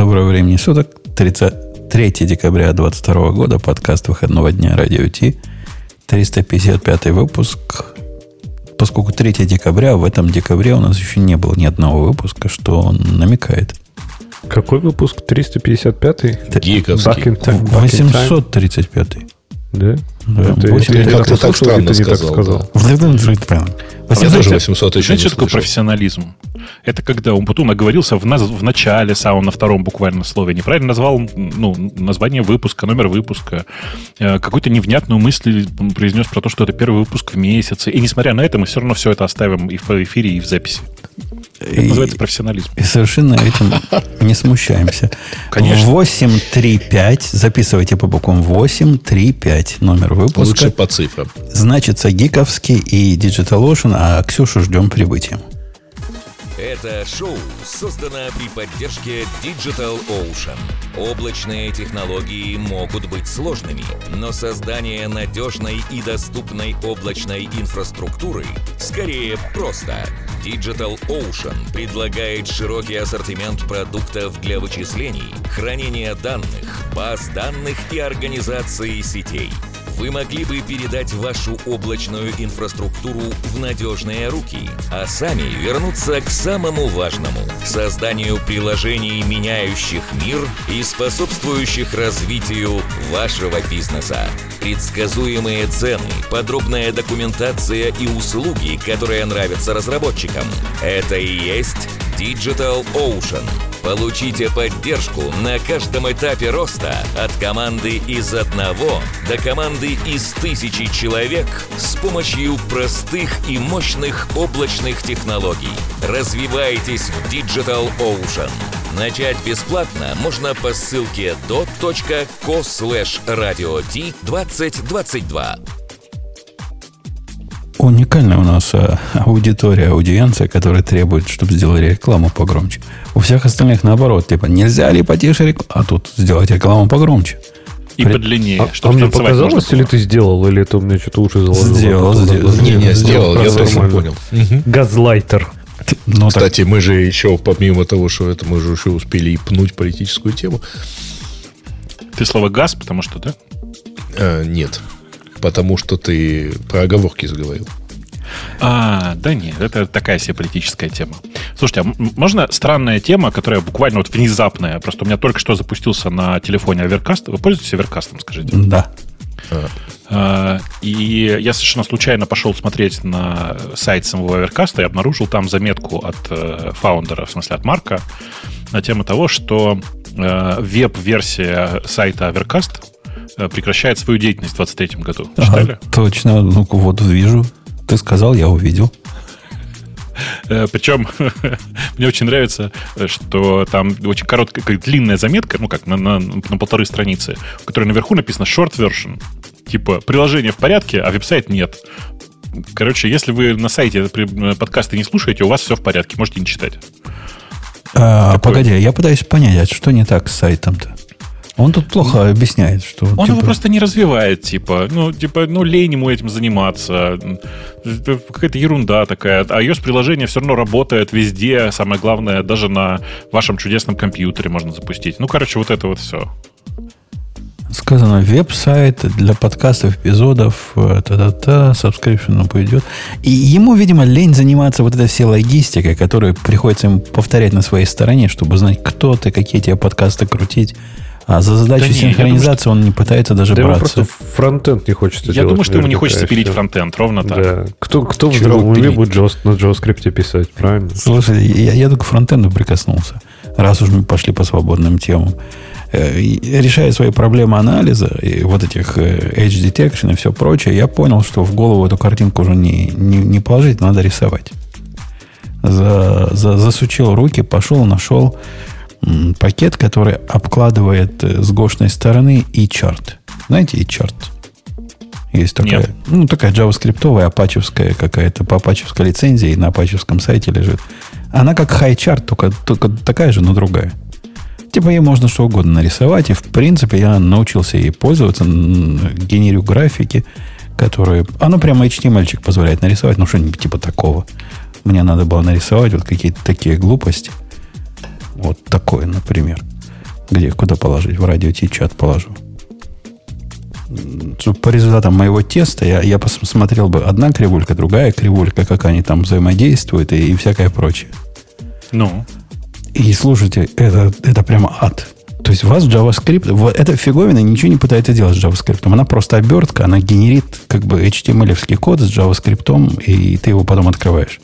Доброго времени суток. 3 декабря 2022 года. Подкаст выходного дня Радио Ти. 355 выпуск. Поскольку 3 декабря, в этом декабре у нас еще не было ни одного выпуска, что он намекает. Какой выпуск? 355-й? Гиковский. 835-й. Да? Ты как-то так странно сказал. Я тоже 800 еще знаете, что такое профессионализм? Это когда он потом оговорился в начале, на втором буквально слове, неправильно назвал название выпуска, номер выпуска, какую-то невнятную мысль произнес про то, что это первый выпуск в месяц. И несмотря на это, мы все равно все это оставим и в эфире, и в записи. Это называется профессионализм. И совершенно этим не смущаемся. Конечно. 835. Записывайте по буквам 835. Номер выпуска. Лучше по цифрам. Значится Гиковский и DigitalOcean, а Ксюшу ждем прибытием. Это шоу создано при поддержке DigitalOcean. Облачные технологии могут быть сложными, но создание надежной и доступной облачной инфраструктуры скорее просто. DigitalOcean предлагает широкий ассортимент продуктов для вычислений, хранения данных, баз данных и организации сетей. Вы могли бы передать вашу облачную инфраструктуру в надежные руки, а сами вернуться к самому важному – созданию приложений, меняющих мир и способствующих развитию вашего бизнеса. Предсказуемые цены, подробная документация и услуги, которые нравятся разработчикам – это и есть DigitalOcean. Получите поддержку на каждом этапе роста от команды из 1 до команды из 1000 человек с помощью простых и мощных облачных технологий. Развивайтесь в DigitalOcean. Начать бесплатно можно по ссылке dot.co/radiot2022. Уникальная у нас аудитория, которая требует, чтобы сделали рекламу погромче. У всех остальных наоборот, типа, нельзя ли потише рекламу, а тут сделать рекламу погромче. И подлиннее, чтобы мне показалось, или ты сделал, или это у меня что-то уши заложило? Сделал, я точно понял. Газлайтер. Кстати, мы же еще, помимо того, что это, мы же еще успели и пнуть политическую тему. Ты слово «газ», потому что, да? Нет. Потому что ты про оговорки заговорил. Да нет, это такая себе политическая тема. Слушайте, а можно странная тема, которая буквально вот внезапная? Просто у меня только что запустился на телефоне Overcast. Вы пользуетесь Overcast, скажите? Да. И я совершенно случайно пошел смотреть на сайт самого Overcast и обнаружил там заметку от фаундера, в смысле от Марка, на тему того, что веб-версия сайта Overcast прекращает свою деятельность в 2023 году. Читали? Точно. Ну, вот вижу. Ты сказал, я увидел. Причем мне очень нравится, что там очень короткая, длинная заметка, ну как, на 1,5 страницы, в которой наверху написано short version. Типа, приложение в порядке, а веб-сайт нет. Короче, если вы на сайте подкасты не слушаете, у вас все в порядке, можете не читать. Погоди, я пытаюсь понять, что не так с сайтом-то? Он тут плохо объясняет, что... Он его просто не развивает, лень ему этим заниматься. Это какая-то ерунда такая. А iOS-приложение все равно работает везде. Самое главное, даже на вашем чудесном компьютере можно запустить. Вот это вот все. Сказано, веб-сайт для подкастов, эпизодов, subscription пойдет. И ему, видимо, лень заниматься вот этой всей логистикой, которую приходится ему повторять на своей стороне, чтобы знать, кто ты, какие тебе подкасты крутить. А за задачу синхронизации он не пытается даже браться. Ему просто фронтенд не хочется делать. Я думаю, что ему не хочется пилить фронтенд, ровно так. Да. Кто в здравом уме будет на JavaScript писать, правильно? Слушай, я только к фронтенду прикоснулся, раз уж мы пошли по свободным темам. Решая свои проблемы анализа и вот этих edge detection и все прочее, я понял, что в голову эту картинку уже не положить, надо рисовать. Засучил руки, пошел, нашел пакет, который обкладывает с гошной стороны e-chart. Знаете e-chart? Есть такая, такая джаваскриптовая, апачевская какая-то, по апачевской лицензии на апачевском сайте лежит. Она как high-chart, только такая же, но другая. Типа ей можно что угодно нарисовать, и в принципе я научился ей пользоваться, генерю графики, которые... Оно прямо HTML-чик позволяет нарисовать, что-нибудь типа такого. Мне надо было нарисовать вот какие-то такие глупости. Вот такое, например. Куда положить? В радио Ти-чат положу. По результатам моего теста я посмотрел бы одна кривулька, другая кривулька, как они там взаимодействуют и всякое прочее. Ну. И слушайте, это прямо ад. То есть у вас JavaScript, вот эта фиговина ничего не пытается делать с JavaScript. Она просто обертка, она генерит как бы HTML-евский код с JavaScript, и ты его потом открываешь.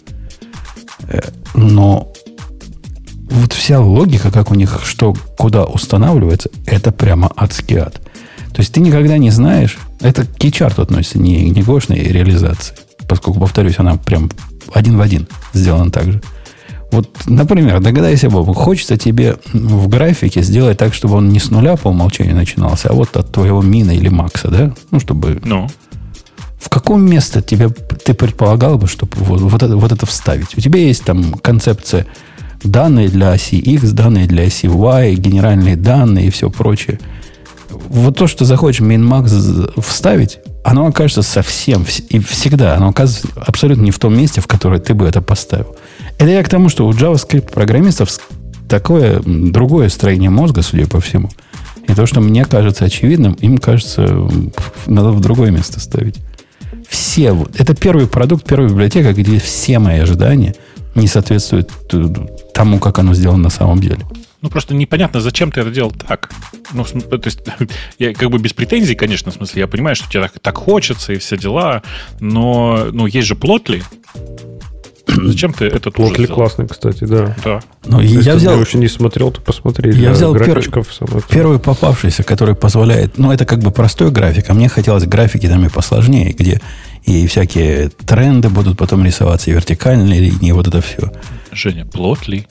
Но вот вся логика, как у них что куда устанавливается, это прямо адский ад. То есть ты никогда не знаешь, это к Keychart относится, не к гошной реализации, поскольку, повторюсь, она прям один в один сделана так же. Вот, например, догадайся, Боб, хочется тебе в графике сделать так, чтобы он не с нуля по умолчанию начинался, а вот от твоего мина или макса, да? Ну, чтобы... Ну. В каком месте ты предполагал бы, чтобы вот это вставить? У тебя есть там концепция данные для оси X, данные для оси Y, генеральные данные и все прочее. Вот то, что захочешь min-max вставить, оно окажется совсем и всегда, оно оказывается абсолютно не в том месте, в которое ты бы это поставил. Это я к тому, что у JavaScript-программистов такое другое строение мозга, судя по всему. И то, что мне кажется очевидным, им кажется, надо в другое место ставить. Это первый продукт, первая библиотека, где все мои ожидания не соответствуют тому, как оно сделано на самом деле. Ну, просто непонятно, зачем ты это делал так. Ну, то есть, я как бы без претензий, конечно, в смысле, я понимаю, что тебе так хочется и все дела, но есть же Plotly. Зачем ты это тоже Plotly классный, кстати, да. Ну, я взял... Я еще не смотрел, то посмотри. Я взял первый попавшийся, который позволяет... Ну, это как бы простой график, а мне хотелось графики там и посложнее, где и всякие тренды будут потом рисоваться, и вертикальные линии, и вот это все. Женя, Plotly.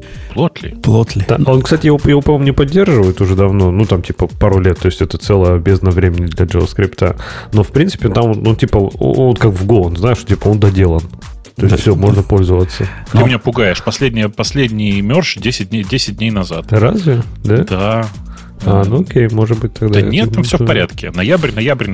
Да, он, кстати, его, по-моему, не поддерживает уже давно, ну, там, типа, пару лет, то есть это целая бездна времени для JavaScript. Но, в принципе, там, ну, типа, он как в Go, он, знаешь, типа, он доделан. То есть все, можно пользоваться. Ты меня пугаешь. Последний мерж 10 дней назад. Разве? Да? Да. Ну окей, может быть тогда... Да нет, там все в порядке. Ноябрь,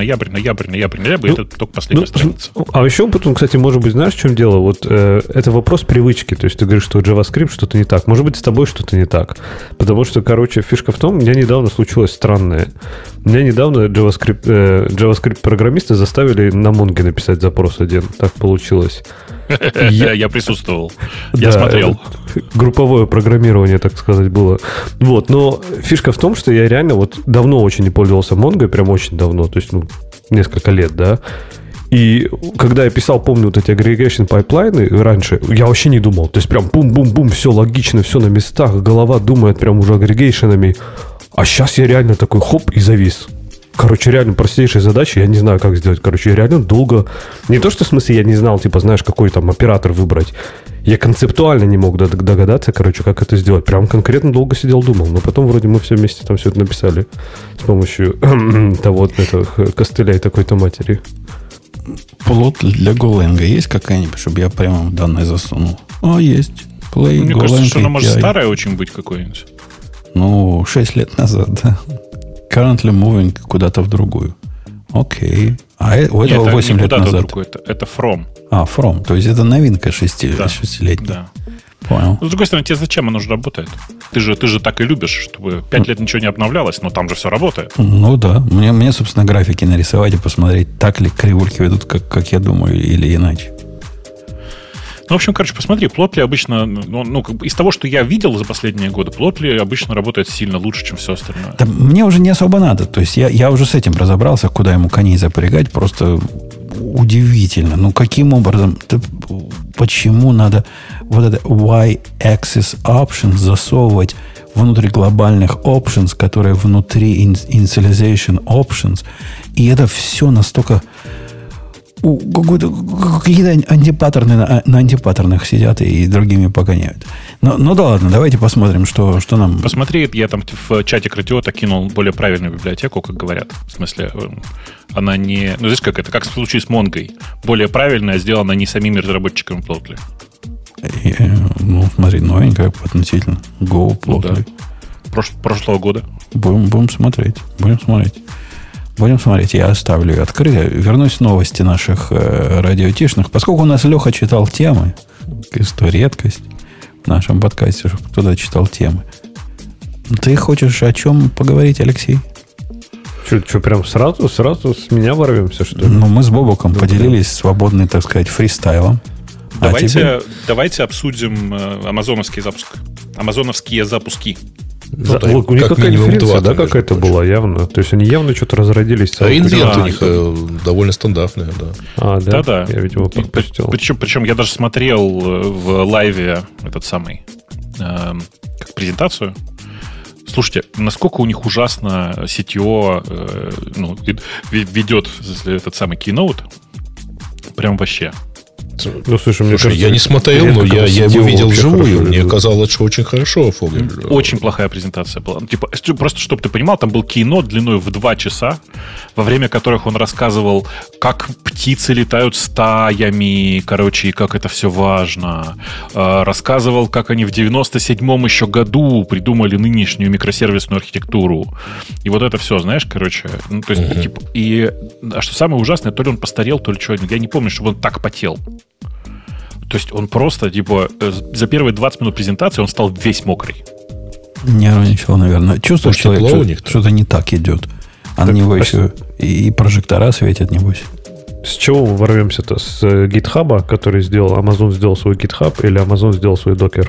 это только последняя страница. А еще потом, кстати, может быть, знаешь, в чем дело? Вот это вопрос привычки. То есть ты говоришь, что JavaScript что-то не так. Может быть, с тобой что-то не так. Потому что, короче, фишка в том, у меня недавно случилось странное. Меня недавно JavaScript-программисты заставили на Mongo написать запрос один. Так получилось. Я присутствовал. Я смотрел. Групповое программирование, так сказать, было. Вот, но фишка в том, что я реально вот давно очень не пользовался Mongo, прям очень давно, то есть, несколько лет, да. И когда я писал, помню, вот эти aggregation пайплайны раньше, я вообще не думал. То есть прям бум-бум-бум, все логично, все на местах, голова думает прям уже агрегейшенами. А сейчас я реально такой хоп и завис. Короче, реально простейшая задача, я не знаю, как сделать. Короче, я реально долго... Не то, что в смысле я не знал, типа, знаешь, какой там оператор выбрать. Я концептуально не мог догадаться, короче, как это сделать. Прям конкретно долго сидел, думал. Но потом вроде мы все вместе там все это написали с помощью того, этого костыля и такой-то матери. Плот для Golang есть какая-нибудь, чтобы я прямо данные засунул? Есть. Play, мне Golang, кажется, что она может старая очень быть какой-нибудь. 6 лет назад, да. Currently moving куда-то в другую. Окей. А у этого 8 лет назад. Это From. From. То есть это новинка 6-летняя. Да. Понял. Но, с другой стороны, тебе зачем оно же работает? Ты же так и любишь, чтобы 5 лет ничего не обновлялось, но там же все работает. Ну да. Мне, собственно, графики нарисовать и посмотреть, так ли кривульки ведут, как я думаю, или иначе. Ну, в общем, короче, посмотри, Plotly обычно, из того, что я видел за последние годы, Plotly обычно работает сильно лучше, чем все остальное. Да, мне уже не особо надо. То есть я уже с этим разобрался, куда ему коней запрягать. Просто удивительно. Ну, каким образом? Почему надо вот это Y-axis options засовывать внутри глобальных options, которые внутри initialization options? И это все настолько... Какие-то антипаттерны на антипаттернах сидят и другими погоняют. Ну да ладно, давайте посмотрим, что нам... Посмотри, я там в чате Кратиота кинул более правильную библиотеку, как говорят. В смысле, она не... Ну, знаешь, как это? Как в случае с Монгой. Более правильная, сделана не самими разработчиками Plotly. Смотри, новенькая относительно. Go Plotly. Да. Прошлого года. Будем смотреть. Будем смотреть, я оставлю ее открытой. Вернусь в новости наших радиотишных. Поскольку у нас Леха читал темы, что редкость в нашем подкасте, чтобы кто-то читал темы. Ты хочешь о чем поговорить, Алексей? Что, прям сразу с меня ворвемся, что ли? Ну, мы с Бобуком поделились свободным, так сказать, фристайлом. Давайте обсудим амазоновский запуск. Амазоновские запуски. У них какая конференция, да, какая-то была явно. То есть они явно что-то разродились. А инвент у них довольно стандартный, да. Да. Я, видимо, пропустил. Причем я даже смотрел в лайве этот самый как презентацию. Слушайте, насколько у них ужасно CTO ведет этот самый keynote. Прям вообще. Ну, слушай, мне кажется, я не смотрел, но я его видел вживую. Мне казалось, что очень хорошо Фогель. Очень плохая презентация была. Типа, просто, чтобы ты понимал, там был кейнот длиной в 2 часа, во время которых он рассказывал, как птицы летают стаями, короче, и как это все важно. Рассказывал, как они в 97-м еще году придумали нынешнюю микросервисную архитектуру. И вот это все, знаешь, короче. Ну, то есть, типа, а что самое ужасное, то ли он постарел, то ли что. Я не помню, чтобы он так потел. То есть он просто, типа, за первые 20 минут презентации он стал весь мокрый. Нервничал, наверное. Чувствуешь, человек, что-то не так идет. А на него еще и прожектора светят, небось. С чего мы ворвемся-то? С GitHub, который сделал, Amazon сделал свой GitHub, или Amazon сделал свой Docker?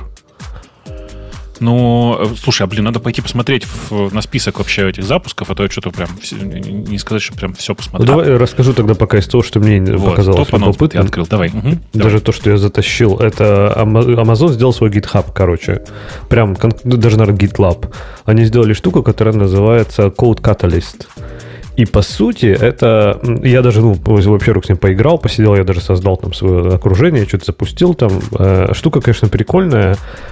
Ну, слушай, надо пойти посмотреть на список вообще этих запусков, а то я что-то прям не сказать, что прям все посмотрел. Ну, давай расскажу тогда пока из того, что мне показалось любопытным. Открыл. Давай. Даже то, что я затащил, это Amazon сделал свой GitHub, короче. Прям, даже, наверное, GitLab. Они сделали штуку, которая называется Code Catalyst. И по сути, это... Я даже, во-первых, с ним поиграл, посидел, я даже создал там свое окружение, что-то запустил там. Штука, конечно, прикольная.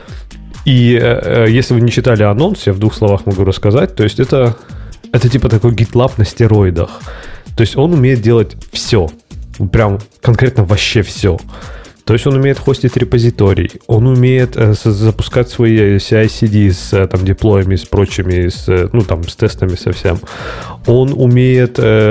И если вы не читали анонс, я в 2 словах могу рассказать, то есть это типа такой GitLab на стероидах. То есть он умеет делать все. Прям конкретно вообще все. То есть он умеет хостить репозиторий, он умеет запускать свои CI/CD с там, деплоями, с прочими, с тестами совсем. Он умеет,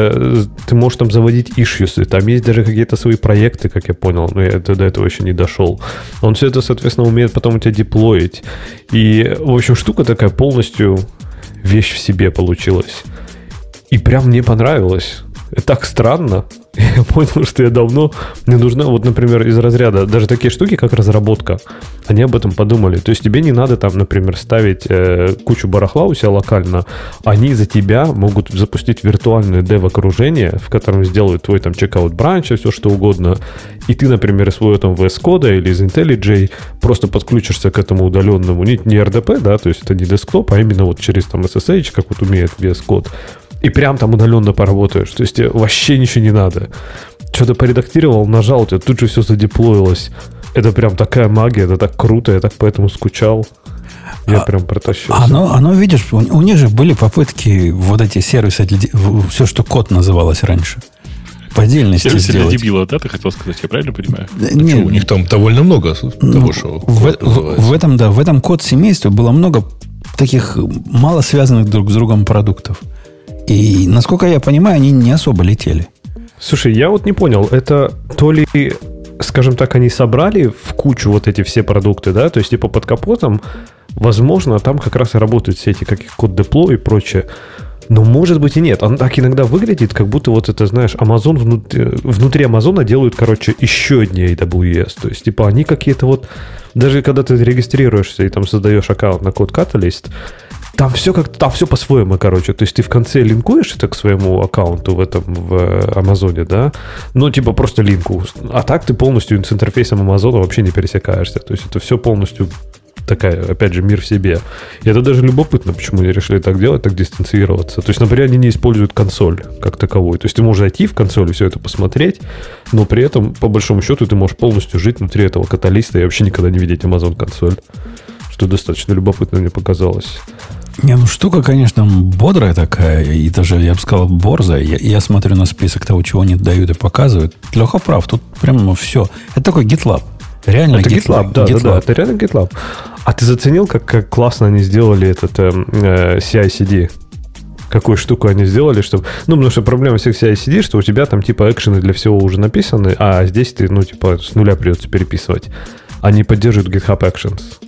ты можешь там заводить issues, там есть даже какие-то свои проекты, как я понял, но я до этого еще не дошел. Он все это, соответственно, умеет потом у тебя деплоить. И, в общем, штука такая полностью вещь в себе получилась. И прям мне понравилось. Так странно. Я понял, что я давно... Мне нужна, вот, например, из разряда даже такие штуки, как разработка. Они об этом подумали. То есть тебе не надо там, например, ставить кучу барахла у себя локально. Они за тебя могут запустить виртуальное dev-окружение, в котором сделают твой там checkout branch, все что угодно. И ты, например, из своего там VS Code или из IntelliJ просто подключишься к этому удаленному. Не RDP, да, то есть это не десктоп, а именно вот через там SSH, как вот умеет VS Code. И прям там удаленно поработаешь. То есть тебе вообще ничего не надо. Что-то поредактировал, нажал, у тебя тут же все задеплоилось. Это прям такая магия, это так круто, я так поэтому скучал. Я прям протащился. Оно, видишь, у них же были попытки вот эти сервисы, все, что код называлось раньше, по отдельности сервисы сделать. Для дебила, да, ты хотел сказать, я правильно понимаю? Нет, у них там довольно много того, что в этом код-семействе было много таких мало связанных друг с другом продуктов. И, насколько я понимаю, они не особо летели. Слушай, я вот не понял, это то ли, скажем так, они собрали в кучу вот эти все продукты, да, то есть типа под капотом, возможно, там как раз и работают все эти какие код деплой и прочее. Но может быть и нет. Он так иногда выглядит, как будто вот это, знаешь, Amazon внутри Амазона делают, короче, еще одни AWS. То есть, типа, они какие-то вот... Даже когда ты регистрируешься и там создаешь аккаунт на Code Catalyst, там все по-своему, короче. То есть ты в конце линкуешь это к своему аккаунту в Амазоне, да? Ну, типа просто линку. А так ты полностью с интерфейсом Амазона вообще не пересекаешься. То есть это все полностью такая, опять же, мир в себе. И это даже любопытно, почему они решили так делать, так дистанцироваться. То есть, например, они не используют консоль как таковую. То есть ты можешь зайти в консоль и все это посмотреть, но при этом, по большому счету, ты можешь полностью жить внутри этого каталиста и вообще никогда не видеть Amazon консоль. Что достаточно любопытно мне показалось. Не, штука, конечно, бодрая такая, и даже, я бы сказал, борзая. Я смотрю на список того, чего они дают и показывают. Леха прав, тут прямо все. Это такой GitLab. Реально это GitLab, да, это реально GitLab. А ты заценил, как классно они сделали этот CI/CD? Какую штуку они сделали, чтобы... Ну, потому что проблема всех CI/CD, что у тебя там типа экшены для всего уже написаны, а здесь ты, с нуля придется переписывать. Они поддерживают GitHub Actions.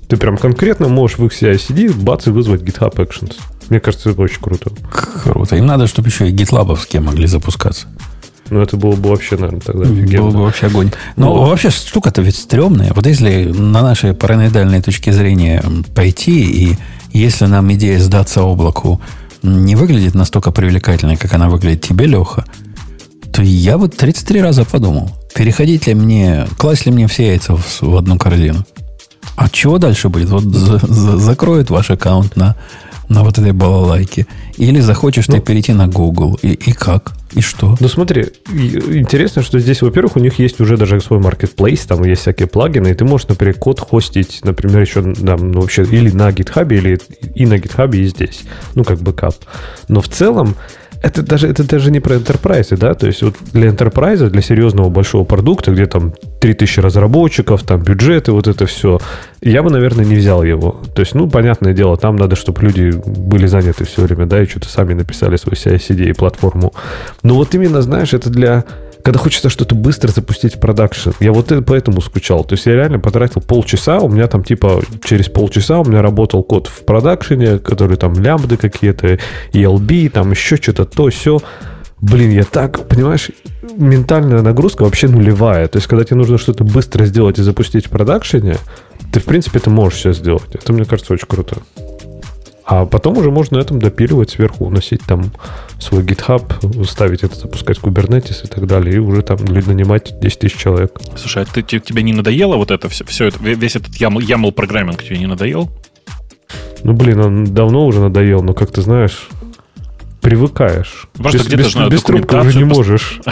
Ты прям конкретно можешь в их CI/CD бац и вызвать GitHub Actions. Мне кажется, это очень круто. Круто. Им надо, чтобы еще и GitLab-овские могли запускаться. Ну, это было бы вообще, наверное, тогда офигенно. Было бы вообще огонь. Но вообще штука-то ведь стрёмная. Вот если на нашей параноидальной точке зрения пойти, и если нам идея сдаться облаку не выглядит настолько привлекательной, как она выглядит тебе, Леха, то я бы 33 раза подумал, переходить ли мне, класть ли мне все яйца в одну корзину. А чего дальше будет? Вот закроют ваш аккаунт на вот этой балалайке. Или захочешь ты перейти на Google. И как? И что? Ну, смотри, интересно, что здесь, во-первых, у них есть уже даже свой marketplace, там есть всякие плагины, и ты можешь, например, код хостить, например, еще ну, вообще или на GitHub, или и на GitHub, и здесь. Ну, как бэкап. Но в целом, это даже не про enterprise, да? То есть вот для enterprise, для серьезного большого продукта, где там 3000 разработчиков, там бюджеты, вот это все, я бы, наверное, не взял его. То есть, ну, понятное дело, там надо, чтобы люди были заняты все время, да, и что-то сами написали свой CI/CD и платформу. Но вот именно, знаешь, это для... Когда хочется что-то быстро запустить в продакшн. Я вот поэтому скучал. То есть я реально потратил полчаса, у меня там типа через полчаса у меня работал код в продакшене, который там лямбды какие-то, ELB, там еще что-то, то, все. Блин, я так, понимаешь, ментальная нагрузка вообще нулевая. То есть когда тебе нужно что-то быстро сделать и запустить в продакшене, ты в принципе это можешь все сделать. Это, мне кажется, очень круто. А потом уже можно на этом допиливать сверху, уносить там свой GitHub, ставить это, запускать Kubernetes и так далее, и уже там нанимать 10 тысяч человек. Слушай, а тебе не надоело вот это все это, весь этот YAML программинг тебе не надоел? Ну, блин, он давно уже надоел, но, как ты знаешь, привыкаешь. Просто без трубки уже не можешь.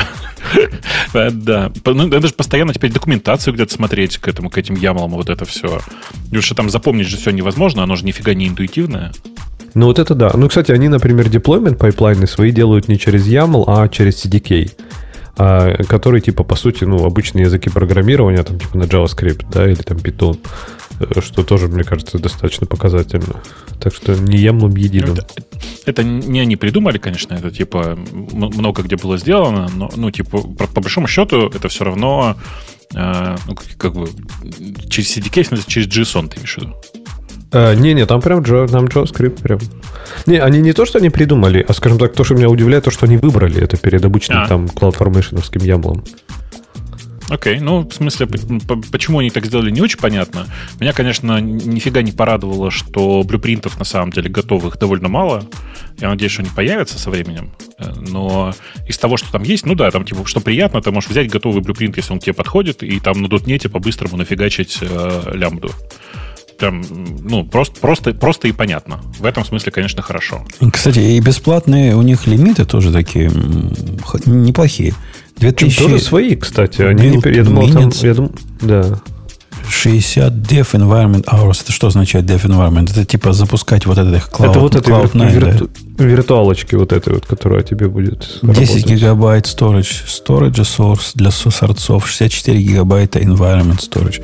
Да. Ну, это же постоянно теперь документацию где-то смотреть к этим YAML, вот это все. Потому что там запомнить же все невозможно, оно же нифига не интуитивное. Ну, вот это да. Ну, кстати, они, например, deployment пайплайны свои делают не через YAML, а через CDK, который, типа, по сути, ну, обычные языки программирования, там, типа, на JavaScript, да, или там Python, что тоже, мне кажется, достаточно показательно. Так что не YAML единым. Это не они придумали, конечно, это, типа, много где было сделано, но, ну, типа, по большому счету, это все равно, ну, как бы, через CDK, в смысле, через JSON, ты имеешь в виду? Не, там прям JavaScript прям. Не, они не то, что они придумали, а, скажем так, то, что меня удивляет, то, что они выбрали это перед обычным там CloudFormation-овским YAML. Окей, ну, в смысле, почему они так сделали, не очень понятно. Меня, конечно, нифига не порадовало, что блюпринтов, на самом деле, готовых довольно мало. Я надеюсь, что они появятся со временем. Но из того, что там есть, ну да, там, типа, что приятно, ты можешь взять готовый блюпринт, если он тебе подходит, и там на дотнете по-быстрому нафигачить лямбду. Прям, ну, просто и понятно. В этом смысле, конечно, хорошо. Кстати, и бесплатные у них лимиты тоже такие неплохие. 2000... Тоже свои, кстати. Они не... Я думал, там... Да. 60 Dev Environment Hours. Это что означает Dev Environment? Это типа запускать вот этих Cloud9. Это вот эти виртуалочки вот этой вот, которая тебе будет 10 работать. гигабайт storage source для сорцов, 64 гигабайта environment storage.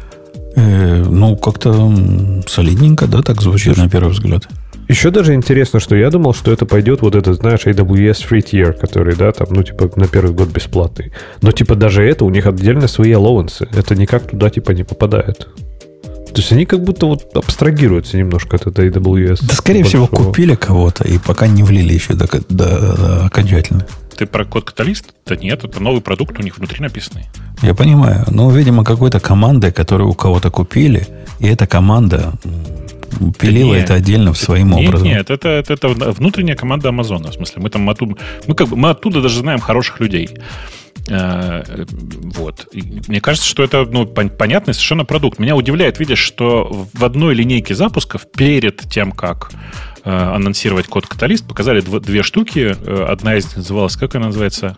Ну, как-то солидненько, да, так звучит на первый взгляд. Еще даже интересно, что я думал, что это пойдет вот этот, знаешь, AWS Free Tier, который, да, там, ну, типа, на первый год бесплатный. Но, типа, даже это, у них отдельно свои аллоуансы. Это никак туда, типа, не попадает. То есть они как будто вот абстрагируются немножко от этой AWS. Да, скорее всего, купили кого-то и пока не влили еще до окончательно. Ты про код Каталист? Да нет, это новый продукт у них внутри написанный. Я понимаю. Ну, видимо, какой-то командой, которую у кого-то купили, и эта команда пилила это отдельно своим образом. Нет, это внутренняя команда Амазона. В смысле, мы оттуда даже знаем хороших людей. Вот. И мне кажется, что это понятный совершенно продукт. Меня удивляет, видишь, что в одной линейке запусков перед тем, как анонсировать код Каталист, показали две штуки. Одна из них называлась, как она называется?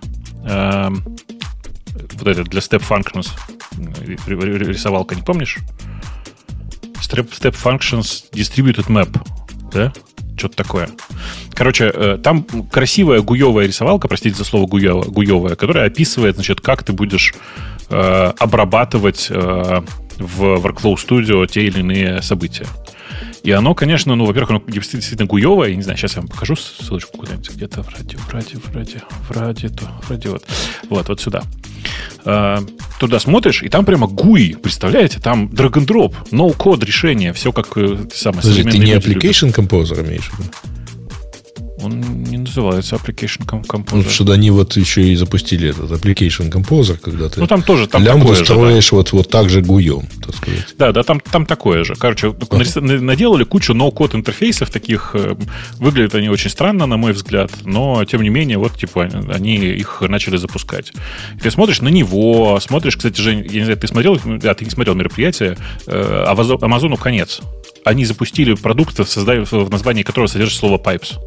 Вот это для Step Functions рисовалка, не помнишь? Step Functions Distributed Map, да? Что-то такое. Короче, там красивая гуевая рисовалка, простите за слово гуевая, которая описывает, значит, как ты будешь обрабатывать в Workflow Studio те или иные события. И оно, конечно, ну, во-первых, оно действительно гуевое. Я не знаю, сейчас я вам покажу ссылочку куда-нибудь. Где-то вроде вот сюда. Туда смотришь, и там прямо GUI, представляете? Там drag and drop, no-code решение, все как самое современное. Ты не Application Composer имеешь в виду? Он не называется Application Composer. Ну, что они вот еще и запустили этот Application Composer, когда ты там лямбду строишь вот так же гуем, так сказать. Да, там такое же. Короче, наделали кучу no-code интерфейсов таких. Выглядят они очень странно, на мой взгляд, но, тем не менее, вот, типа, они их начали запускать. И ты смотришь на него, смотришь, кстати, Жень, я не знаю, ты смотрел, ты не смотрел мероприятие, Амазону конец. Они запустили продукт, в названии которого содержится слово pipes.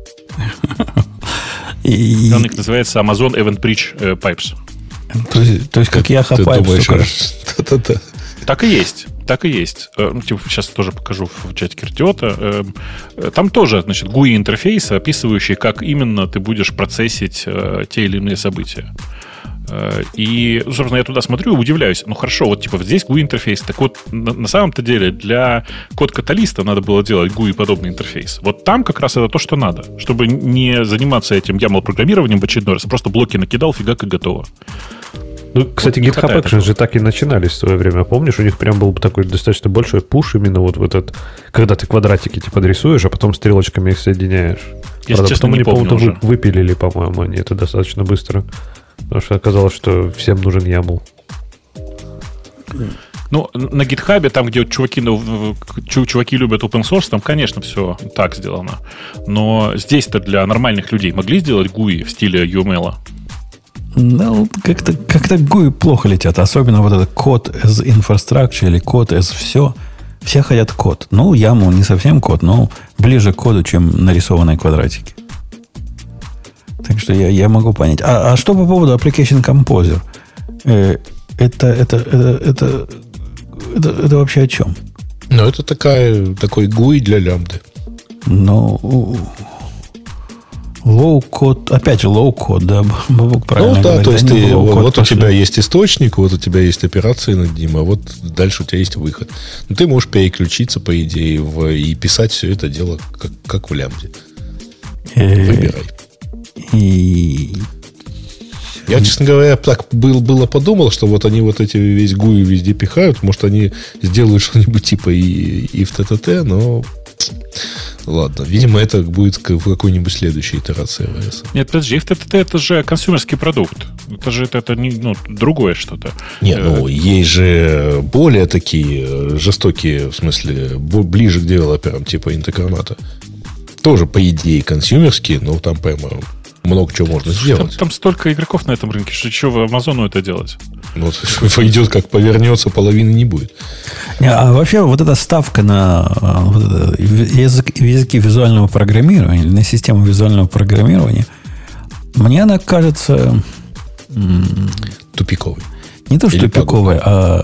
Он их называется Amazon Event Bridge Pipes. То есть как Яха Pipes. Так и есть. Сейчас тоже покажу в чатике Ртиота. Там тоже, значит, GUI интерфейс, описывающий, как именно ты будешь процессить те или иные события. И, собственно, я туда смотрю и удивляюсь. Ну, хорошо, вот типа здесь GUI интерфейс. Так вот, на самом-то деле для код-каталиста надо было делать GUI-подобный интерфейс. Вот там как раз это то, что надо. Чтобы не заниматься этим YAML-программированием в очередной раз, а просто блоки накидал, фигак и готово. Ну, кстати, вот GitHub Actions же так и начинались в свое время. Помнишь, у них прям был такой достаточно большой пуш именно вот в этот, когда ты квадратики типа рисуешь, а потом стрелочками их соединяешь. Я, честно, потом не помню уже. Выпилили, по-моему, они это достаточно быстро. Потому что оказалось, что всем нужен YAML. Ну, на GitHub, там, где чуваки любят open source, там, конечно, все так сделано. Но здесь-то для нормальных людей могли сделать GUI в стиле UML? Ну, как-то GUI плохо летят. Особенно вот этот код as infrastructure или код as все. Все хотят код. Ну, YAML не совсем код, но ближе к коду, чем нарисованные квадратики. Так что я могу понять. А что по поводу Application Composer? Это вообще о чем? Ну, это такой GUI для лямбды. Ну, low-code, опять же, low-code, да, Бабук правильно говорит. Ну, да, то есть вот у тебя есть источник, вот у тебя есть операции над ним, а вот дальше у тебя есть выход. Но ты можешь переключиться, по идее, и писать все это дело как в лямбде. Выбирай. Я, честно говоря, так было подумал, что вот они вот эти весь GUI везде пихают. Может, они сделают что-нибудь типа и в ТТТ, но ладно. Видимо, это будет в какой-нибудь следующей итерации АВС. Нет, подожди, FTTT это же консюмерский продукт. Это не, другое что-то. Нет, есть же более такие жестокие, в смысле, ближе к девелоперам, типа Интеграната. Тоже, по идее, консюмерские, но там прямо много чего можно сделать. Там столько игроков на этом рынке, что в Амазону это делать? Вот пойдет, как повернется, половины не будет. А вообще вот эта ставка на языки визуального программирования, на систему визуального программирования, мне она кажется тупиковой. Не то, что тупиковой, а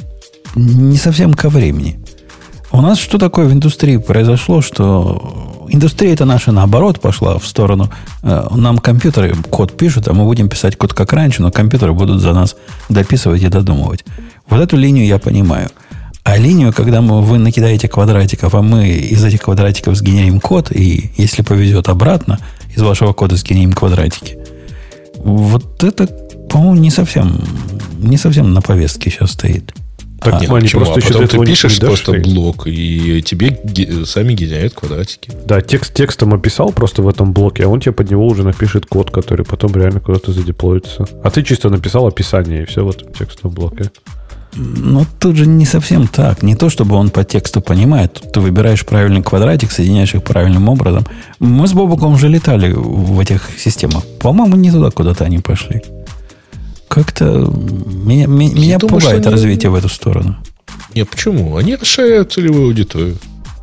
не совсем ко времени. У нас что такое в индустрии произошло, что индустрия-то наша, наоборот, пошла в сторону. Нам компьютеры код пишут, а мы будем писать код как раньше, но компьютеры будут за нас дописывать и додумывать. Вот эту линию я понимаю. А линию, когда вы накидаете квадратиков, а мы из этих квадратиков сгенерим код, и если повезет обратно, из вашего кода сгенерим квадратики. Вот это, по-моему, не совсем на повестке сейчас стоит. Так, нет, почему? А потом ты пишешь просто блок, и тебе сами генерят квадратики. Да, текстом описал просто в этом блоке, а он тебе под него уже напишет код, который потом реально куда-то задеплоится. А ты чисто написал описание, и все в этом текстовом блоке. Но тут же не совсем так. Не то, чтобы он по тексту понимает. Тут ты выбираешь правильный квадратик, соединяешь их правильным образом. Мы с Бобуком уже летали в этих системах. По-моему, не туда куда-то они пошли. Как-то меня пугает развитие в эту сторону. Нет, почему? Они расширяют целевую аудиторию.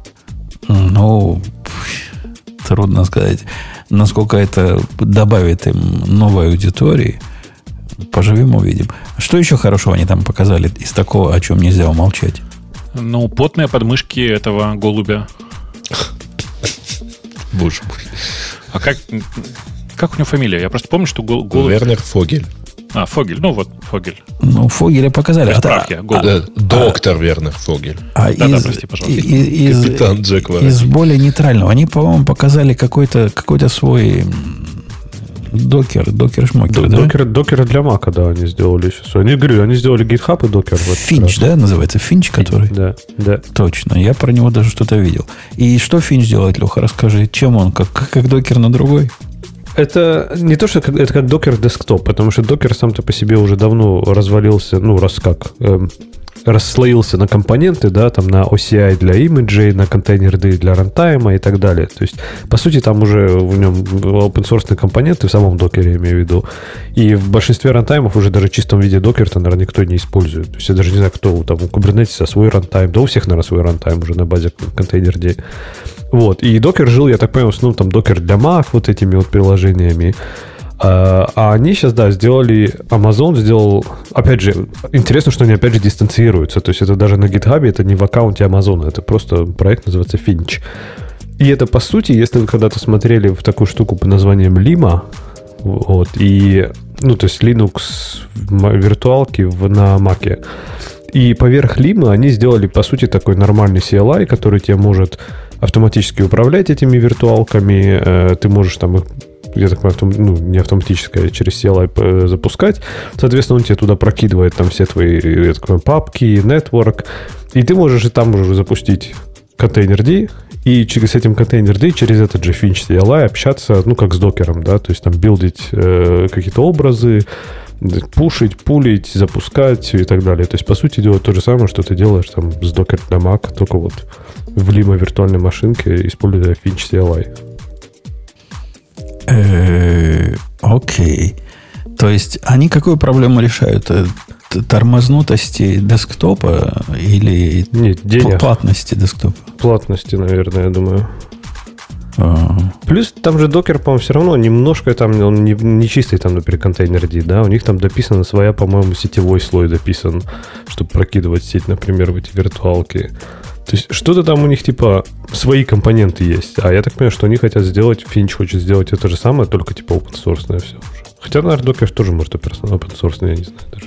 Ну, трудно сказать, насколько это добавит им новой аудитории. Поживем, увидим. Что еще хорошего они там показали из такого, о чем нельзя умолчать? Ну, потные подмышки этого голубя. Боже мой. А как у него фамилия? Я просто помню, что голубь... Вернер Фогель. Фогель. Ну, вот, Фогель. Ну, Фогеля показали. Доктор Вернер Фогель. Прости, пожалуйста. Капитан Джек Воробей. Из более нейтрального. Они, по-моему, показали какой-то свой докер-шмокер, да? Докер для Мака, да, они сделали сейчас. Они сделали GitHub и докер. Финч, да, называется? Финч, который? Да. Точно. Я про него даже что-то видел. И что Финч делает, Леха? Расскажи, чем он? Как докер на другой? Это не то, что это как докер десктоп, потому что докер сам-то по себе уже давно развалился, расслоился на компоненты, да, там на OCI для имиджей, на контейнерды для рантайма и так далее. То есть, по сути, там уже в нем open-source компоненты в самом докере, я имею в виду. И в большинстве рантаймов уже даже в чистом виде докер-то, наверное, никто не использует. То есть, я даже не знаю, кто там у Kubernetes свой рантайм. Да у всех, наверное, свой рантайм уже на базе контейнерды. Вот. И докер жил, я так понимаю, в основном там докер для Mac, вот этими вот приложениями. А они сейчас, сделали, Amazon сделал, опять же, интересно, что они опять же дистанцируются, то есть это даже на GitHub, это не в аккаунте Amazon, это просто проект называется Finch. И это, по сути, если вы когда-то смотрели в такую штуку под названием Lima, вот, и, то есть Linux виртуалки на Mac, и поверх Lima они сделали, по сути, такой нормальный CLI, который тебе может автоматически управлять этими виртуалками, ты можешь там их, я так понимаю, не автоматически, а через CLI запускать. Соответственно, он тебе туда прокидывает там все твои, я так понимаю, папки, network. И ты можешь и там уже запустить контейнер-D, и через этим контейнер-D, через этот же Finch CLI общаться, как с докером, да, то есть там билдить какие-то образы, пушить, пулить, запускать и так далее. То есть, по сути, делать то же самое, что ты делаешь там с докер на Mac, только вот в Lima виртуальной машинке, используя Finch CLI. Окей. То есть они какую проблему решают? Тормознутости десктопа или платности десктопа? Платности, наверное, я думаю. Плюс там же докер, по-моему, все равно немножко там, он не чистый там, например, контейнер-D, да, у них там дописана своя, по-моему, сетевой слой дописан, чтобы прокидывать сеть, например, в эти виртуалки. То есть что-то там у них типа свои компоненты есть. А я так понимаю, что они хотят сделать, Finch хочет сделать это же самое, только типа open-source все уже. Хотя, наверное, Docker тоже может open-source, я не знаю даже.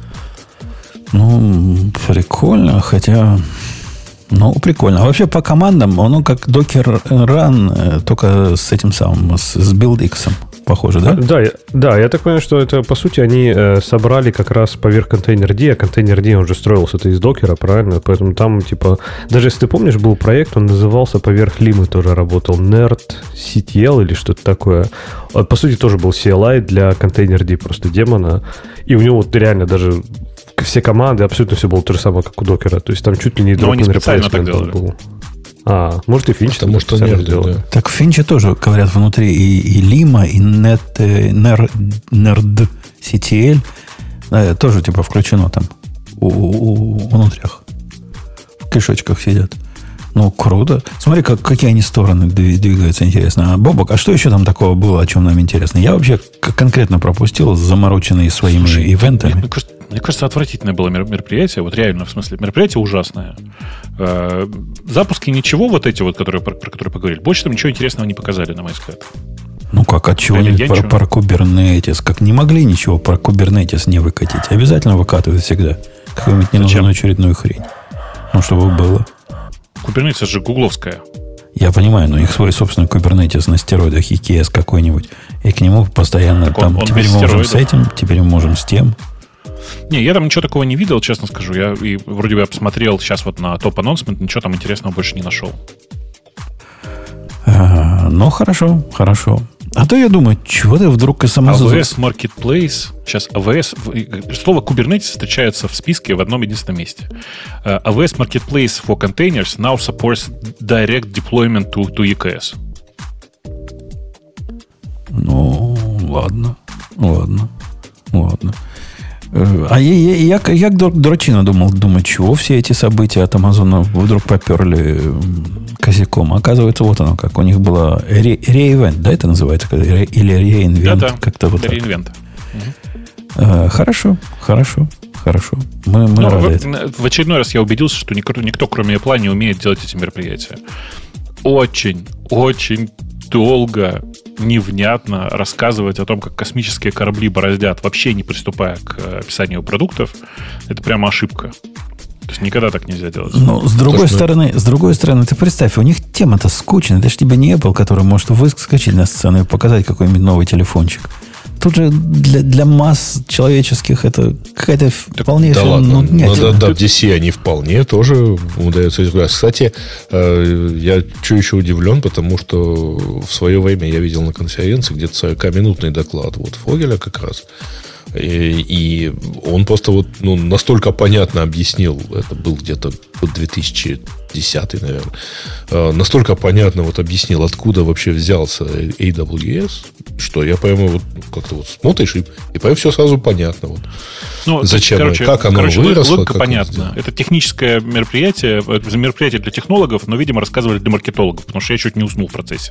Прикольно, хотя... прикольно. А вообще по командам, оно как Docker Run, только с этим самым, с BuildX. Похоже, да? Да, я так понимаю, что это, по сути, они собрали как раз поверх контейнер-D, а контейнер-D, он же строился из докера, правильно? Поэтому там, типа, даже если ты помнишь, был проект, он назывался поверх Lima, тоже работал, Nerd CTL или что-то такое. По сути, тоже был CLI для контейнер-D, просто демона. И у него вот реально даже все команды, абсолютно все было то же самое, как у докера. То есть там чуть ли не drop-in replacement был. Может и Finch, потому что не сделал. Да. Так в Финче тоже, говорят, внутри и Lima, и Nerd CTL тоже типа включено там внутрях. В кишечках сидят. Круто. Смотри, какие они стороны двигаются, интересно. А Бобок, а что еще там такого было, о чем нам интересно? Я вообще конкретно пропустил, замороченный своими ивентами. Мне кажется, отвратительное было мероприятие. Вот реально, в смысле, мероприятие ужасное. Запуски ничего, вот эти вот, про которые поговорили, больше там ничего интересного не показали, на мой взгляд. От чего-нибудь про Kubernetes? Как не могли ничего про Kubernetes не выкатить? Обязательно выкатывают всегда. Какую-нибудь ненужную очередную хрень. Чтобы было. Kubernetes же гугловская. Я понимаю, но их свой собственный Kubernetes на стероидах, EKS какой-нибудь. И к нему постоянно там теперь мы можем с этим, теперь мы можем с тем. Не, я там ничего такого не видел, честно скажу. Я вроде бы посмотрел сейчас вот на топ-анонсмент, ничего там интересного больше не нашел. Хорошо. А то я думаю, чего ты вдруг из Amazon... AWS Marketplace. Сейчас AWS... Слово Kubernetes встречается в списке в одном единственном месте. AWS Marketplace for Containers now supports direct deployment to EKS. Ладно. А я как дурачина думаю, чего все эти события от Амазона вдруг поперли косяком. Оказывается, вот оно как. У них было re-event, да, это называется? Или re-invent? Да, как-то вот re-invent. Хорошо. Мы рады этому. В очередной раз я убедился, что никто, кроме Apple, не умеет делать эти мероприятия. Очень долго невнятно рассказывать о том, как космические корабли бороздят, вообще не приступая к описанию продуктов, это прямо ошибка. То есть никогда так нельзя делать. Ну, с другой стороны, ты представь, у них тема-то скучная. Это же тебе не Apple, который может выскочить на сцену и показать какой-нибудь новый телефончик. Тут же для масс человеческих это какая-то полнейшая... Да ладно, в DC они вполне тоже удается избирать. Кстати, я еще удивлен, потому что в свое время я видел на конференции где-то 40-минутный доклад Фогеля как раз. И он просто настолько понятно объяснил, это был где-то 2010, наверное, настолько понятно объяснил, откуда вообще взялся AWS, что я прямо как-то смотришь, и прямо все сразу понятно. Зачем, как оно выросло. Логика понятна. Это техническое мероприятие для технологов, но, видимо, рассказывали для маркетологов, потому что я чуть не уснул в процессе.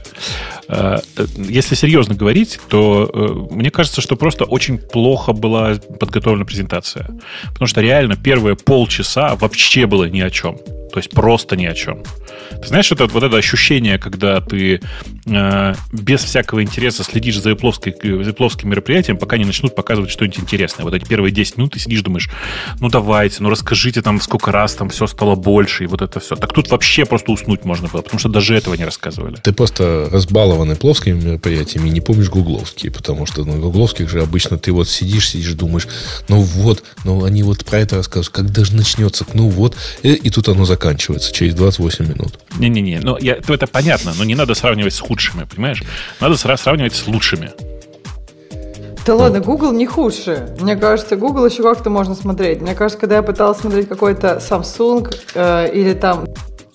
Если серьезно говорить, то мне кажется, что просто очень плохо была подготовлена презентация. Потому что реально первые полчаса вообще было ни о чем. То есть просто ни о чем. Ты знаешь, это ощущение, когда ты без всякого интереса следишь за Apple-овским мероприятием, пока не начнут показывать что-нибудь интересное. Эти первые 10 минут ты сидишь, думаешь, давайте, расскажите сколько раз там все стало больше, и это все. Так тут вообще просто уснуть можно было, потому что даже этого не рассказывали. Ты просто разбалован Apple-овскими мероприятиями и не помнишь гугловские, потому что на гугловских же обычно ты сидишь, думаешь, они про это рассказывают, когда же начнется, и тут оно заканчивается через 28 минут. Не-не-не, это понятно, но не надо сравнивать с худшими, понимаешь? Надо сравнивать с лучшими. Да ладно, Google не худший. Мне кажется, Google еще как-то можно смотреть. Мне кажется, когда я пыталась смотреть какой-то Samsung или там...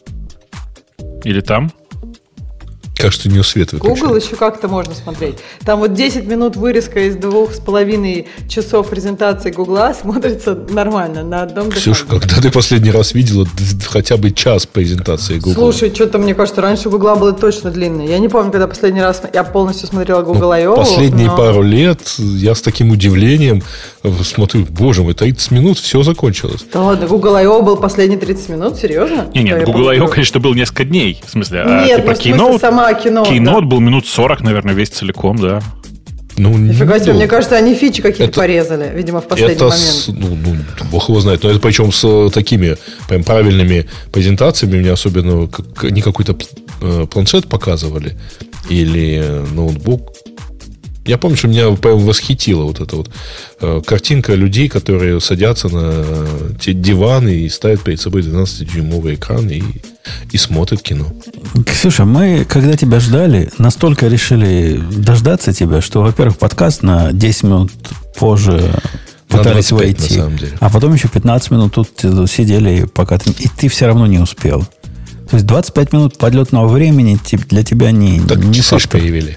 Или там? Кажется, у нее свет выключен. Google еще как-то можно смотреть. Там 10 минут вырезка из 2,5 часов презентации Гугла смотрится нормально на одном дыхании. Ксюша, когда ты последний раз видела хотя бы час презентации Гугла? Слушай, что-то, мне кажется, раньше Гугла было точно длинное. Я не помню, когда последний раз я полностью смотрела Google I.O. Последние пару лет я с таким удивлением смотрю, боже мой, 30 минут, все закончилось. Да ладно, Google I.O. был последние 30 минут? Серьезно? Нет, Google I.O., конечно, был несколько дней. В смысле, нет, в смысле сама Keynote был минут 40, наверное, весь целиком, да. Нифига себе, мне кажется, они фичи какие-то порезали, видимо, в последний момент. Бог его знает. Но это причем с такими прям правильными презентациями. Мне особенно не какой-то планшет показывали или ноутбук. Я помню, что меня прям восхитила эта картинка людей, которые садятся на те диваны и ставят перед собой 12-дюймовый экран и смотрят кино. Ксюша, мы, когда тебя ждали, настолько решили дождаться тебя, что, во-первых, подкаст на 10 минут позже пытались войти. На самом деле. А потом еще 15 минут тут сидели, пока и ты все равно не успел. То есть 25 минут подлетного времени для тебя не часы перевели.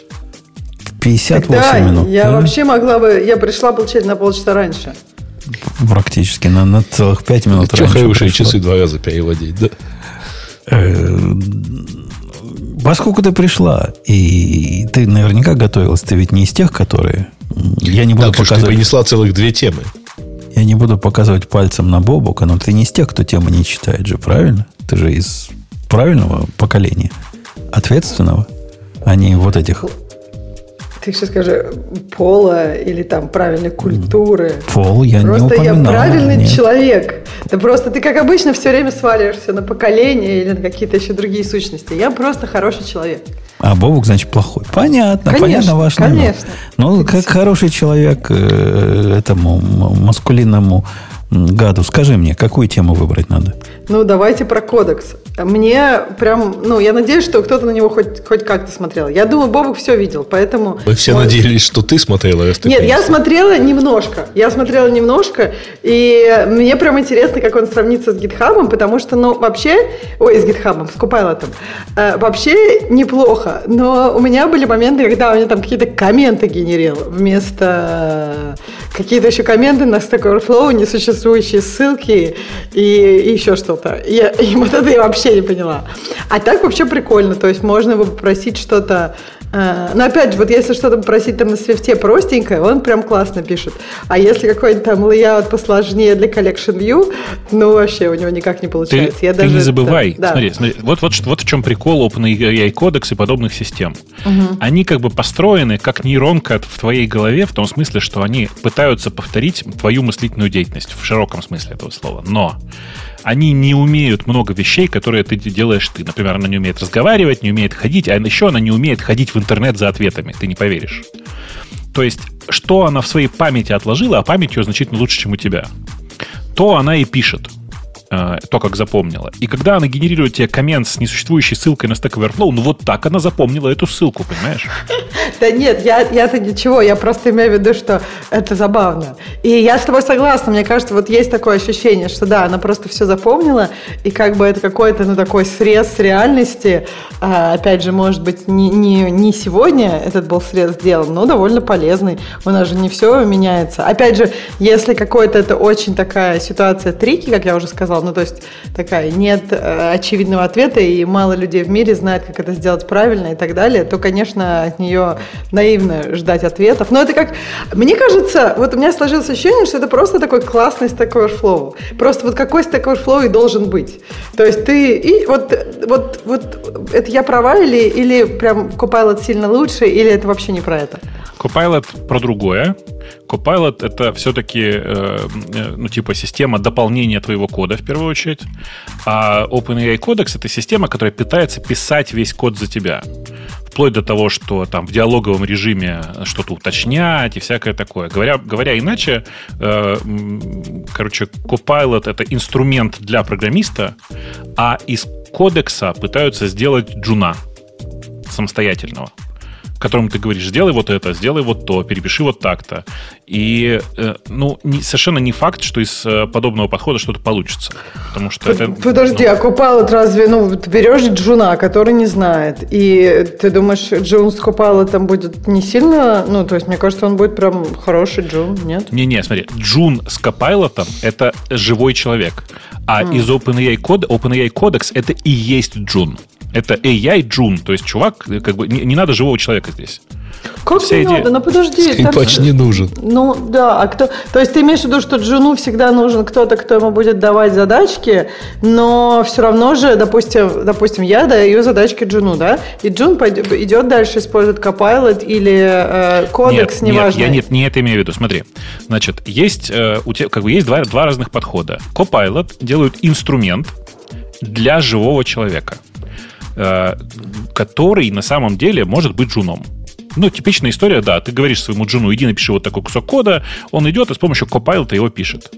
58 минут. Я вообще могла бы... Я пришла, получать на полчаса раньше. Практически. На целых 5 минут раньше. Хорошие часы 2 раза переводить, да? Поскольку ты пришла, и ты наверняка готовилась, ты ведь не из тех, которые... Я не буду показывать... ты принесла целых 2 темы. Я не буду показывать пальцем на Бобука, но ты не из тех, кто темы не читает же, правильно? Ты же из правильного поколения. Ответственного. А не этих... Ты сейчас скажи, пола или там правильной культуры. Пол я просто не упоминал. Просто я правильный человек. Ты как обычно все время сваливаешься на поколение или на какие-то еще другие сущности. Я просто хороший человек. А Бобук, значит, плохой. Понятно, понятно ваш намек. Конечно. Ну, как хороший человек этому маскулинному гаду, скажи мне, какую тему выбрать надо? Давайте про кодекс. Мне прям, я надеюсь, что кто-то на него хоть как-то смотрел. Я думаю, Бобук все видел, поэтому... Мы все надеялись, что ты смотрела. Нет, я смотрела немножко. И мне прям интересно, как он сравнится с GitHub, потому что, вообще... Ой, с GitHub, с Copilot. Вообще неплохо. Но у меня были моменты, когда он там какие-то комменты генерил вместо... Какие-то еще комменты на Stack Overflow, несуществующие ссылки и еще что-то. И это я вообще не поняла. А так вообще прикольно. То есть можно его попросить что-то Но опять же, вот если что-то попросить там на Swift простенькое, он прям классно пишет. А если какой-то там layout посложнее для Collection View, ну вообще у него никак не получается. Ты не забывай. Да. Смотри, вот в чем прикол OpenAI Codex и подобных систем. Угу. Они как бы построены как нейронка в твоей голове, в том смысле, что они пытаются повторить твою мыслительную деятельность в широком смысле этого слова. Но они не умеют много вещей, которые ты делаешь ты. Например, она не умеет разговаривать, не умеет ходить, а еще она не умеет ходить в интернет за ответами. Ты не поверишь. То есть, что она в своей памяти отложила, а память ее значительно лучше, чем у тебя, то она и пишет. То, как запомнила. И когда она генерирует тебе коммент с несуществующей ссылкой на Stack Overflow, ну вот так она запомнила эту ссылку, понимаешь? Да нет, я-то ничего, я просто имею в виду, что это забавно. И я с тобой согласна, мне кажется, вот есть такое ощущение, что да, она просто все запомнила, и как бы это какой-то, ну, такой срез реальности, опять же, может быть, не сегодня этот был срез сделан, но довольно полезный, у нас же не все меняется. Опять же, если какой-то это очень такая ситуация трики, как я уже сказала, ну, то есть такая, нет очевидного ответа, и мало людей в мире знает, как это сделать правильно и так далее, то, конечно, от нее наивно ждать ответов. Но это как... Мне кажется, вот у меня сложилось ощущение, что это просто такой классный Stack Overflow. Просто вот какой Stack Overflow и должен быть. То есть ты... И вот это я права или прям Copilot сильно лучше, или это вообще не про это? Copilot про другое. Copilot — это все-таки, ну, типа система дополнения твоего кода, в первую очередь. А OpenAI Codex — это система, которая пытается писать весь код за тебя. Вплоть до того, что там в диалоговом режиме что-то уточнять и всякое такое. Говоря иначе, короче, Copilot — это инструмент для программиста, а из кодекса пытаются сделать джуна самостоятельного, которому ты говоришь, сделай вот это, сделай вот то, перепиши вот так-то. И, ну, совершенно не факт, что из подобного подхода что-то получится. Потому что это... Подожди, а Copilot разве, ну, ты берешь джуна, который не знает, и ты думаешь, джун с Copilot будет не сильно, ну, то есть, мне кажется, он будет прям хороший джун, нет? Не-не, смотри, джун с Copilot — это живой человек, а из OpenAI Codex это и есть джун. Это AI Джун, то есть чувак, как бы не надо живого человека здесь. Как не надо? Ну подожди. Скрипач не нужен. Ну да, а кто? То есть ты имеешь в виду, что Джуну всегда нужен кто-то, кто ему будет давать задачки, но все равно же, допустим, я даю задачки Джуну, да? И Джун идет дальше, использует Copilot или кодекс, неважно. Я не это имею в виду. Смотри, значит, есть у тебя как бы есть два разных подхода. Copilot делают инструмент для живого человека, который на самом деле может быть джуном. Ну, типичная история, да, ты говоришь своему джуну, иди напиши вот такой кусок кода, он идет и с помощью Copilot его пишет.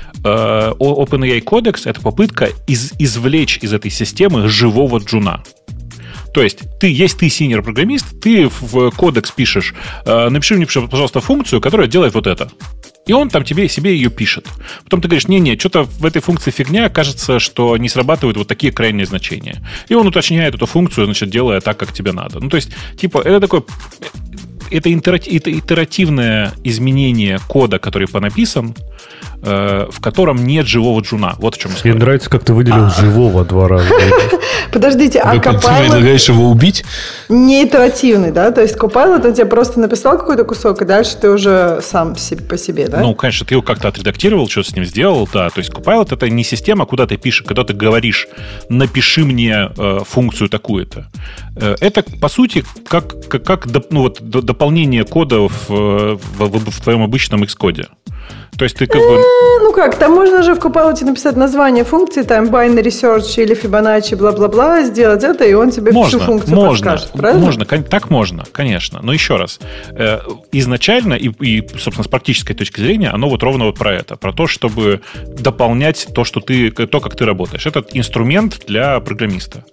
OpenAI Codex — это попытка извлечь из этой системы живого джуна. То есть ты синьор-программист, ты в кодекс пишешь, напиши мне, пожалуйста, функцию, которая делает вот это. И он там себе ее пишет. Потом ты говоришь, не-не, что-то в этой функции фигня, кажется, что не срабатывают вот такие крайние значения. И он уточняет эту функцию, значит, делая так, как тебе надо. Ну, то есть, типа, это такое... Это итеративное изменение кода, который понаписан, в котором нет живого джуна. Вот в чем история. Мне нравится, как ты выделил живого 2 раза. Подождите, а Copilot... Ты предлагаешь его убить? Не итеративный, да? То есть Copilot, он тебе просто написал какой-то кусок, и дальше ты уже сам по себе, да? Ну, конечно, ты его как-то отредактировал, что-то с ним сделал, да. То есть Copilot — это не система, куда ты пишешь, когда ты говоришь, напиши мне функцию такую-то. Это, по сути, как дополнение кода в твоем обычном Xcode. То есть ты как бы... Ну как, там можно же в Copilot написать название функции, там binary search или Fibonacci, бла-бла-бла, сделать это, и он тебе всю функцию подскажет, правильно? Можно, так можно, конечно. Но еще раз, изначально и, собственно, с практической точки зрения, оно вот ровно вот про это, про то, чтобы дополнять то, как ты работаешь. Это инструмент для программиста.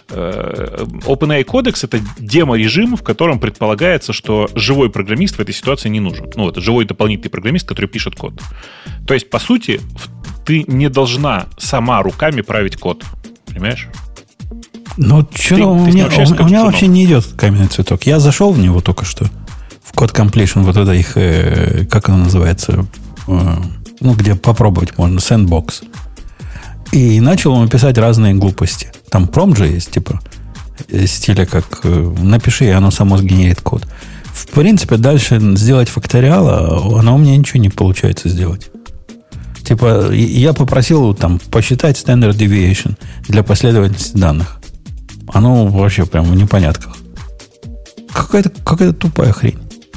OpenAI Codex — это демо-режим, в котором предполагается, что живой программист в этой ситуации не нужен. Ну, это живой дополнительный программист, который пишет код. То есть, по сути, ты не должна сама руками править код. Понимаешь? Ну, что-то у меня вообще не идет каменный цветок. Я зашел в него только что. В Code Completion, вот это их, как оно называется, ну, где попробовать можно, Sandbox. И начал ему писать разные глупости. Там промпт же есть, типа, стиля, как напиши, и оно само сгенерит код. В принципе, дальше сделать факториал, оно у меня ничего не получается сделать. Типа, я попросил там посчитать standard deviation для последовательности данных. Оно вообще прям в непонятках. Какая-то тупая хрень.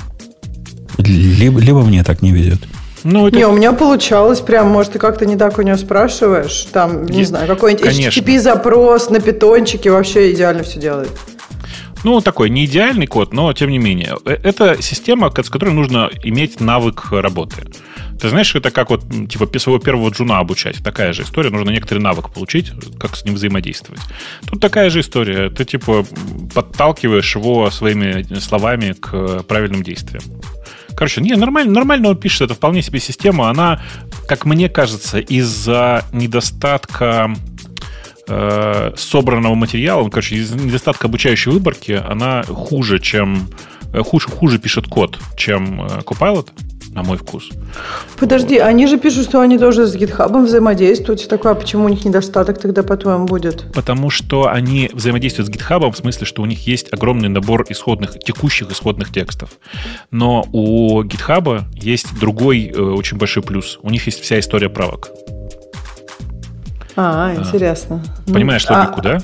Либо мне так не везет. Ну, это... Не, у меня получалось прям, может, ты как-то не так у него спрашиваешь. Там, не знаю, какой-нибудь HTTP-запрос на питончике вообще идеально все делает. Ну, такой не идеальный код, но тем не менее. Это система, с которой нужно иметь навык работы. Ты знаешь, это как вот типа своего первого джуна обучать. Такая же история. Нужно некоторый навык получить, как с ним взаимодействовать. Тут такая же история. Ты типа подталкиваешь его своими словами к правильным действиям. Короче, нормально он пишет. Это вполне себе система. Она, как мне кажется, из-за недостатка собранного материала, короче, из-за недостатка обучающей выборки, она хуже пишет код, чем Copilot, на мой вкус. Подожди, они же пишут, что они тоже с GitHub взаимодействуют. Такое, а почему у них недостаток тогда, по-твоему, будет? Потому что они взаимодействуют с GitHub в смысле, что у них есть огромный набор текущих исходных текстов. Но у GitHub есть другой очень большой плюс. У них есть вся история правок. Интересно. Понимаешь логику, да?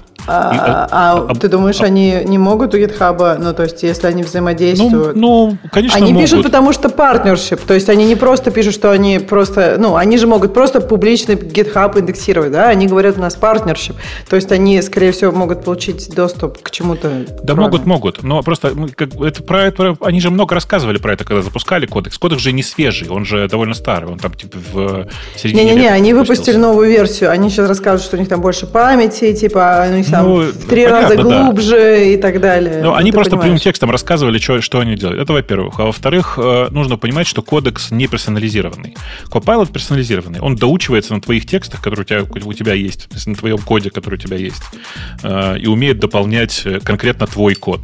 Ты думаешь, они не могут у GitHub, ну, то есть, если они взаимодействуют? Ну, конечно, они могут. пишут, потому что партнершип, то есть, они не просто пишут, что они просто, ну, они же могут просто публично GitHub индексировать, да? Они говорят, у нас партнершип, то есть, они, скорее всего, могут получить доступ к чему-то. Да, могут, но просто они же много рассказывали про это, когда запускали кодекс. Кодекс же не свежий, он же довольно старый, он там, типа, в середине лета они выпустили новую версию, они сейчас рассказывают, что у них там больше памяти, типа, у них там в 3 раза глубже и так далее. Ну, они просто прямым текстом рассказывали, что они делают. Это во-первых. А во-вторых, нужно понимать, что кодекс не персонализированный. Copilot персонализированный. Он доучивается на твоих текстах, которые у тебя есть, то есть на твоем коде, который у тебя есть, и умеет дополнять конкретно твой код.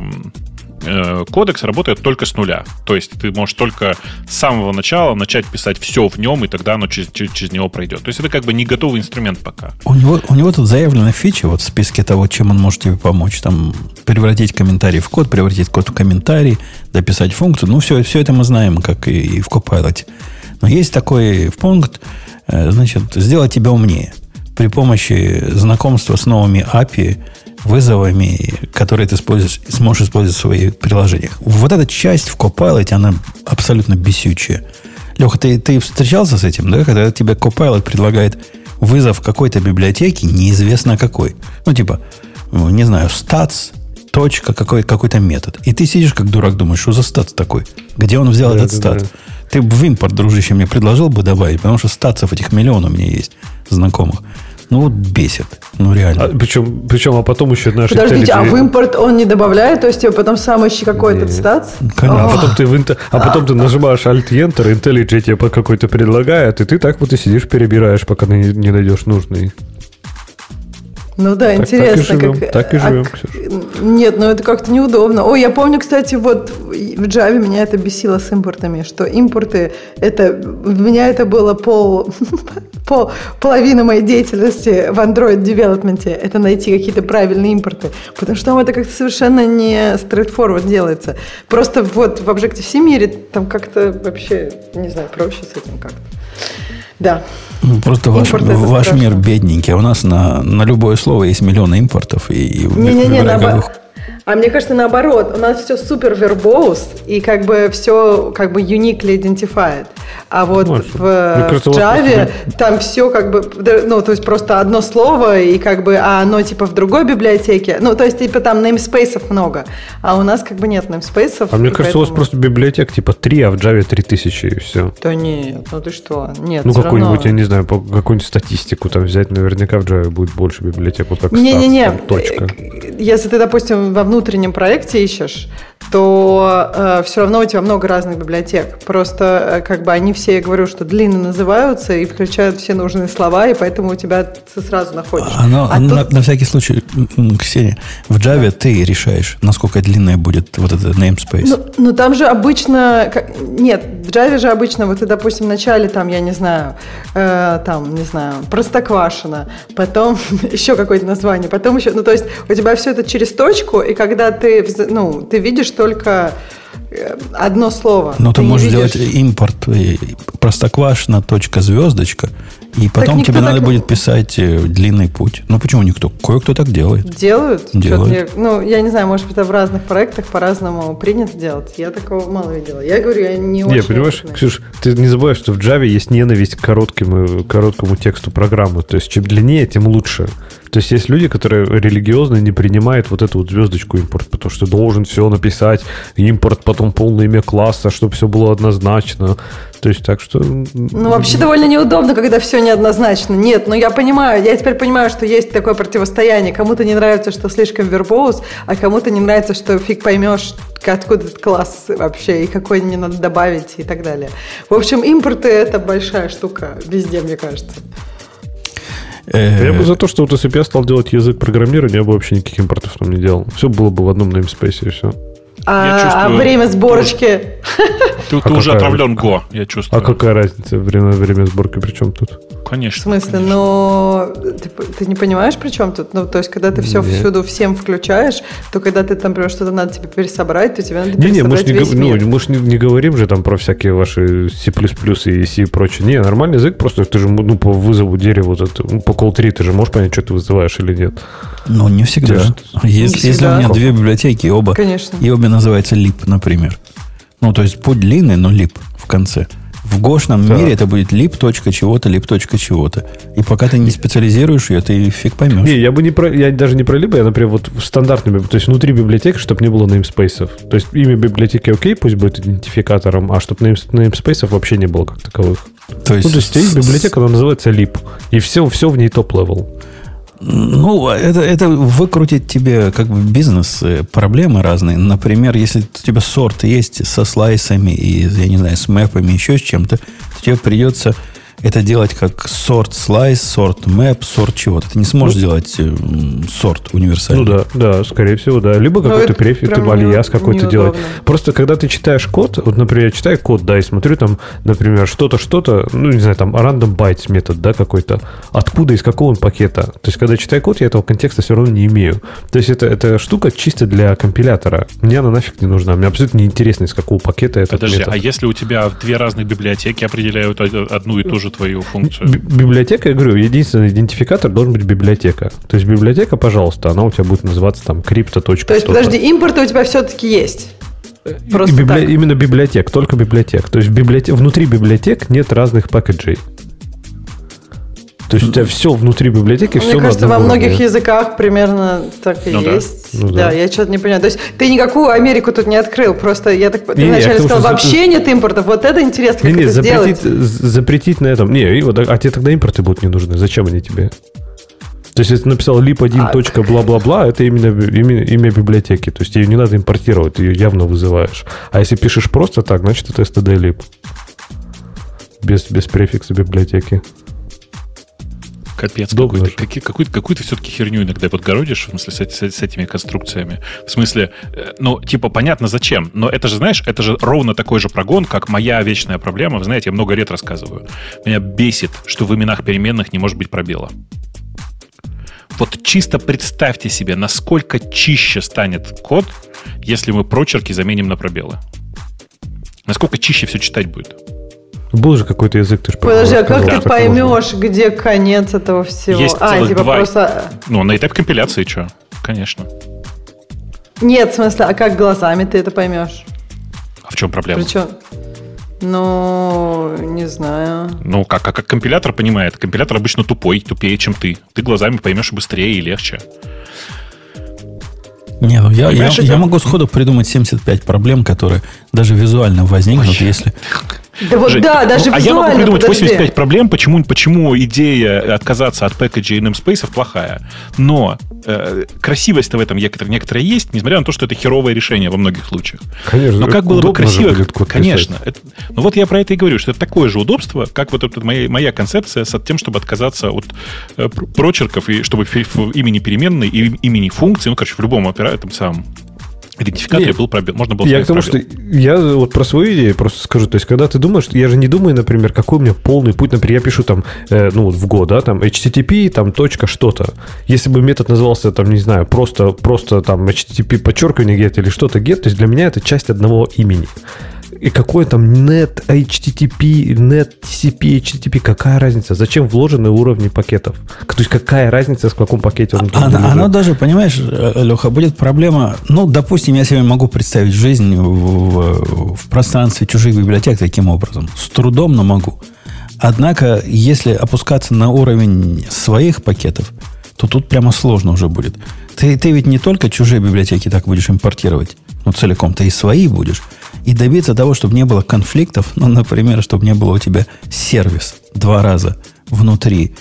Кодекс работает только с нуля. То есть ты можешь только с самого начала начать писать все в нем, и тогда оно через него пройдет. То есть это как бы не готовый инструмент пока. У него тут заявлена фича вот в списке того, чем он может тебе помочь. Там превратить комментарий в код, превратить код в комментарий, дописать функцию. Ну, все это мы знаем, как и в Copilot. Но есть такой пункт, значит, сделать тебя умнее. При помощи знакомства с новыми API, вызовами, которые ты сможешь использовать в своих приложениях. Вот эта часть в Copilot, она абсолютно бесючая. Леха, ты встречался с этим, да? Когда тебе Copilot предлагает вызов какой-то библиотеки, неизвестно какой. Ну, типа, не знаю, stats, точка, какой-то метод. И ты сидишь как дурак, думаешь, что за stats такой? Где он взял этот stats? Ты в импорт, дружище, мне предложил бы добавить, потому что статсов этих миллион у меня есть знакомых. Ну, вот бесит. Ну, реально. Причем потом еще наши... Подождите, а в импорт он не добавляет? То есть, потом сам ищи какой-то статс? А потом ты нажимаешь Alt-Enter, IntelliJ тебе какой-то предлагает, и ты так вот и сидишь, перебираешь, пока не найдешь нужный. Ну да, интересно. Так и живем, Ксюша. Нет, ну это как-то неудобно. Ой, я помню, кстати, вот в Java меня это бесило с импортами, что импорты, у меня это было половина моей деятельности в Android девелопменте, это найти какие-то правильные импорты, потому что там это как-то совершенно не straightforward делается. Просто вот в Objective-C мире там как-то вообще, не знаю, проще с этим как-то. Да. Просто ваш мир бедненький. У нас на любое слово есть миллионы импортов. А мне кажется, наоборот. У нас все супер verbose и как бы все как бы uniquely identified. А вот в Java там все как бы, ну, то есть просто одно слово, и как бы, а оно типа в другой библиотеке. Ну, то есть типа там namespace'ов много. А у нас как бы нет namespace'ов. А мне кажется, у вас просто библиотек типа 3, а в Java 3000 и все. Да нет, ну ты что? Нет, ну, какую-нибудь, я не знаю, какую-нибудь статистику там взять, наверняка в Java будет больше библиотек, вот как Не-не-не, точка. Если ты, допустим, во внутреннем проекте ищешь, то все равно у тебя много разных библиотек. Просто как бы они все, я говорю, что длинно называются и включают все нужные слова, и поэтому у тебя ты сразу находишь. На всякий случай, Ксения, в Java ты решаешь, насколько длинная будет вот этот namespace. Ну там же обычно... Нет, в Java же обычно, вот ты, допустим, в начале там, я не знаю, Простоквашино, потом еще какое-то название, потом еще... Ну, то есть у тебя все это через точку, и когда ты видишь только одно слово. Но ты можешь сделать импорт Простоквашино, звездочка, и потом тебе надо будет писать длинный путь. Ну, почему никто? Кое-кто так делает. Делают? Я не знаю, может быть, это в разных проектах по-разному принято делать. Я такого мало видела. Я говорю, я не очень... понимаешь, Ксюш, ты не забываешь, что в Java есть ненависть к короткому тексту программы. То есть, чем длиннее, тем лучше. То есть, есть люди, которые религиозно не принимают вот эту вот звездочку импорт, потому что должен все написать, импорт, потом полное имя класса, чтобы все было однозначно. То есть, так что... вообще довольно неудобно, когда все неоднозначно. Нет, я понимаю, я теперь понимаю, что есть такое противостояние. Кому-то не нравится, что слишком вербоус, а кому-то не нравится, что фиг поймешь, откуда этот класс вообще, и какой мне надо добавить, и так далее. В общем, импорты – это большая штука везде, мне кажется. Я бы за то, что вот если бы я стал делать язык программирования, я бы вообще никаких импортов там не делал. Все было бы в одном namespace, и все. Время сборочки? Ты уже отравлен Go, я чувствую. А какая разница? Время сборки при чем тут? Конечно. В смысле, но ты не понимаешь, при чем тут? То есть, когда ты все всюду всем включаешь, то когда ты там, например, что-то надо тебе пересобрать, то тебе надо пересобрать весь мир. Мы же не говорим же там про всякие ваши C++ и C и прочее. Не, нормальный язык, просто ты же по вызову дерева, по call-tree ты же можешь понять, что ты вызываешь или нет. Не всегда. Если у меня две библиотеки, и обе называются lib, например. То есть путь длинный, но lib в конце. В гошном мире это будет lib. Чего-то, lib. чего-то. И пока ты не специализируешь ее, ты фиг поймешь. Я даже не про lib, я, например, вот в стандартной, то есть внутри библиотеки, чтобы не было namespace'ов. То есть имя библиотеки окей, пусть будет идентификатором, а чтобы namespace'ов вообще не было как таковых. То есть есть библиотека, она называется lib. И все в ней топ-левел. Это выкрутит тебе как бы бизнес-проблемы разные. Например, если у тебя сорт есть со слайсами и, я не знаю, с мэпами, еще с чем-то, то тебе придется это делать как сорт-слайс, сорт-мэп, сорт чего-то. Ты не сможешь сделать сорт универсальный. Да, скорее всего, да. Либо какой-то префикс, либо алияс какой-то делать. Просто когда ты читаешь код, вот, например, я читаю код, и смотрю там, например, что-то, не знаю, там random bytes метод, какой-то. Откуда, из какого он пакета. То есть, когда я читаю код, я этого контекста все равно не имею. То есть, это штука чисто для компилятора. Мне она нафиг не нужна. Мне абсолютно не интересно, из какого пакета этот метод. Подожди, а если у тебя две разных библиотеки определяют одну и ту же твою функцию? Библиотека, я говорю, единственный идентификатор должен быть библиотека. То есть библиотека, пожалуйста, она у тебя будет называться там crypto. То есть, подожди, импорты у тебя все-таки есть? Именно библиотек, только библиотек. То есть внутри библиотек нет разных пакеджей. То есть у тебя все внутри библиотеки, все на одном уровне. Мне кажется, во многих языках примерно так и есть. Да, я что-то не понимаю. То есть ты никакую Америку тут не открыл. Просто я так вначале сказал, вообще нет импортов. Вот это интересно, как это сделать. Запретить на этом. А тебе тогда импорты будут не нужны. Зачем они тебе? То есть, если ты написал lib1. Бла-бла-бла, это именно имя библиотеки. То есть, ее не надо импортировать, ты ее явно вызываешь. А если пишешь просто так, значит, это std.lib. Без префикса библиотеки. Капец какой-то. Какую-то все-таки херню иногда подгородишь, в смысле, с этими конструкциями. В смысле, понятно зачем, но это же, знаешь, это же ровно такой же прогон, как моя вечная проблема. Вы знаете, я много лет рассказываю. Меня бесит, что в именах переменных не может быть пробела. Вот чисто представьте себе, насколько чище станет код, если мы прочерки заменим на пробелы. Насколько чище все читать будет. Был же какой-то язык, ты же подожди, а как ты поймешь, где конец этого всего? Есть просто... на этапе компиляции что? Конечно. Нет, в смысле, а как глазами ты это поймешь? А в чем проблема? Причем? Не знаю. Как компилятор понимает. Компилятор обычно тупее, чем ты. Ты глазами поймешь быстрее и легче. Я могу сходу придумать 75 проблем, которые даже визуально возникнут, если... Да вот Жень, да, даже я могу визуально, придумать подожди. 85 проблем, почему идея отказаться от пэкэджа и namespace плохая. Но красивость-то в этом некоторая есть, несмотря на то, что это херовое решение во многих случаях. Конечно. Но как было бы красиво... Конечно. Ну вот я про это и говорю, что это такое же удобство, как вот эта моя концепция с тем, чтобы отказаться от прочерков, и чтобы в имени переменной и имени функции, ну, короче, в любом этом самом идентификаторе был пробел. Можно было я к тому, что я вот про свою идею просто скажу. То есть, когда ты думаешь, я же не думаю, например, какой у меня полный путь. Например, я пишу там, в Go, да, там, HTTP, там, точка, что-то. Если бы метод назывался, там, не знаю, просто там, HTTP, подчеркивание, get или что-то get, то есть для меня это часть одного имени. И какой там net, HTTP, net, TCP, HTTP, какая разница? Зачем вложены уровни пакетов? То есть какая разница, в каком пакете он там лежит? Оно даже, понимаешь, Леха, будет проблема. Ну, допустим, я себе могу представить жизнь в пространстве чужих библиотек таким образом. С трудом, но могу. Однако, если опускаться на уровень своих пакетов, то тут прямо сложно уже будет. Ты ведь не только чужие библиотеки так будешь импортировать, ну, целиком, ты и свои будешь. И добиться того, чтобы не было конфликтов, ну, например, чтобы не было у тебя сервис 2 раза внутри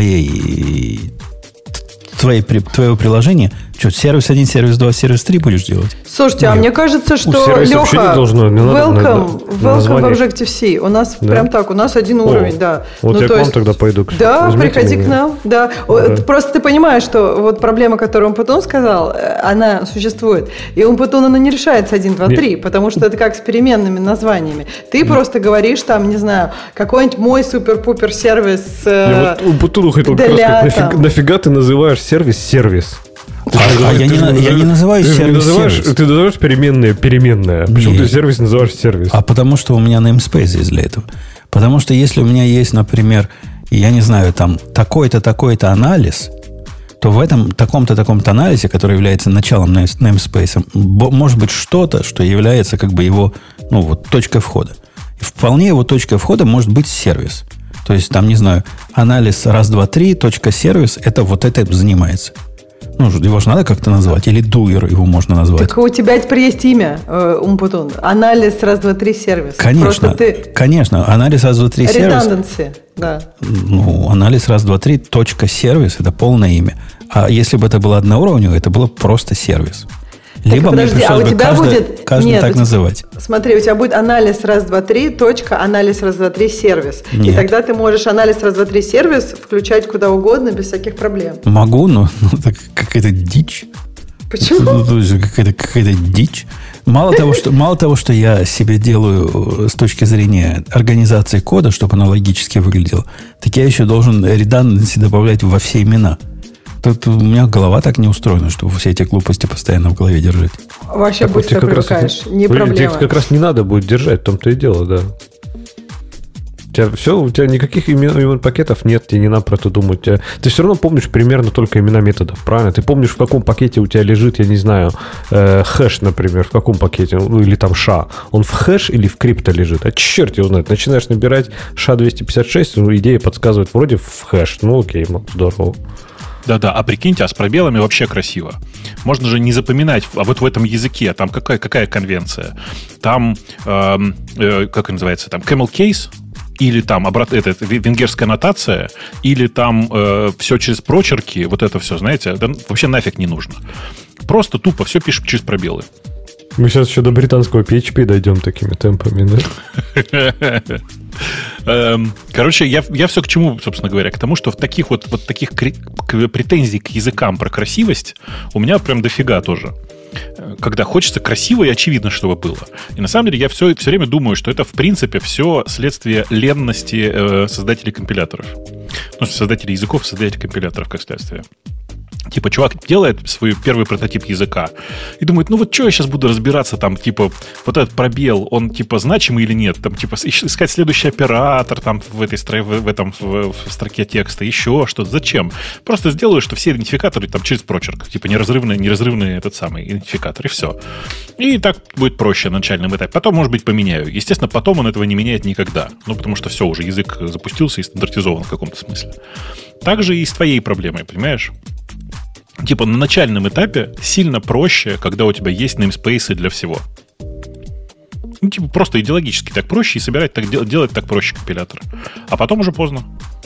твоего приложения. Что, сервис 1, сервис 2, сервис 3 будешь делать? Слушайте, а мне кажется, что, Леха, welcome в Objective-C. У нас прям так, у нас один уровень, да. Вот я к вам тогда пойду. Да, приходи к нам. Да. Просто ты понимаешь, что вот проблема, которую Умпутун сказал, она существует. И Умпутун, она не решается 1, 2, 3, потому что это как с переменными названиями. Ты просто говоришь там, не знаю, какой-нибудь мой супер-пупер сервис. Я вот Умпутуну хотел сказать, нафига ты называешь сервис? Я не называю сервис. Ты называешь переменная. Почему ты сервис называешь сервис? А потому что у меня namespace есть для этого. Потому что если у меня есть, например, я не знаю, там такой-то анализ, то в этом таком-то анализе, который является началом namespace, может быть что-то, что является как бы его, точкой входа. И вполне его точкой входа может быть сервис. То есть, там, не знаю, анализ раз, два, три, точка сервис, это вот это занимается. Его же надо как-то назвать. Или doer его можно назвать. Так у тебя теперь есть имя, Умпутун. Анализ раз, два, три сервис. Конечно. Анализ раз, два, три сервис. Redundancy, да. Анализ раз, два, три, точка сервис, это полное имя. А если бы это было одноуровневое, это было просто сервис. Либо мне пришлось бы каждый так называть. Смотри, у тебя будет анализ раз, два, три, точка, анализ раз, два, три, сервис. Нет. И тогда ты можешь анализ раз, два, три, сервис включать куда угодно, без всяких проблем. Могу, но это какая-то дичь. Почему? Какая-то дичь. Мало того, что я себе делаю с точки зрения организации кода, чтобы оно логически выглядело, так я еще должен redundancy добавлять во все имена. Тут у меня голова так не устроена, чтобы все эти глупости постоянно в голове держать. Вообще быстро привыкаешь, не проблема. Тебе как раз не надо будет держать, в том-то и дело, да. У тебя никаких имен пакетов нет, тебе не надо про это думать. Ты все равно помнишь примерно только имена методов, правильно? Ты помнишь, в каком пакете у тебя лежит, я не знаю, хэш, например, в каком пакете, или там ша. Он в хэш или в крипто лежит? А черт его знает. Начинаешь набирать ша-256, идея подсказывает вроде в хэш. Окей, здорово. Да-да, а прикиньте, с пробелами вообще красиво. Можно же не запоминать, а вот в этом языке, там какая конвенция? Там, как называется, там camel case, или там венгерская нотация, или там все через прочерки, вот это все, знаете, вообще нафиг не нужно. Просто тупо все пишем через пробелы. Мы сейчас еще до британского PHP дойдем такими темпами, да? Короче, я все к чему, собственно говоря, к тому, что в таких таких претензий к языкам про красивость у меня прям дофига тоже. Когда хочется красиво и очевидно, чтобы было. И на самом деле я все время думаю, что это в принципе все следствие ленности создателей компиляторов. Создателей языков, создателей компиляторов, как следствие. Типа, чувак делает свой первый прототип языка и думает, что я сейчас буду разбираться, там, типа, вот этот пробел, он, типа, значимый или нет, там, типа, искать следующий оператор, там, в строке текста, еще что-то. Зачем? Просто сделаю, что все идентификаторы, там, через прочерк, типа, неразрывный этот самый идентификатор, и все. И так будет проще на начальном этапе. Потом, может быть, поменяю. Естественно, потом он этого не меняет никогда. Потому что все, уже язык запустился и стандартизован в каком-то смысле. Так же и с твоей проблемой, понимаешь? Типа на начальном этапе сильно проще, когда у тебя есть namespace для всего. Ну, типа, просто идеологически так проще, и собирать так, делать так проще компилятор. А потом уже поздно.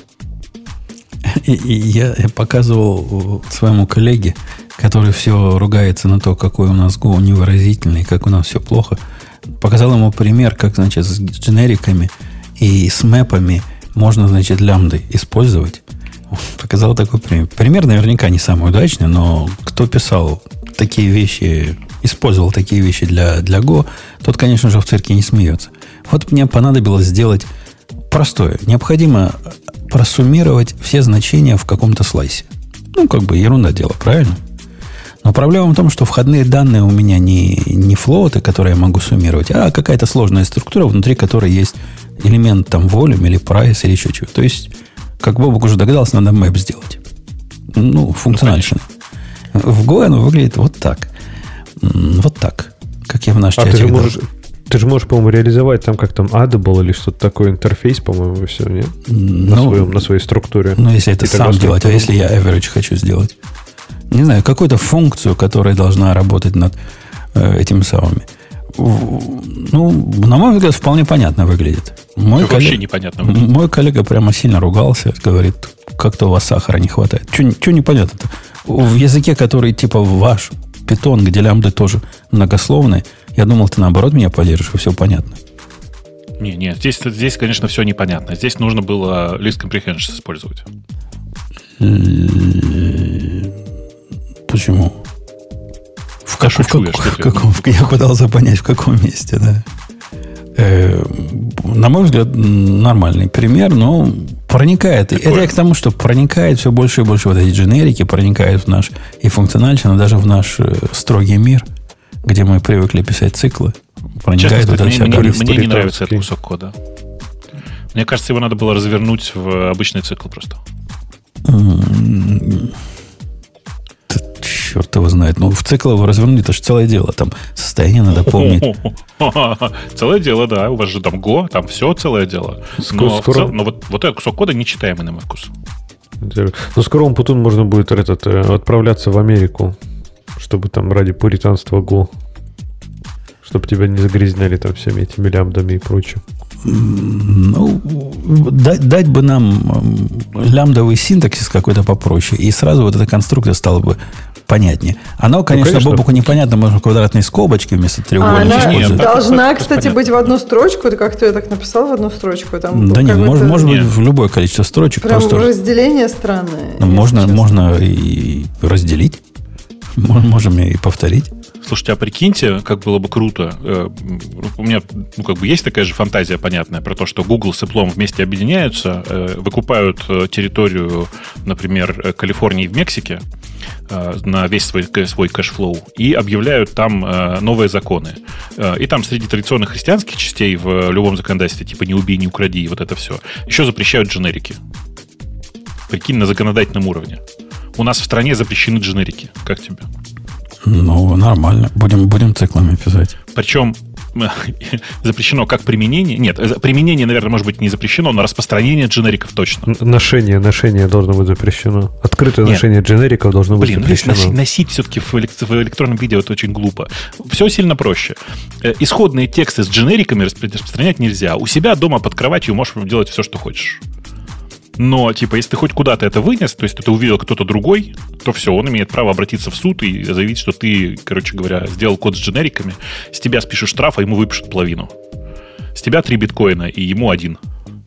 И я показывал своему коллеге, который все ругается на то, какой у нас Go невыразительный, как у нас все плохо. Показал ему пример, как, значит, с дженериками и с мэпами можно, значит, лямбды использовать. Показал такой пример. Пример наверняка не самый удачный, но кто писал такие вещи, использовал такие вещи для Go, тот, конечно же, в цирке не смеется. Вот мне понадобилось сделать простое. Необходимо просуммировать все значения в каком-то слайсе. Ну, как бы ерунда дело, правильно? Но проблема в том, что входные данные у меня не флоуты, которые я могу суммировать, а какая-то сложная структура, внутри которой есть элемент там volume или price или еще чего. То есть, как Бобок уже догадался, надо мэп сделать. Ну, функционально. В Go оно выглядит вот так. Вот так. Как я в наш чатик дал. Ты же можешь, по-моему, реализовать там как там Audible или что-то такое, интерфейс, по-моему, и все, нет? На своей структуре. Ну, если это сам делать, а если я average хочу сделать? Не знаю, какую-то функцию, которая должна работать над этими самыми. Ну, на мой взгляд, вполне понятно выглядит. Вообще непонятно выглядит. Мой коллега прямо сильно ругался, говорит, как-то у вас сахара не хватает. Чего непонятно-то? В языке, который типа ваш, Python, где лямбды тоже многословные, я думал, ты наоборот меня поддержишь, и все понятно. Не, здесь, конечно, все непонятно. Здесь нужно было list comprehension использовать. Почему? В каком? Я пытался понять, в каком месте, да. На мой взгляд, нормальный пример, но проникает. Такое. Это я к тому, что проникает все больше и больше вот эти дженерики, проникают в наш и функционально, даже в наш строгий мир, где мы привыкли писать циклы. Проникает вот эта вся гадость. Мне не нравится этот кусок кода. Мне кажется, его надо было развернуть в обычный цикл просто. Черт его знает. Ну, в цикл его развернуть, это же целое дело. Там состояние надо помнить. Целое дело, да. У вас же там Go, там все целое дело. Но вот этот кусок кода нечитаемый, на мой вкус. Но скоро Умпутун можно будет отправляться в Америку, чтобы там ради пуританства Go, чтобы тебя не загрязняли там всеми этими лямбдами и прочим. Ну, дать бы нам лямбдовый синтаксис какой-то попроще, и сразу вот эта конструкция стала бы понятнее. Оно, конечно, Бобуку непонятно, можно квадратные скобочки вместо треугольника использовать. Она должна, кстати, быть в одну строчку. Ты как-то так написал в одну строчку? Там да нет, может быть в любое количество строчек. Прям просто разделение странное. Можно и разделить. Можем и повторить. Слушайте, а прикиньте, как было бы круто. У меня, есть такая же фантазия понятная про то, что Google с Apple вместе объединяются, выкупают территорию, например, Калифорнии в Мексике на весь свой кэшфлоу и объявляют там новые законы. И там среди традиционных христианских частей в любом законодательстве, типа «не убей, не укради» и вот это все, еще запрещают дженерики. Прикинь, на законодательном уровне. У нас в стране запрещены дженерики. Как тебе? Ну, нормально. Будем циклами писать. Причем запрещено как применение. Нет, применение, наверное, может быть не запрещено, но распространение дженериков точно. Ношение должно быть запрещено. Открытое ношение дженериков должно быть запрещено. Носить все-таки в электронном виде это очень глупо. Все сильно проще. Исходные тексты с дженериками распространять нельзя. У себя дома под кроватью можешь делать все, что хочешь. Но, если ты хоть куда-то это вынес, то есть ты увидел кто-то другой, то все, он имеет право обратиться в суд и заявить, что ты, сделал код с дженериками, с тебя спишут штраф, а ему выпишут половину. С тебя 3 биткоина, и ему 1.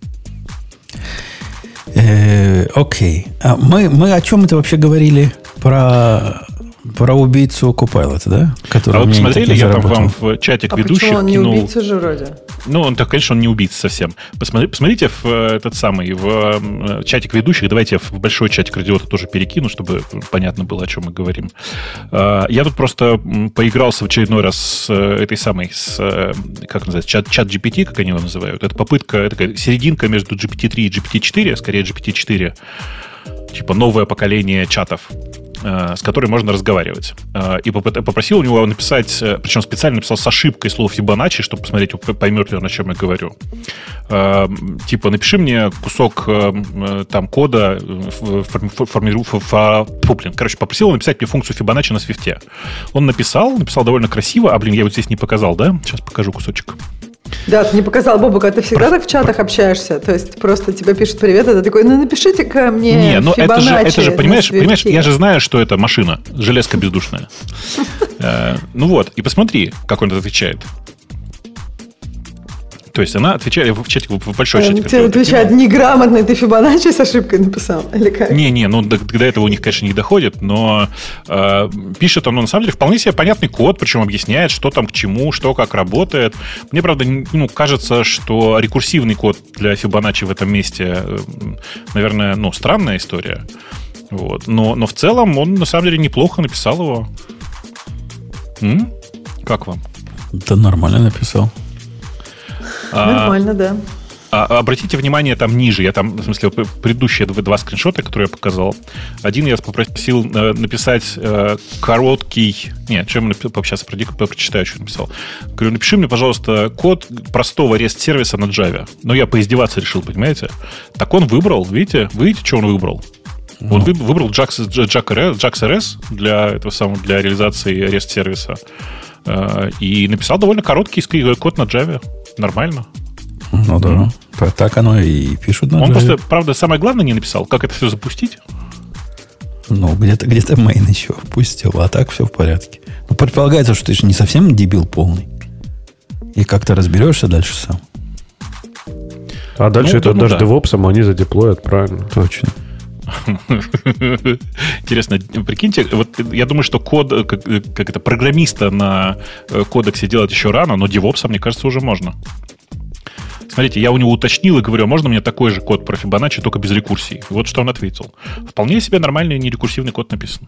Окей. Мы о чем это вообще говорили? Про убийцу Copilot, да? А вы посмотрели, я там вам в чатик ведущих кинул... почему он не убийца же вроде? Ну, он так, конечно, он не убийца совсем. Посмотрите в чатик ведущих. Давайте я в большой чатик радиота тоже перекину, чтобы понятно было, о чем мы говорим. Я тут просто поигрался в очередной раз с этой самой, как называется, чат GPT, как они его называют. Это попытка, такая серединка между GPT-3 и GPT-4, скорее GPT-4, типа новое поколение чатов, с которой можно разговаривать. И попросил у него написать, причем специально написал с ошибкой слово Fibonacci, чтобы посмотреть, поймет ли он, о чем я говорю. Напиши мне кусок там кода, попросил его написать мне функцию Fibonacci на Swift. Он написал довольно красиво, я вот здесь не показал, да? Сейчас покажу кусочек. Да, ты не показал, Бобук, а ты всегда так в чатах общаешься? То есть просто тебе пишут привет, а ты такой, напишите-ка мне Не, ну это же, понимаешь, я же знаю, знаю, что это машина, железка бездушная. Ну вот, и посмотри, как он отвечает. То есть она отвечает в чате, в большой чате. Тебе отвечает неграмотно, ты Фибоначчи с ошибкой написал? Или как? Не, ну до этого у них, конечно, не доходит, но пишет он, на самом деле, вполне себе понятный код, причем объясняет, что там к чему, что как работает. Мне, правда, кажется, что рекурсивный код для Фибоначчи в этом месте, наверное, странная история. Вот. Но в целом он, на самом деле, неплохо написал его. Как вам? Да нормально написал. Нормально, да. Обратите внимание, там ниже, я там, в смысле, предыдущие два скриншота, которые я показал. Один я попросил написать короткий... Нет, что я сейчас прочитаю, что написал. Говорю, напиши мне, пожалуйста, код простого REST-сервиса на Java. Но я поиздеваться решил, понимаете? Так он выбрал, видите, что он выбрал? Он выбрал JAX-RS для реализации REST-сервиса. И написал довольно короткий код на Java. Нормально. Ну да. Так оно и пишут на Java. Он просто, правда, самое главное не написал, как это все запустить. Ну, где-то мейн еще впустил, а так все в порядке. Ну, предполагается, что ты же не совсем дебил полный. И как-то разберешься дальше сам. А дальше это даже DevOps они задеплоят, правильно. Точно. Интересно, прикиньте, вот я думаю, что код, как это, программиста на кодексе делать еще рано, но DevOps, мне кажется, уже можно. Смотрите, я у него уточнил и говорю, можно мне такой же код про Фибоначчи, только без рекурсии? Вот что он ответил. Вполне себе нормальный нерекурсивный код написан.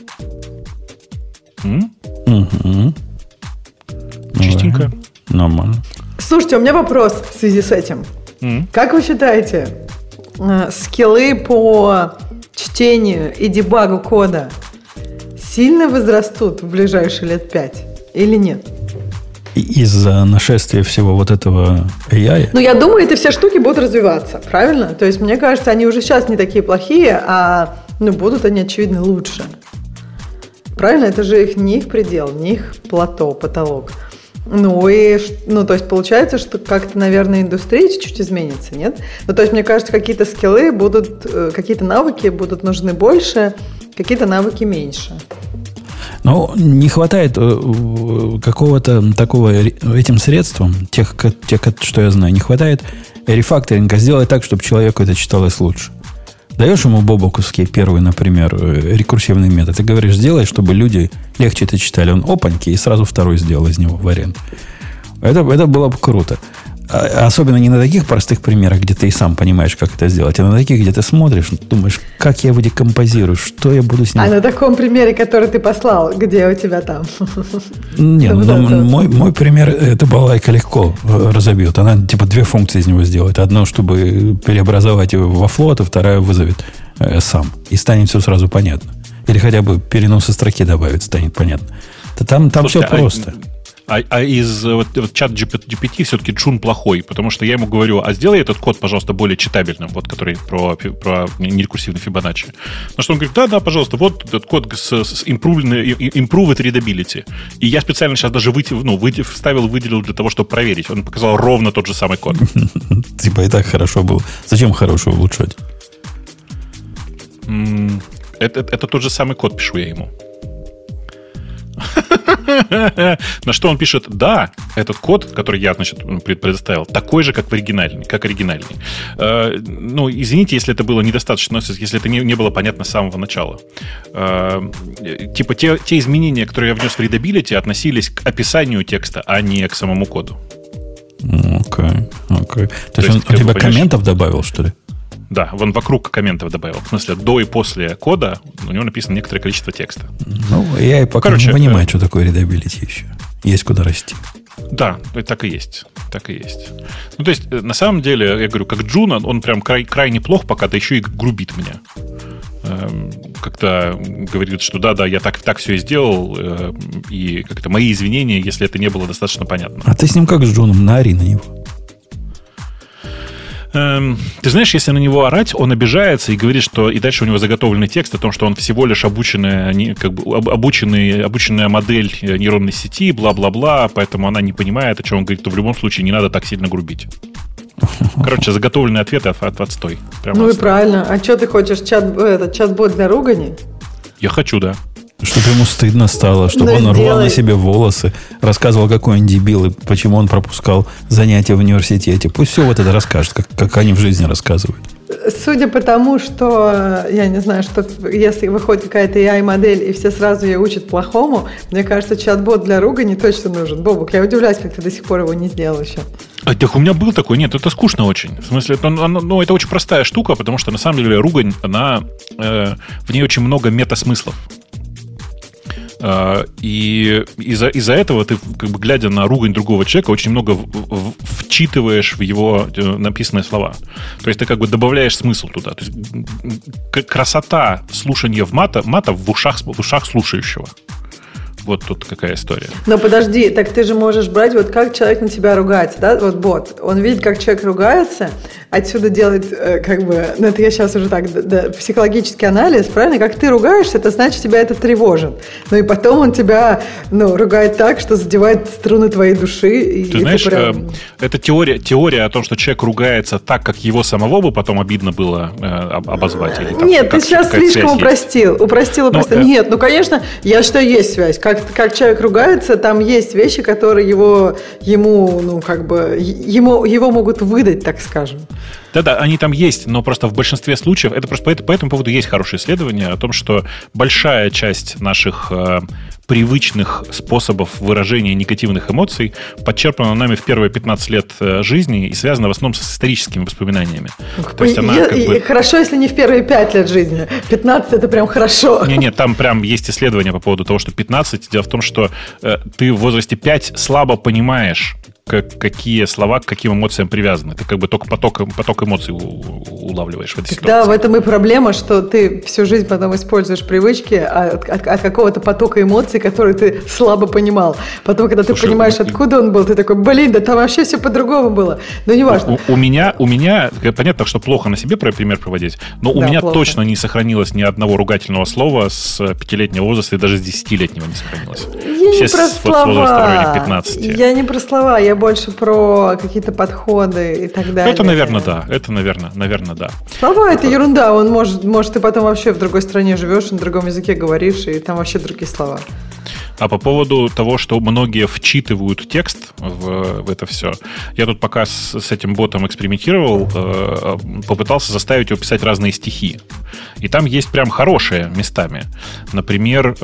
Чистенько. Нормально. Слушайте, у меня вопрос в связи с этим. Как вы считаете, скиллы по чтению и дебагу кода сильно возрастут в ближайшие лет 5 или нет? Из-за нашествия всего вот этого AI? Ну, я думаю, эти все штуки будут развиваться, правильно? То есть, мне кажется, они уже сейчас не такие плохие, а будут они, очевидно, лучше. Правильно? Это же не их предел, не их плато, потолок. То есть получается, что как-то, наверное, индустрия чуть-чуть изменится, нет? То есть, мне кажется, какие-то скиллы будут, какие-то навыки будут нужны больше, какие-то навыки меньше. Но не хватает какого-то такого этим средством, тех, что я знаю, не хватает рефакторинга, сделать так, чтобы человеку это читалось лучше. Даешь ему бобоковский первый, например, рекурсивный метод, и говоришь, сделай, чтобы люди легче это читали. Он опаньки, и сразу второй сделал из него вариант. Это было бы круто. Особенно не на таких простых примерах, где ты и сам понимаешь, как это сделать, а на таких, где ты смотришь, думаешь, как я его декомпозирую, что я буду с ним... А на таком примере, который ты послал, где у тебя там? Не, мой пример, это балайка легко разобьет. Она типа две функции из него сделает. Одно, чтобы преобразовать его во флот, а вторая вызовет сам. И станет все сразу понятно. Или хотя бы переносы строки добавит, станет понятно. Там все просто. А из чат GPT все-таки Джун плохой, потому что я ему говорю, а сделай этот код, пожалуйста, более читабельным, вот который про нерекурсивный Фибоначчи. На что он говорит, да, пожалуйста, вот этот код с improved readability. И я специально сейчас даже выделил для того, чтобы проверить. Он показал ровно тот же самый код. Типа и так хорошо было. Зачем хорошо улучшать? Это тот же самый код, пишу я ему. На что он пишет, да, этот код, который я, предоставил, такой же, как оригинальный. Извините, если это было недостаточно, если это не было понятно с самого начала. Типа те изменения, которые я внес в readability, относились к описанию текста, а не к самому коду. Окей. То есть он у тебя комментов добавил, что ли? Да, он вокруг комментов добавил. В смысле, до и после кода у него написано некоторое количество текста. Я и пока не понимаю, что такое readability еще. Есть куда расти. Да, так и есть. То есть, на самом деле, я говорю, как Джун, он прям крайне плох, пока да еще и грубит меня. Как-то говорит, что да, я так все и сделал, и как-то мои извинения, если это не было достаточно понятно. А ты с ним как с Джуном? Наори на него. Ты знаешь, если на него орать, он обижается и говорит, что и дальше у него заготовленный текст о том, что он всего лишь обученная модель нейронной сети, бла-бла-бла, поэтому она не понимает, о чем он говорит, то в любом случае не надо так сильно грубить. Короче, заготовленный ответ от отстой. Прямо ну и правильно. А что ты хочешь, чат-бот для ругани? Я хочу, да. Чтобы ему стыдно стало, чтобы он рвал на себе волосы, рассказывал, какой он дебил и почему он пропускал занятия в университете. Пусть все вот это расскажет, как они в жизни рассказывают. Судя по тому, что, я не знаю, что если выходит какая-то AI-модель, и все сразу ее учат плохому, мне кажется, чат-бот для ругани точно нужен. Бобук, я удивляюсь, как ты до сих пор его не сделал еще. Так у меня был такой. Нет, это скучно очень. В смысле, это очень простая штука, потому что, на самом деле, ругань, в ней очень много метасмыслов. И из-за этого ты, как бы, глядя на ругань другого человека, очень много вчитываешь в его написанные слова. То есть ты как бы добавляешь смысл туда. То есть красота слушания мата в ушах слушающего. Вот тут какая история. Но подожди, так ты же можешь брать, вот как человек на тебя ругается, да, вот бот, он видит, как человек ругается, отсюда делает, как бы, ну это я сейчас уже так, психологический анализ, правильно, как ты ругаешься, это значит, тебя это тревожит. Ну и потом он тебя, ругает так, что задевает струны твоей души. Ты знаешь, прям... это теория о том, что человек ругается так, как его самого бы потом обидно было обозвать. Или там, нет, ты сейчас слишком упростил. Нет, конечно, я считаю, есть связь. Как человек ругается, там есть вещи, которые его могут выдать, так скажем. Да-да, они там есть, но просто в большинстве случаев, это просто по этому поводу есть хорошие исследования о том, что большая часть наших привычных способов выражения негативных эмоций подчерпнута нами в первые 15 лет жизни и связана в основном с историческими воспоминаниями. То есть она хорошо, если не в первые 5 лет жизни. 15 – это прям хорошо. Нет, там прям есть исследования по поводу того, что 15. Дело в том, что ты в возрасте 5 слабо понимаешь, какие слова к каким эмоциям привязаны. Ты как бы только поток эмоций улавливаешь в этой ситуации. Да, в этом и проблема, что ты всю жизнь потом используешь привычки от какого-то потока эмоций, которые ты слабо понимал. Потом, когда ты понимаешь, откуда он был, ты такой, да там вообще все по-другому было. Но неважно. У меня, понятно, что плохо на себе пример проводить, но у меня плохо. Точно не сохранилось ни одного ругательного слова с 5-летнего возраста и даже с 10-летнего не сохранилось. Я не про слова. 15. Я не про слова, я больше про какие-то подходы и так далее. Это, наверное, да. Наверное, да. Слова – это ерунда. Он может, ты потом вообще в другой стране живешь, на другом языке говоришь, и там вообще другие слова. А по поводу того, что многие вчитывают текст в это все, я тут пока с этим ботом экспериментировал, попытался заставить его писать разные стихи. И там есть прям хорошие местами. Например,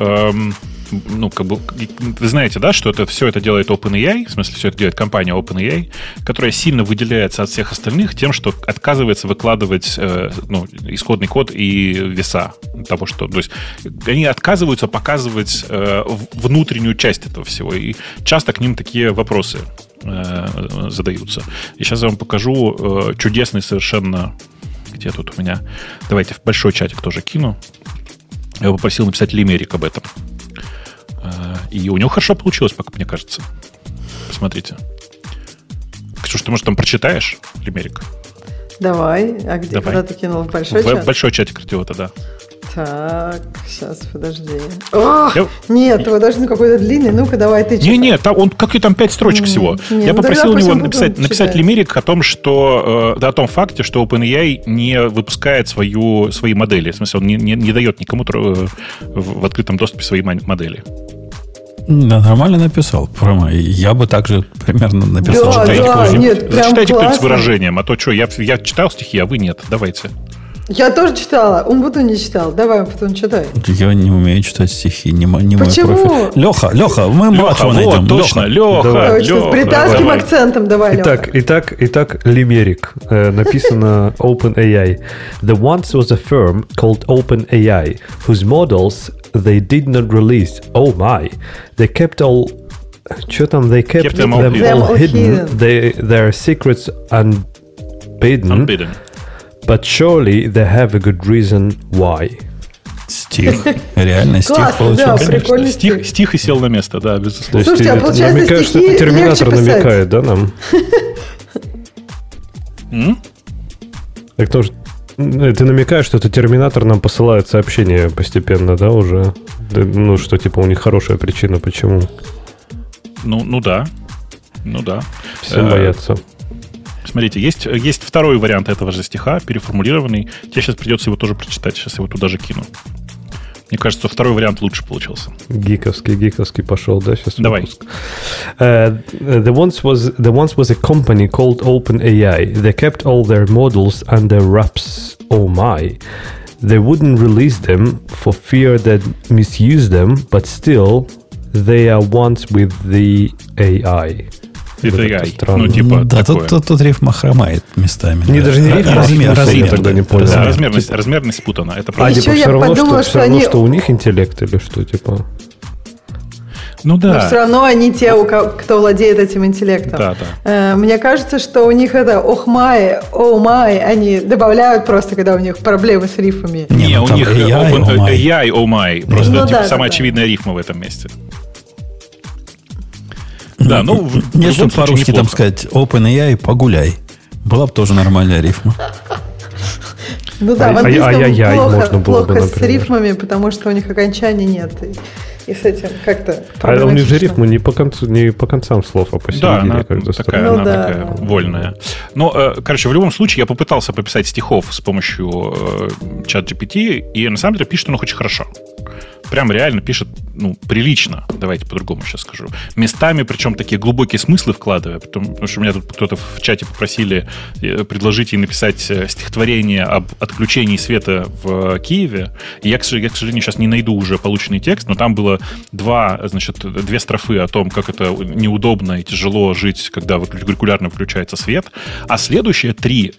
вы знаете, да, что все это делает OpenAI, в смысле, все это делает компания OpenAI, которая сильно выделяется от всех остальных тем, что отказывается выкладывать исходный код и веса того, что... То есть они отказываются показывать внутреннюю часть этого всего, и часто к ним такие вопросы задаются. И сейчас я вам покажу чудесный совершенно... Где тут у меня? Давайте в большой чатик тоже кину. Я попросил написать лимерик об этом. И у него хорошо получилось, пока мне кажется. Посмотрите. Ксюш, ты, может, там прочитаешь лимерик? Давай. А где? Давай. Куда ты кинул? В большой чат? В большой чатик радиота, да. Так, сейчас, подожди. Нет, его должен какой-то длинный. Ну-ка, давай ты читай. Нет, он какие там 5 строчек всего. Я попросил у него написать лимерик о том, что о том факте, что OpenAI не выпускает свои модели. В смысле, он не дает никому в открытом доступе свои модели. Да, нормально написал. Я бы также примерно написал. Читайте кто-нибудь с выражением. А то что, я читал стихи, а вы нет. Давайте. Я тоже читала. Умбутун не читал. Давай, потом читай. Я не умею читать стихи. Не Почему? мой профиль. Леха, мы младшего найдем. Точно, Леха. С британским акцентом. Давай, Леха. Итак, лимерик. Написано OpenAI. There once was a firm called OpenAI, whose models they did not release. Oh my. They kept all... Что там? They kept them all hidden. Their secrets unbidden. But surely they have a good reason why. Стих. Реально стих получился. Да, прикольный стих. Стих и сел на место, да, безусловно. Слушайте, а получается, намекает, стихи что Терминатор легче писать. намекает, да, нам? Так тоже, ты намекаешь, что это Терминатор нам посылает сообщения постепенно, да, уже? Ну, что, типа, у них хорошая причина, почему? Ну да. Ну да. Всем боятся. Смотрите, есть второй вариант этого же стиха, переформулированный. Тебе сейчас придется его тоже прочитать. Сейчас я его туда же кину. Мне кажется, второй вариант лучше получился. Гиковский пошел, да? Сейчас давай. Выпуск. There once was a company called OpenAI. They kept all their models under wraps. Oh my. They wouldn't release them for fear that misuse them, but still they are ones with the AI. Это AI. Ну, типа, да, тут рифма хромает местами. Не, даже не рифма, размер. Я тогда не понял. Да, размерность спутана. Это правда. Типа, все равно, что у них интеллект или что, типа... Ну да. Но все равно они те, кто владеет этим интеллектом. Да. Мне кажется, что у них это oh my, они добавляют просто, когда у них проблемы с рифмами. Не, у них AI, oh my. Просто самая очевидная рифма в этом месте. Да, ну, нет, чтобы по-русски там сказать OpenAI, погуляй. Была бы тоже нормальная рифма. Ну да, в английском плохо с рифмами, потому что у них окончаний нет. И с этим как-то у них же рифмы не по концам слов, а посередине. Да, она такая вольная. Но, короче, в любом случае, я попытался пописать стихов с помощью ChatGPT, и на самом деле пишет он их очень хорошо. Прям реально пишет, ну, прилично. Давайте по-другому сейчас скажу. Местами, причем такие глубокие смыслы вкладывая. Потому что меня тут кто-то в чате попросили предложить ей написать стихотворение об отключении света в Киеве. И я, к сожалению, сейчас не найду уже полученный текст, но там было две строфы о том, как это неудобно и тяжело жить, когда регулярно включается свет. А следующие три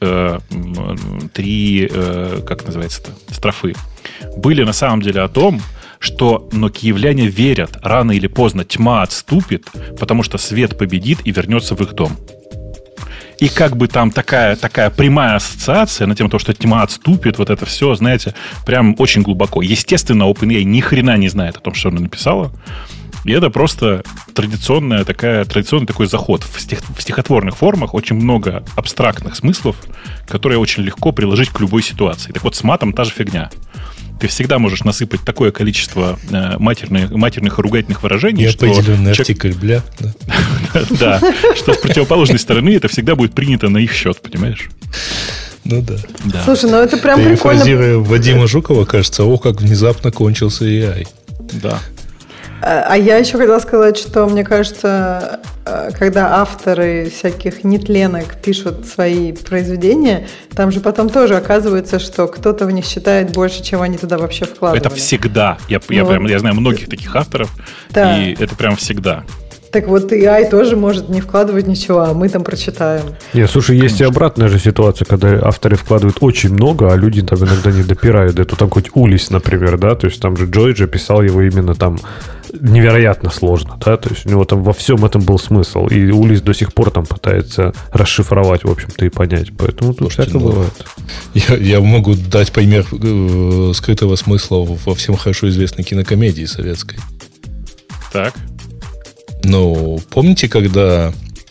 как называется-то, строфы были на самом деле о том, что, но киевляне верят, рано или поздно тьма отступит, потому что свет победит и вернется в их дом. И как бы там такая прямая ассоциация на тему того, что тьма отступит, вот это все, знаете, прям очень глубоко. Естественно, OpenAI ни хрена не знает о том, что она написала. И это просто традиционный такой заход. В стихотворных формах очень много абстрактных смыслов, которые очень легко приложить к любой ситуации. Так вот, с матом та же фигня. Ты всегда можешь насыпать такое количество матерных и ругательных выражений, что... Определенный артикль, бля. Да, что с противоположной стороны это всегда будет принято на их счет, понимаешь? Ну да. Слушай, ну это прям прикольно. Перефразируя Вадима Жукова, кажется, как внезапно кончился AI. Да. А я еще хотела сказать, что, мне кажется, когда авторы всяких нетленок пишут свои произведения, там же потом тоже оказывается, что кто-то в них считает больше, чем они туда вообще вкладывали. Это всегда. Я знаю многих таких авторов, да. И это прям всегда. Так вот, AI тоже может не вкладывать ничего, а мы там прочитаем. Нет, слушай, есть и обратная же ситуация, когда авторы вкладывают очень много, а люди там иногда не допирают. Это там хоть Улис, например, да, то есть там же Джойджи писал его именно там невероятно сложно, да, то есть у него там во всем этом был смысл, и Улис до сих пор там пытается расшифровать, в общем-то, и понять, поэтому тут всякое бывает. Я могу дать пример скрытого смысла во всем хорошо известной кинокомедии советской. Так. Ну, помните, когда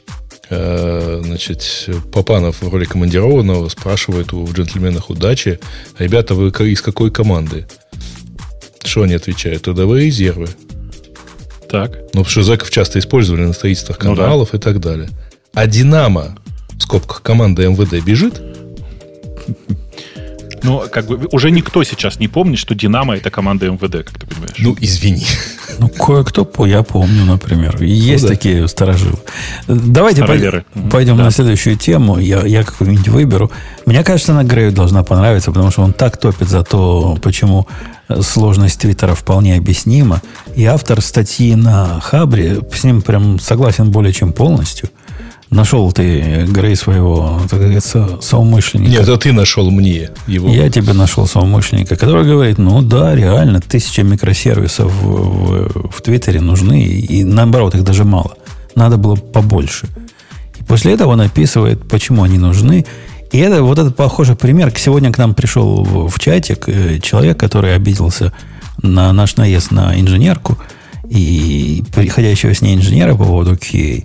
Папанов в роли командированного спрашивает в «Джентльменах удачи», ребята, вы из какой команды? Что они отвечают? Трудовые резервы. Так. Ну, потому что зэков часто использовали на строительствах каналов и так далее. А «Динамо», в скобках, команда МВД, бежит? Ну, как бы уже никто сейчас не помнит, что «Динамо» — это команда МВД, как ты понимаешь. Ну, извини. Ну, кое-кто, я помню, например. Есть такие старожилы. Давайте пойдем на следующую тему. Я какую-нибудь выберу. Мне кажется, она Грею должна понравиться, потому что он так топит за то, почему сложность Твиттера вполне объяснима. И автор статьи на Хабре с ним прям согласен более чем полностью. Нашел ты, Грей, своего, так говорится, соумышленника. Нет, это ты нашел мне его. Я тебе нашел соумышленника, который говорит, ну да, реально, 1000 микросервисов в Твиттере нужны, и наоборот, их даже мало. Надо было побольше. И после этого он описывает, почему они нужны. И это вот этот похожий пример. Сегодня к нам пришел в чатик человек, который обиделся на наш наезд на инженерку, и приходящего с ней инженера по поводу QA.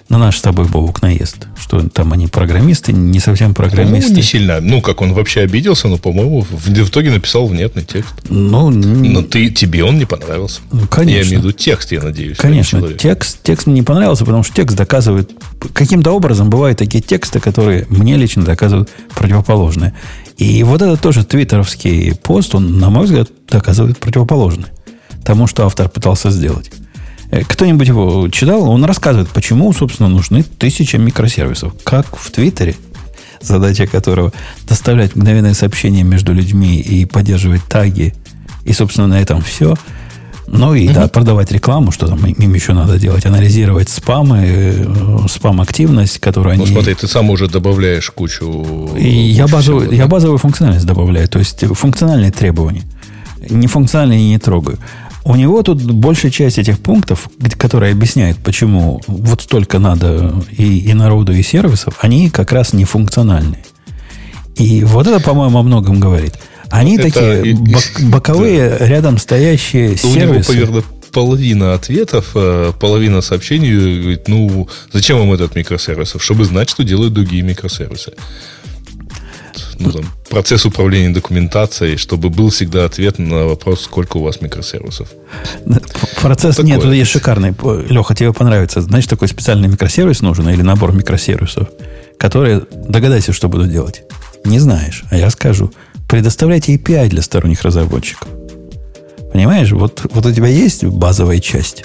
на наш с тобой Бобук наезд, что там они программисты, не совсем программисты. Не сильно. Ну, как он вообще обиделся, но, по-моему, в итоге написал внятный текст. Но тебе он не понравился. Конечно. Я имею в виду текст, я надеюсь. Конечно, текст мне не понравился, потому что текст доказывает... Каким-то образом бывают такие тексты, которые мне лично доказывают противоположное. И вот это тоже твиттеровский пост, он, на мой взгляд, доказывает противоположное тому, что автор пытался сделать. Кто-нибудь его читал? Он рассказывает, почему, собственно, нужны 1000 микросервисов. Как в Твиттере, задача которого доставлять мгновенные сообщения между людьми и поддерживать таги. И, собственно, на этом все. Ну и, да, продавать рекламу, что там им еще надо делать. Анализировать спамы, спам-активность, которую они... Ну, смотри, ты сам уже добавляешь кучу... И я базовую функциональность добавляю. То есть, функциональные требования. Нефункциональные не трогаю. У него тут большая часть этих пунктов, которые объясняют, почему вот столько надо и народу, и сервисов, они как раз не функциональные. И вот это, по-моему, о многом говорит. Они это такие боковые, да, рядом стоящие сервисы. У него, наверное, половина ответов, половина сообщений говорит, ну, зачем вам этот микросервисов? Чтобы знать, что делают другие микросервисы. Ну, там, процесс управления документацией, чтобы был всегда ответ на вопрос, сколько у вас микросервисов. Процесс нет, тут есть шикарный. Леха, тебе понравится. Знаешь, такой специальный микросервис нужен или набор микросервисов, которые, догадайся, что буду делать. Не знаешь, а я скажу. Предоставляйте API для сторонних разработчиков. Понимаешь, вот у тебя есть базовая часть,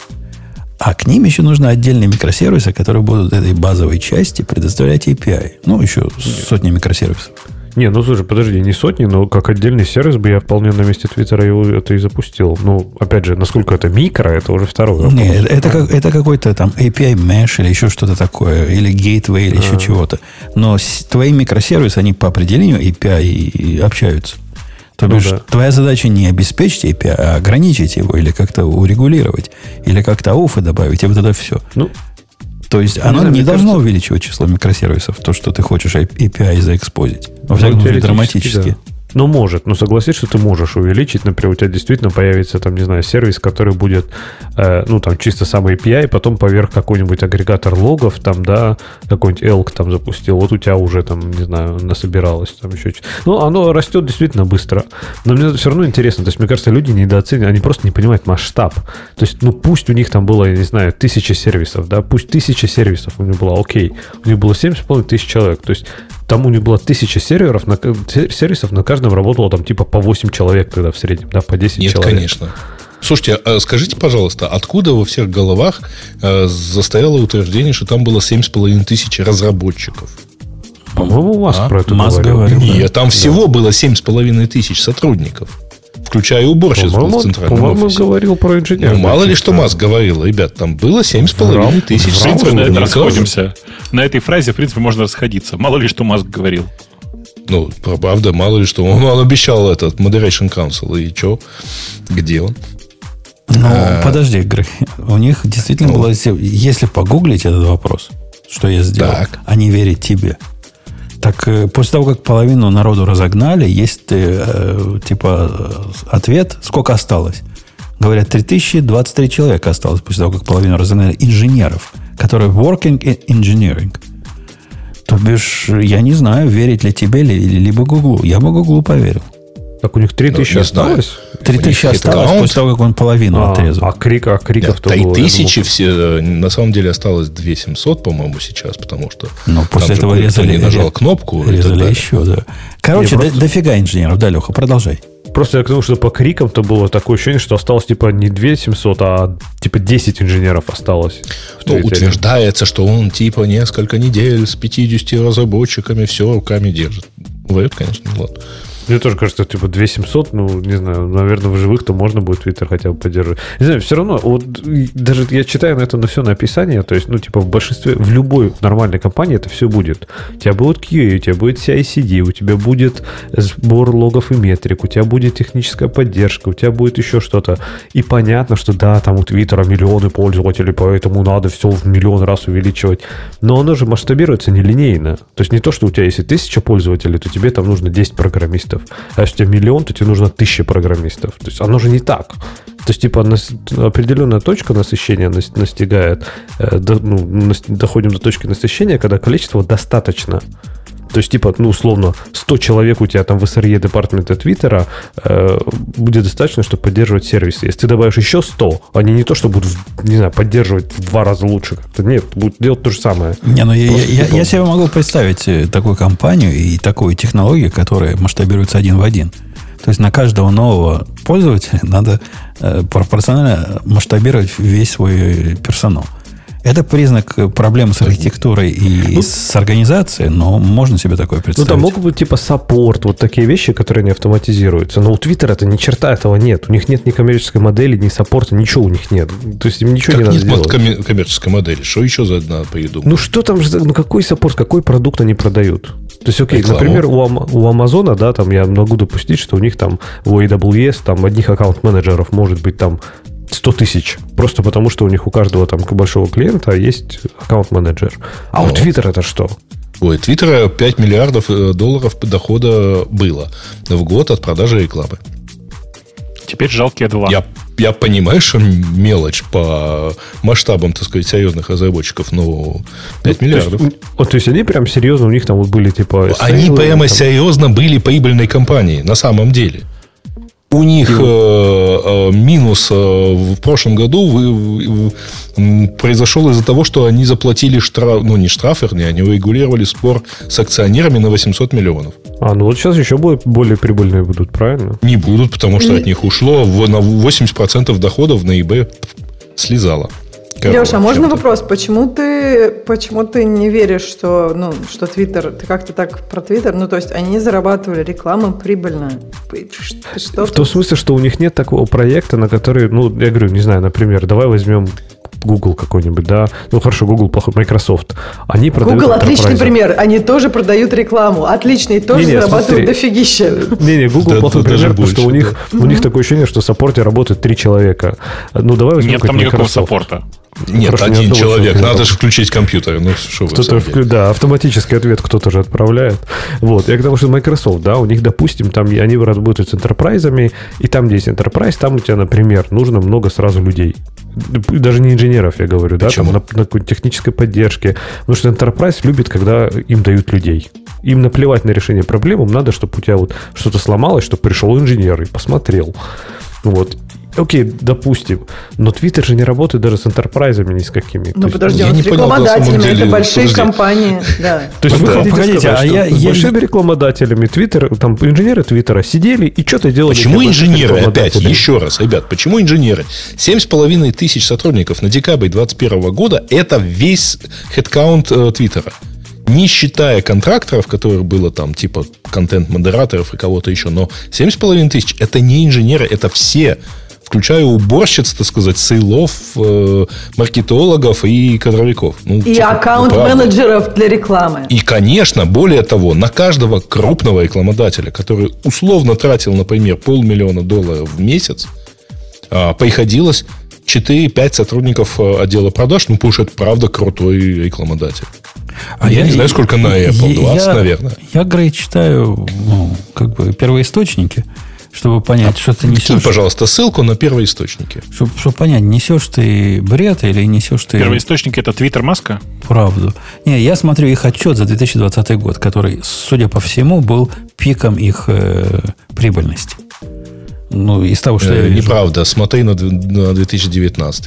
а к ним еще нужны отдельные микросервисы, которые будут этой базовой части предоставлять API. Ну, еще сотни микросервисов. Не, ну слушай, подожди, не сотни, но как отдельный сервис бы я вполне на месте Твиттера его это и запустил. Ну, опять же, насколько это микро, это уже второй вопрос. Нет, это какой-то там API Mesh или еще что-то такое, или Gateway, или еще чего-то. Но твои микросервисы, они по определению API и общаются. То бишь, твоя задача не обеспечить API, а ограничить его, или как-то урегулировать, или как-то ауфы добавить, и вот это все. Ну, то есть, оно не должно увеличивать число микросервисов, то, что ты хочешь API заэкспозить. Во всяком случае, драматически. Да. Ну, может. Ну, согласись, что ты можешь увеличить. Например, у тебя действительно появится, там, не знаю, сервис, который будет, ну, там, чисто сам API, потом поверх какой-нибудь агрегатор логов, там, да, какой-нибудь Elk там запустил. Вот у тебя уже, там, не знаю, насобиралось там еще. Ну, оно растет действительно быстро. Но мне все равно интересно. То есть, мне кажется, люди недооценивают, они просто не понимают масштаб. То есть, ну, пусть у них там было, я не знаю, 1000 сервисов, да, пусть 1000 сервисов у них было, окей. У них было 7500 человек. То есть, там у них было 1000 сервисов, на каждом работало там типа по 8 человек тогда в среднем, да, по 10 человек. Нет, конечно. Слушайте, а скажите, пожалуйста, откуда во всех головах застояло утверждение, что там было 7500 разработчиков? По-моему, Маск про это говорил. Нет, там всего было 7500 сотрудников. Включая уборщицу в центральном по-моему, офисе. Говорил про инженеров. Ну, мало ли что Маск говорил. Ребят, там было 7500 сотрудников. Расходимся. На этой фразе, в принципе, можно расходиться. Мало ли что Маск говорил. Ну, правда, мало ли что. Он обещал этот Moderation Council. И что? Где он? Ну, подожди, Грег. У них действительно было... Если погуглить этот вопрос, что я сделал, так, а не верить тебе. Так, после того, как половину народу разогнали, есть, типа, ответ, сколько осталось. Говорят, 3023 человека осталось после того, как половину разогнали инженеров, которые working in engineering. То бишь, я не знаю, верить ли тебе, либо Гуглу. Я бы Гуглу поверил. Так у них 3000 осталось? 3000 осталось после того, как он половину отрезал. А криков-то было. 3000 все, на самом деле осталось 2700, по-моему, сейчас, потому что после этого резали, не нажал кнопку. Резали еще, да. Короче, дофига инженеров. Да, Леха, продолжай. Просто я к тому, что по крикам-то было такое ощущение, что осталось типа не 2700, а типа 10 инженеров осталось. Ну, утверждается, что он типа несколько недель с 50 разработчиками все руками держит. Говорят, конечно, ладно. Мне тоже кажется, типа 2700, ну, не знаю, наверное, в живых-то можно будет Твиттер хотя бы поддерживать. Не знаю, все равно, вот даже я читаю на это на все на описание, то есть, ну, типа, в большинстве, в любой нормальной компании это все будет. У тебя будет QA, у тебя будет CI/CD, у тебя будет сбор логов и метрик, у тебя будет техническая поддержка, у тебя будет еще что-то. И понятно, что да, там у Твиттера миллионы пользователей, поэтому надо все в миллион раз увеличивать. Но оно же масштабируется нелинейно. То есть не то, что у тебя если 1000 пользователей, то тебе там нужно 10 программистов программистов. А если у тебя миллион, то тебе нужно 1000 программистов. То есть оно же не так. То есть, типа, определенная точка насыщения настигает, доходим до точки насыщения, когда количество достаточно. То есть, типа, условно, 100 человек у тебя там в SRE департаменте Твиттера будет достаточно, чтобы поддерживать сервисы. Если ты добавишь еще 100, они не то, что будут, не знаю, поддерживать в 2 раза лучше как-то. Нет, будут делать то же самое. Я себе могу представить такую компанию и такую технологию, которая масштабируется один в один. То есть на каждого нового пользователя надо пропорционально масштабировать весь свой персонал. Это признак проблем с архитектурой и с организацией, но можно себе такое представить. Там могут быть типа саппорт, вот такие вещи, которые не автоматизируются. Но у Твиттера-то ни черта этого нет. У них нет ни коммерческой модели, ни саппорта, ничего у них нет. То есть им ничего не надо делать. Как нет коммерческой модели? Что еще за одна придумать? Что там, какой саппорт, какой продукт они продают? То есть, окей, например, у Амазона, да, там я могу допустить, что у них там у AWS там одних аккаунт-менеджеров может быть там 100 тысяч. Просто потому, что у них у каждого там большого клиента есть аккаунт-менеджер. А у Твиттера это что? Ой, Твиттера 5 миллиардов долларов дохода было в год от продажи рекламы. Теперь жалкие 2. Я понимаю, что мелочь по масштабам, так сказать, серьезных разработчиков, но 5 миллиардов. То есть они прям серьезно, у них там вот были типа... Они прямо серьезно были прибыльной компанией, на самом деле. У них минус в прошлом году произошел из-за того, что они заплатили штраф, не штраф, вернее, они урегулировали спор с акционерами на 800 миллионов. Вот сейчас еще более прибыльные будут, правильно? Не будут, потому что от них ушло на 80% доходов в ноябре слезало. Леша, а можно вопрос? Почему ты не веришь, что Твиттер, ты как-то так про Твиттер, то есть они зарабатывали рекламу прибыльно? В том смысле, что у них нет такого проекта, на который, я говорю, не знаю, например, давай возьмем Google какой-нибудь, да? Хорошо, Google плохой, Microsoft. Они продают Google отличный пример. Они тоже продают рекламу. Отличный, тоже зарабатывают дофигища. Google плохой пример, потому что у них такое ощущение, что в саппорте работает 3 человека. Давай возьмем нет там никакого саппорта. Нет, хорошо, один человек. Надо же включить компьютер. Что вы? Да, автоматический ответ кто-то же отправляет. Я к тому, что Microsoft, да, у них, допустим, там они работают с энтерпрайзами, и там, где есть enterprise, там у тебя, например, нужно много сразу людей. Даже не инженеров, я говорю, да, там, на какой-то технической поддержке. Потому что enterprise любит, когда им дают людей. Им наплевать на решение проблем, им надо, чтобы у тебя вот что-то сломалось, чтобы пришел инженер и посмотрел. Окей, допустим. Но Твиттер же не работает даже с энтерпрайзами ни с какими. Подожди, он с рекламодателями, это большие компании. Да. То есть вы хотите сказать, что большими рекламодателями Твиттера, там инженеры Твиттера сидели и что-то делали. Почему инженеры? Опять, еще раз, ребят, почему инженеры? 7,5 тысяч сотрудников на декабрь 2021 года – это весь хедкаунт Твиттера. Не считая контракторов, которых было там типа контент-модераторов и кого-то еще, но 7,5 тысяч – это не инженеры, это все, включая уборщиц, так сказать, сейлов, маркетологов и кадровиков. И аккаунт-менеджеров для рекламы. И, конечно, более того, на каждого крупного рекламодателя, который условно тратил, например, $500 000 в месяц, приходилось 4-5 сотрудников отдела продаж, потому что это правда крутой рекламодатель. Я не знаю, сколько на Apple, 20, наверное. Я, Грей, читаю первоисточники, чтобы понять, что ты несешь. Кинь, пожалуйста, ссылку на первоисточники. Чтобы понять, несешь ты бред или несешь ты... Первоисточники – это Твиттер Маска? Правду. Не, я смотрю их отчет за 2020 год, который, судя по всему, был пиком их прибыльности. Из того, что я вижу. Неправда. Смотри на 2019.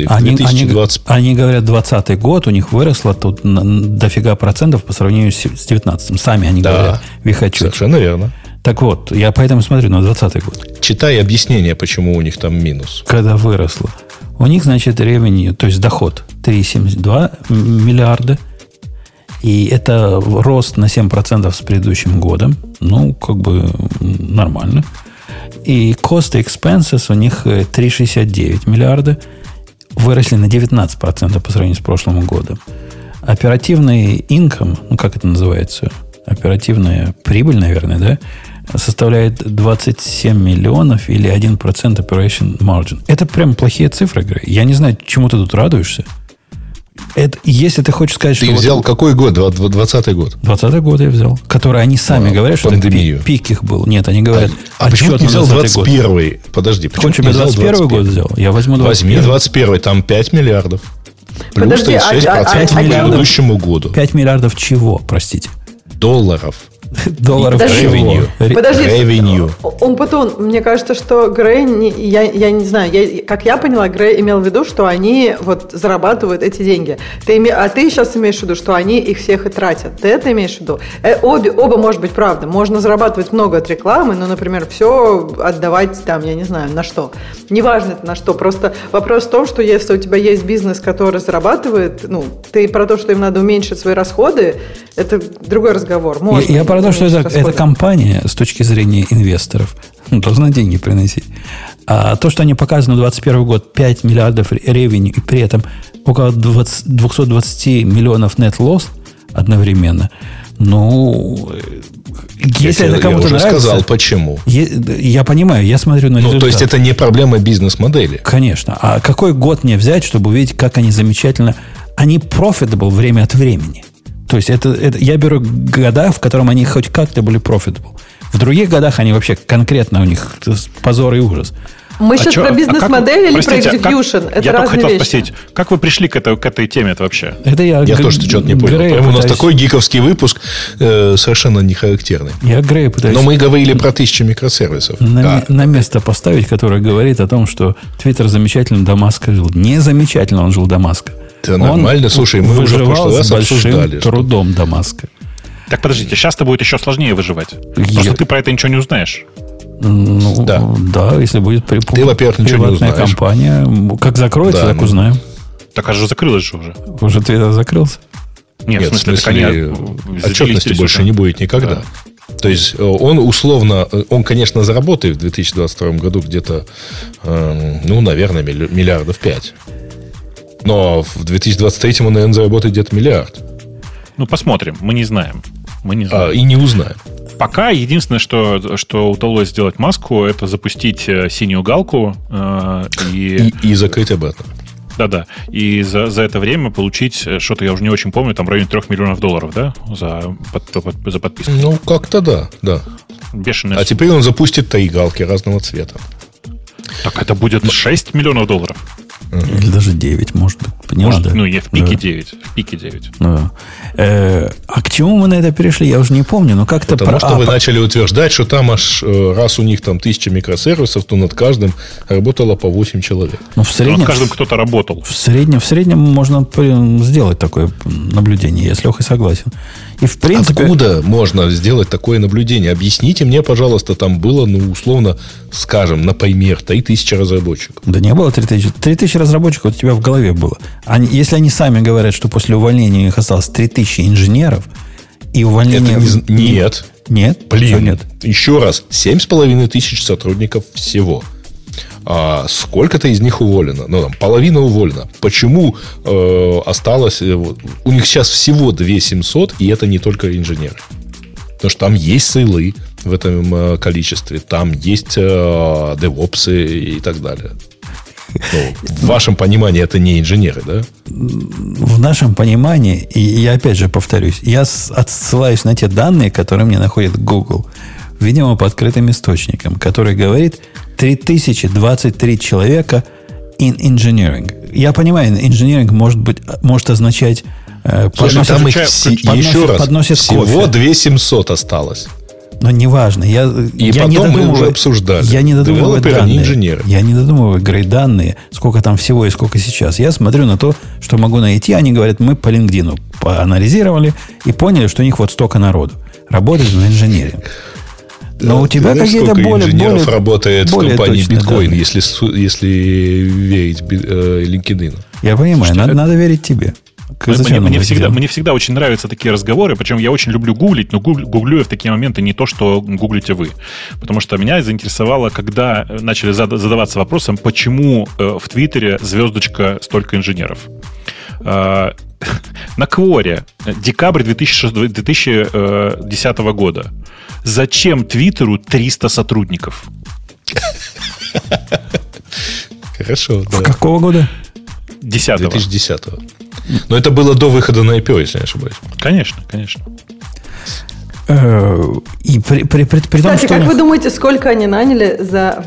Они говорят, 2020 год у них выросло тут дофига процентов по сравнению с 2019. Сами они говорят в их отчете. Совершенно верно. Так вот, я поэтому смотрю на 2020 год. Читай объяснение, почему у них там минус. Когда выросло. У них, значит, revenue, то есть доход 3,72 миллиарда. И это рост на 7% с предыдущим годом. Нормально. И cost expenses у них 3,69 миллиарда. Выросли на 19% по сравнению с прошлым годом. Оперативный income, как это называется? Оперативная прибыль, наверное, да? Составляет 27 миллионов или 1% operation margin. Это прям плохие цифры, Грей. Я не знаю, чему ты тут радуешься. Если ты хочешь сказать, Ты что... взял какой год? 20-й год? 20-й год я взял. Который они сами говорят, что пандемию. это пик их был. Нет, они говорят... А почему ты не взял 21-й? Год. Подожди, почему ты 21-й год взял? Я возьму 21-й. Возьми 21-й, там 5 миллиардов. Плюс Подожди, 36% к предыдущему году. 5 миллиардов чего, простите? Долларов. Долларов Revenue. Подожди, Revenue. Умпутун, мне кажется, что Грей, я не знаю, как я поняла, Грей имел в виду, что они вот зарабатывают эти деньги. А ты сейчас имеешь в виду, что они их всех и тратят. Ты это имеешь в виду? Оба может быть правда. Можно зарабатывать много от рекламы, но, например, все отдавать там, я не знаю, на что. Неважно это на что. Просто вопрос в том, что если у тебя есть бизнес, который зарабатывает, ты про то, что им надо уменьшить свои расходы, это другой разговор. Я про то, что это компания с точки зрения инвесторов должна деньги приносить. А то, что они показаны на 2021 год 5 миллиардов ревеню и при этом около 220 миллионов net loss одновременно, если это кому-то нравится... Я уже сказал, почему. Я понимаю, я смотрю на результат. То есть, это не проблема бизнес-модели. Конечно. А какой год мне взять, чтобы увидеть, как они замечательно... Они profitable время от времени. То есть, я беру года, в котором они хоть как-то были profitable. В других годах они вообще конкретно у них позор и ужас. Мы сейчас про бизнес-модель или про execution? Это я только хотел вещи. спросить, как вы пришли к этой теме вообще? Это я тоже что-то не понял. У нас такой гиковский выпуск совершенно не характерный. Я Грея пытаюсь... Но мы говорили про 1000 микросервисов. На место поставить, которое говорит о том, что Твиттер замечательно до Маска жил. Не замечательно он жил до Маска. Это нормально. Слушай, мы уже в прошлый раз обсуждали. Трудом до Маска. Так, подождите, сейчас-то будет еще сложнее выживать. Просто ты про это ничего не узнаешь. Да, если будет ты, во-первых, ничего не узнаешь. Компания, как закроется, так узнаем. Так, же закрылась же уже. Уже Твиттер закрылся? Нет, в смысле отчетности больше не будет никогда. Да. То есть, он, конечно, заработает в 2022 году где-то, наверное, миллиардов 5. Но в 2023 он, наверное, заработает где-то миллиард. Посмотрим. Мы не знаем. И не узнаем. Пока единственное, что удалось сделать Маску, это запустить синюю галку и закрыть обратно. Да-да. И за это время получить что-то, я уже не очень помню, там в районе $3 миллионов, да? За подписку. Как-то да. Бешеная. А теперь он запустит 3 галки разного цвета. Так это будет $6 миллионов. Или даже 9, может быть. Не, в пике 9. В пике 9. А к чему мы на это перешли, я уже не помню. Но как-то Потому что вы начали утверждать, что там аж раз у них там 1000 микросервисов, то над каждым работало по 8 человек. В среднем, над каждым кто-то работал. В среднем можно сделать такое наблюдение, я с Лехой согласен. И в принципе... Откуда можно сделать такое наблюдение? Объясните мне, пожалуйста, там было, условно, скажем, например, 3000 разработчиков. Да не было 3000. 3000 разработчиков у тебя в голове было. Если они сами говорят, что после увольнения у них осталось 3000 инженеров, и увольнение... Нет. Нет? Блин, нет. Еще раз, 7500 сотрудников всего. Сколько-то из них уволено. Половина уволена. Почему осталось... У них сейчас всего 2700, и это не только инженеры. Потому что там есть сейлы в этом количестве, там есть девопсы и так далее. В вашем понимании это не инженеры, да? В нашем понимании, и я опять же повторюсь, я отсылаюсь на те данные, которые мне находит Google, видимо, по открытым источникам, который говорит 3023 человека in engineering. Я понимаю, engineering может означать подносит всего кофе. 2700 осталось. Но неважно. Потом мы уже обсуждали. Я не додумываю данные. Инженеры. Я не додумываю данные, сколько там всего и сколько сейчас. Я смотрю на то, что могу найти. Они говорят, мы по LinkedIn поанализировали и поняли, что у них вот столько народу работает на инженеринг. Но у тебя какие-то более... инженеров работает в компании Bitcoin, да. если верить LinkedIn. Я понимаю, надо верить тебе. Мне всегда очень нравятся такие разговоры, причем я очень люблю гуглить, но гуглю я в такие моменты не то, что гуглите вы. Потому что меня заинтересовало, когда начали задаваться вопросом, почему в Твиттере звездочка столько инженеров. На Кворе, декабрь 2010 года. Зачем Твиттеру 300 сотрудников? Хорошо, да. Какого года? 10-го. 2010-го. Но это было до выхода на IPO, если не ошибаюсь. Конечно, конечно. И при том, кстати, что как вы думаете, сколько они наняли в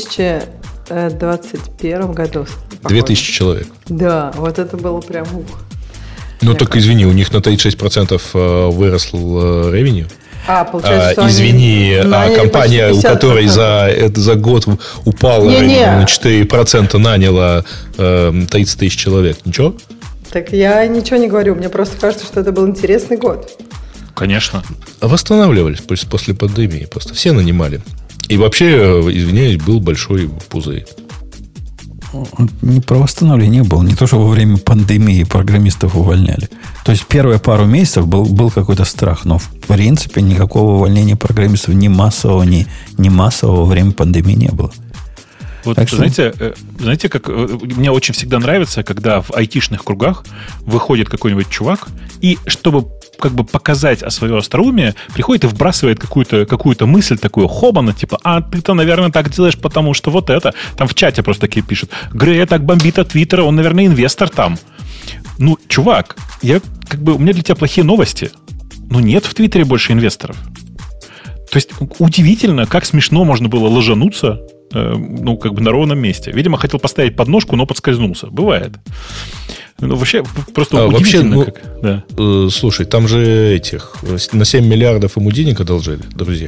2021 году? 2000 человек. Да, вот это было прям ух. Ну, так извини, у них на 36% вырос ревеню. Получается, что извини, они компания, у которой за год упала на 4%, наняла 30 тысяч человек. Ничего? Так я ничего не говорю. Мне просто кажется, что это был интересный год. Конечно. Восстанавливались после пандемии. Просто все нанимали. И вообще, извиняюсь, был большой пузырь. Не про восстановление было. Не то, что во время пандемии программистов увольняли. То есть первые пару месяцев был какой-то страх. Но в принципе никакого увольнения программистов ни массового во время пандемии не было. Вот, знаете, как мне очень всегда нравится, когда в айтишных кругах выходит какой-нибудь чувак, и чтобы как бы показать свое остроумие, приходит и вбрасывает какую-то мысль такую хобана, типа, ты-то, наверное, так делаешь, потому что вот это. Там в чате просто такие пишут. Грея так бомбит от Твиттера, он, наверное, инвестор там. Ну, чувак, у меня для тебя плохие новости. Ну, нет в Твиттере больше инвесторов. То есть, удивительно, как смешно можно было ложануться, на ровном месте. Видимо, хотел поставить подножку, но подскользнулся. Бывает. Ну, вообще, просто удивительно. Слушай, там же на 7 миллиардов ему денег одолжили, друзья.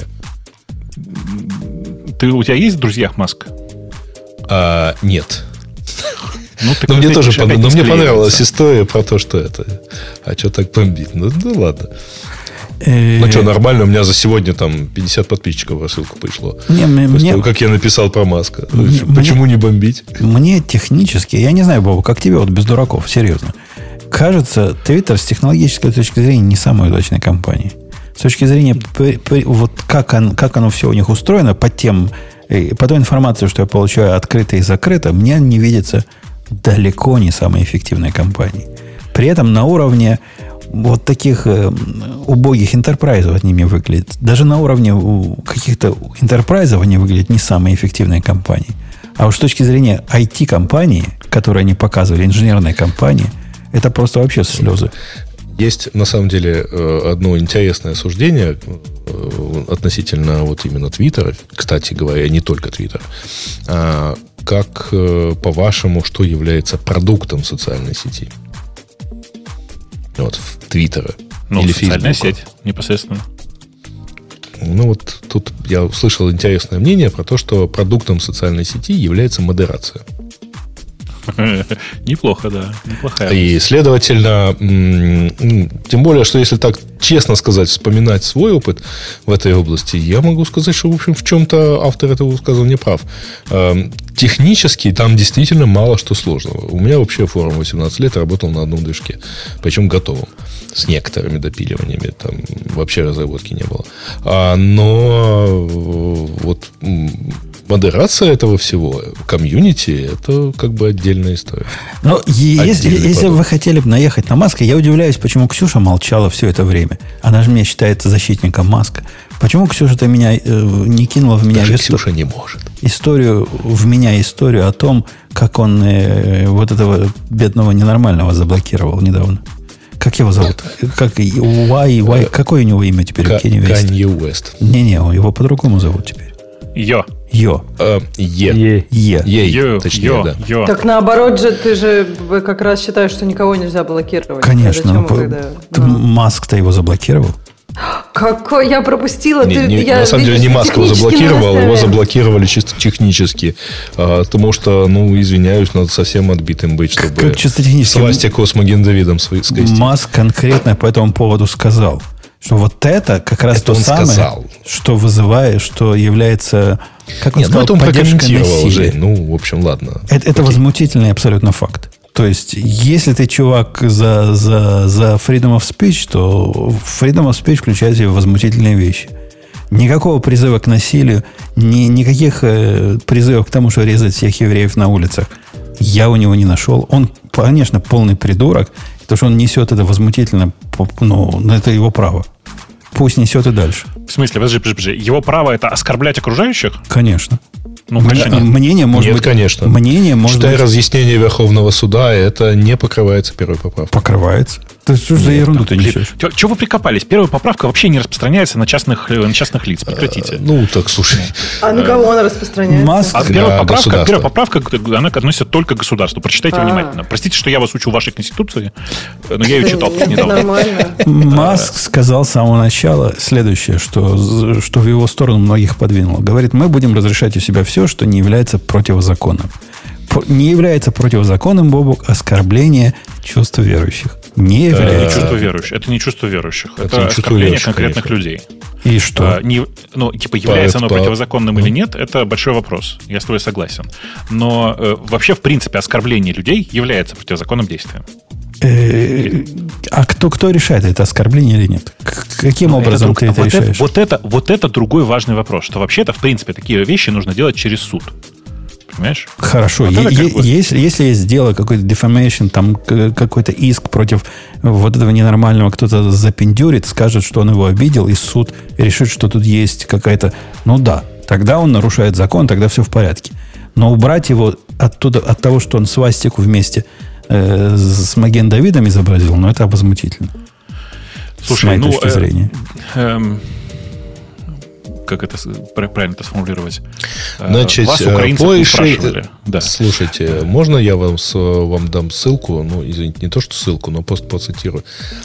У тебя есть в друзьях Маск? Нет. Но мне понравилась история про то, что это. А что так бомбит? Ну ладно. Ну что, нормально, у меня за сегодня там 50 подписчиков в рассылку пришло. После того, как я написал про Маска. Почему не бомбить? Мне технически, я не знаю, Бобу, как тебе, вот без дураков, серьезно. Кажется, Twitter с технологической точки зрения не самая удачная компания. С точки зрения, вот как оно все у них устроено, по той информации, что я получаю открыто и закрыто, мне не видится далеко не самой эффективной компанией. При этом на уровне вот таких убогих энтерпрайзов они не выглядят. Даже на уровне каких-то энтерпрайзов они выглядят не самой эффективной компанией. А уж с точки зрения IT-компании, которые они показывали, инженерной компании, это просто вообще слезы. Есть, на самом деле, одно интересное суждение относительно вот именно Твиттера. Кстати говоря, не только Твиттера. Как, по-вашему, что является продуктом социальной сети? Вот, Твиттера. Или социальная Фейсбука. сеть, непосредственно. Ну, вот тут я услышал интересное мнение про то, что продуктом социальной сети является модерация. Неплохо, да. Неплохая. И, следовательно, тем более, что если так честно сказать, вспоминать свой опыт в этой области, я могу сказать, что, в общем, в чем-то автор этого высказывания прав. Технически там действительно мало что сложного. У меня вообще форум 18 лет работал на одном движке, причем готовом, с некоторыми допиливаниями, там вообще разработки не было. Но вот модерация этого всего, комьюнити, это как бы отдельная история. Но если вы хотели бы наехать на Маска, я удивляюсь, почему Ксюша молчала все это время. Она же меня считает защитником Маска. Почему Ксюша-то меня не кинула в меня даже Ксюша не может. Историю о том, как он вот этого бедного ненормального заблокировал недавно. Как его зовут? Какое у него имя теперь? Канье Уэст. Не-не, его по-другому зовут теперь. Йо. Точнее, да. Так наоборот же, ты же как раз считаешь, что никого нельзя блокировать. Конечно. Маск-то его заблокировал. Какой? Я пропустила. На самом деле не Маск его заблокировал, его заблокировали чисто технически. Потому что, извиняюсь, надо совсем отбитым быть, чтобы как чисто технически свастику с Маген-Давидом скрестить. Маск конкретно по этому поводу сказал, что вот это как раз то самое, что вызывает, что является, как он сказал, поддержкой насилия. В общем, ладно. Это возмутительный абсолютно факт. То есть, если ты, чувак, за freedom of speech, то freedom of speech включает в себя возмутительные вещи. Никакого призыва к насилию, никаких призывов к тому, что резать всех евреев на улицах, я у него не нашел. Он, конечно, полный придурок, потому что он несет это возмутительно, это его право. Пусть несет и дальше. В смысле, подожди. Его право это оскорблять окружающих? Конечно. Мнение может Нет, быть... конечно. Мнение может Читай быть... разъяснение Верховного суда, это не покрывается первой поправкой. Покрывается. Ты что за ерунду ты несешь? Чего вы прикопались? Первая поправка вообще не распространяется на частных лиц. Прекратите. Ну, так, слушай. А на кого она распространяется? Маск... Первая поправка, она относится только к государству. Прочитайте внимательно. Простите, что я вас учу вашей конституции, но я ее читал недавно. Нормально. Маск сказал с самого начала следующее, что в его сторону многих подвинуло. Говорит, мы будем разрешать у себя все, что не является противозаконным. Не является противозаконным, Бобук, оскорбление чувств верующих. Не является. Это не чувство верующих. Это оскорбление конкретных людей. И что? Является оно противозаконным или нет, это большой вопрос. Я с тобой согласен. Но вообще, в принципе, оскорбление людей является противозаконным действием. А кто решает, это оскорбление или нет? Каким образом ты это решаешь? Вот это другой важный вопрос. Что вообще-то, в принципе, такие вещи нужно делать через суд. Понимаешь? Хорошо. Если есть дело, какой-то defamation, там какой-то иск против вот этого ненормального, кто-то запендюрит, скажет, что он его обидел, и суд решит, что тут есть какая-то... Ну да, тогда он нарушает закон, тогда все в порядке. Но убрать его оттуда, от того, что он свастику вместе с Маген Давидом изобразил, ну это возмутительно. Слушай, с моей точки зрения. Как это правильно это сформулировать? Значит, вас украинцев спрашивали. Да. Слушайте, можно я вам дам ссылку? Ну, извините, не то, что ссылку, но просто процитирую.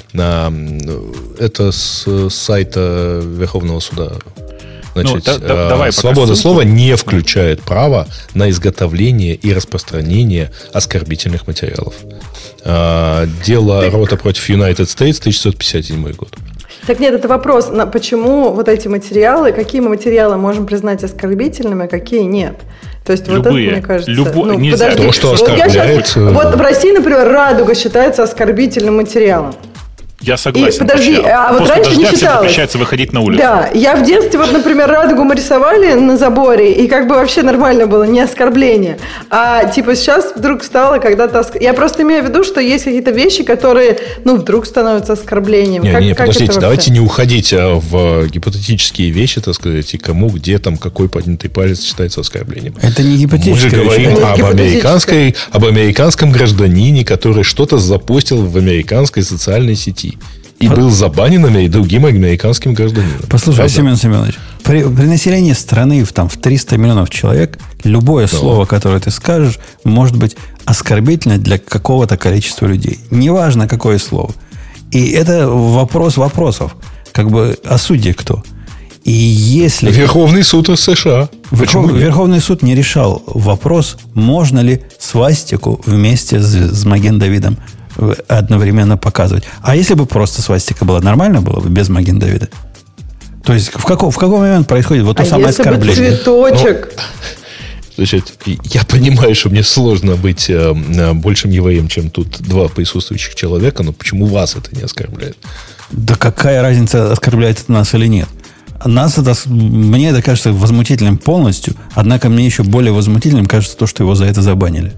Это с сайта Верховного суда. Значит, свобода слова не включает право на изготовление и распространение оскорбительных материалов. Дело Рота против United States, 1957 год. Так нет, это вопрос, почему вот эти материалы, какие мы материалы можем признать оскорбительными, а какие нет? То есть любые, вот это, мне кажется... нельзя. То, что оскорбляет... Вот в России, например, радуга считается оскорбительным материалом. Я согласен. Подожди, а вот после раньше не дождя считалось. Всем запрещается выходить на улицу. Да, я в детстве, вот, например, радугу мы рисовали на заборе, и как бы вообще нормально было, не оскорбление. А типа сейчас вдруг стало когда-то... Я просто имею в виду, что есть какие-то вещи, которые, вдруг становятся оскорблением. Подождите, давайте не уходить в гипотетические вещи, так сказать, и кому, где там, какой поднятый палец считается оскорблением. Это не гипотетическое. Мы же говорим об американском гражданине, который что-то запостил в американской социальной сети. И был забанен другим американским гражданином. Послушай, Семен Семенович, при населении страны в 300 миллионов человек любое слово, которое ты скажешь, может быть оскорбительно для какого-то количества людей. Неважно, какое слово. И это вопрос вопросов. Как бы о суде кто. И если... Верховный суд США. Верховный суд не решал вопрос, можно ли свастику вместе с Маген Давидом одновременно показывать. А если бы просто свастика была, нормально было бы без Маген Давида? То есть в какой момент происходит вот то самое оскорбление? Если бы цветочек... Значит, я понимаю, что мне сложно быть большим евреем, чем тут два присутствующих человека, но почему вас это не оскорбляет? Да какая разница, оскорбляет это нас или нет? Мне это кажется возмутительным полностью, однако мне еще более возмутительным кажется то, что его за это забанили.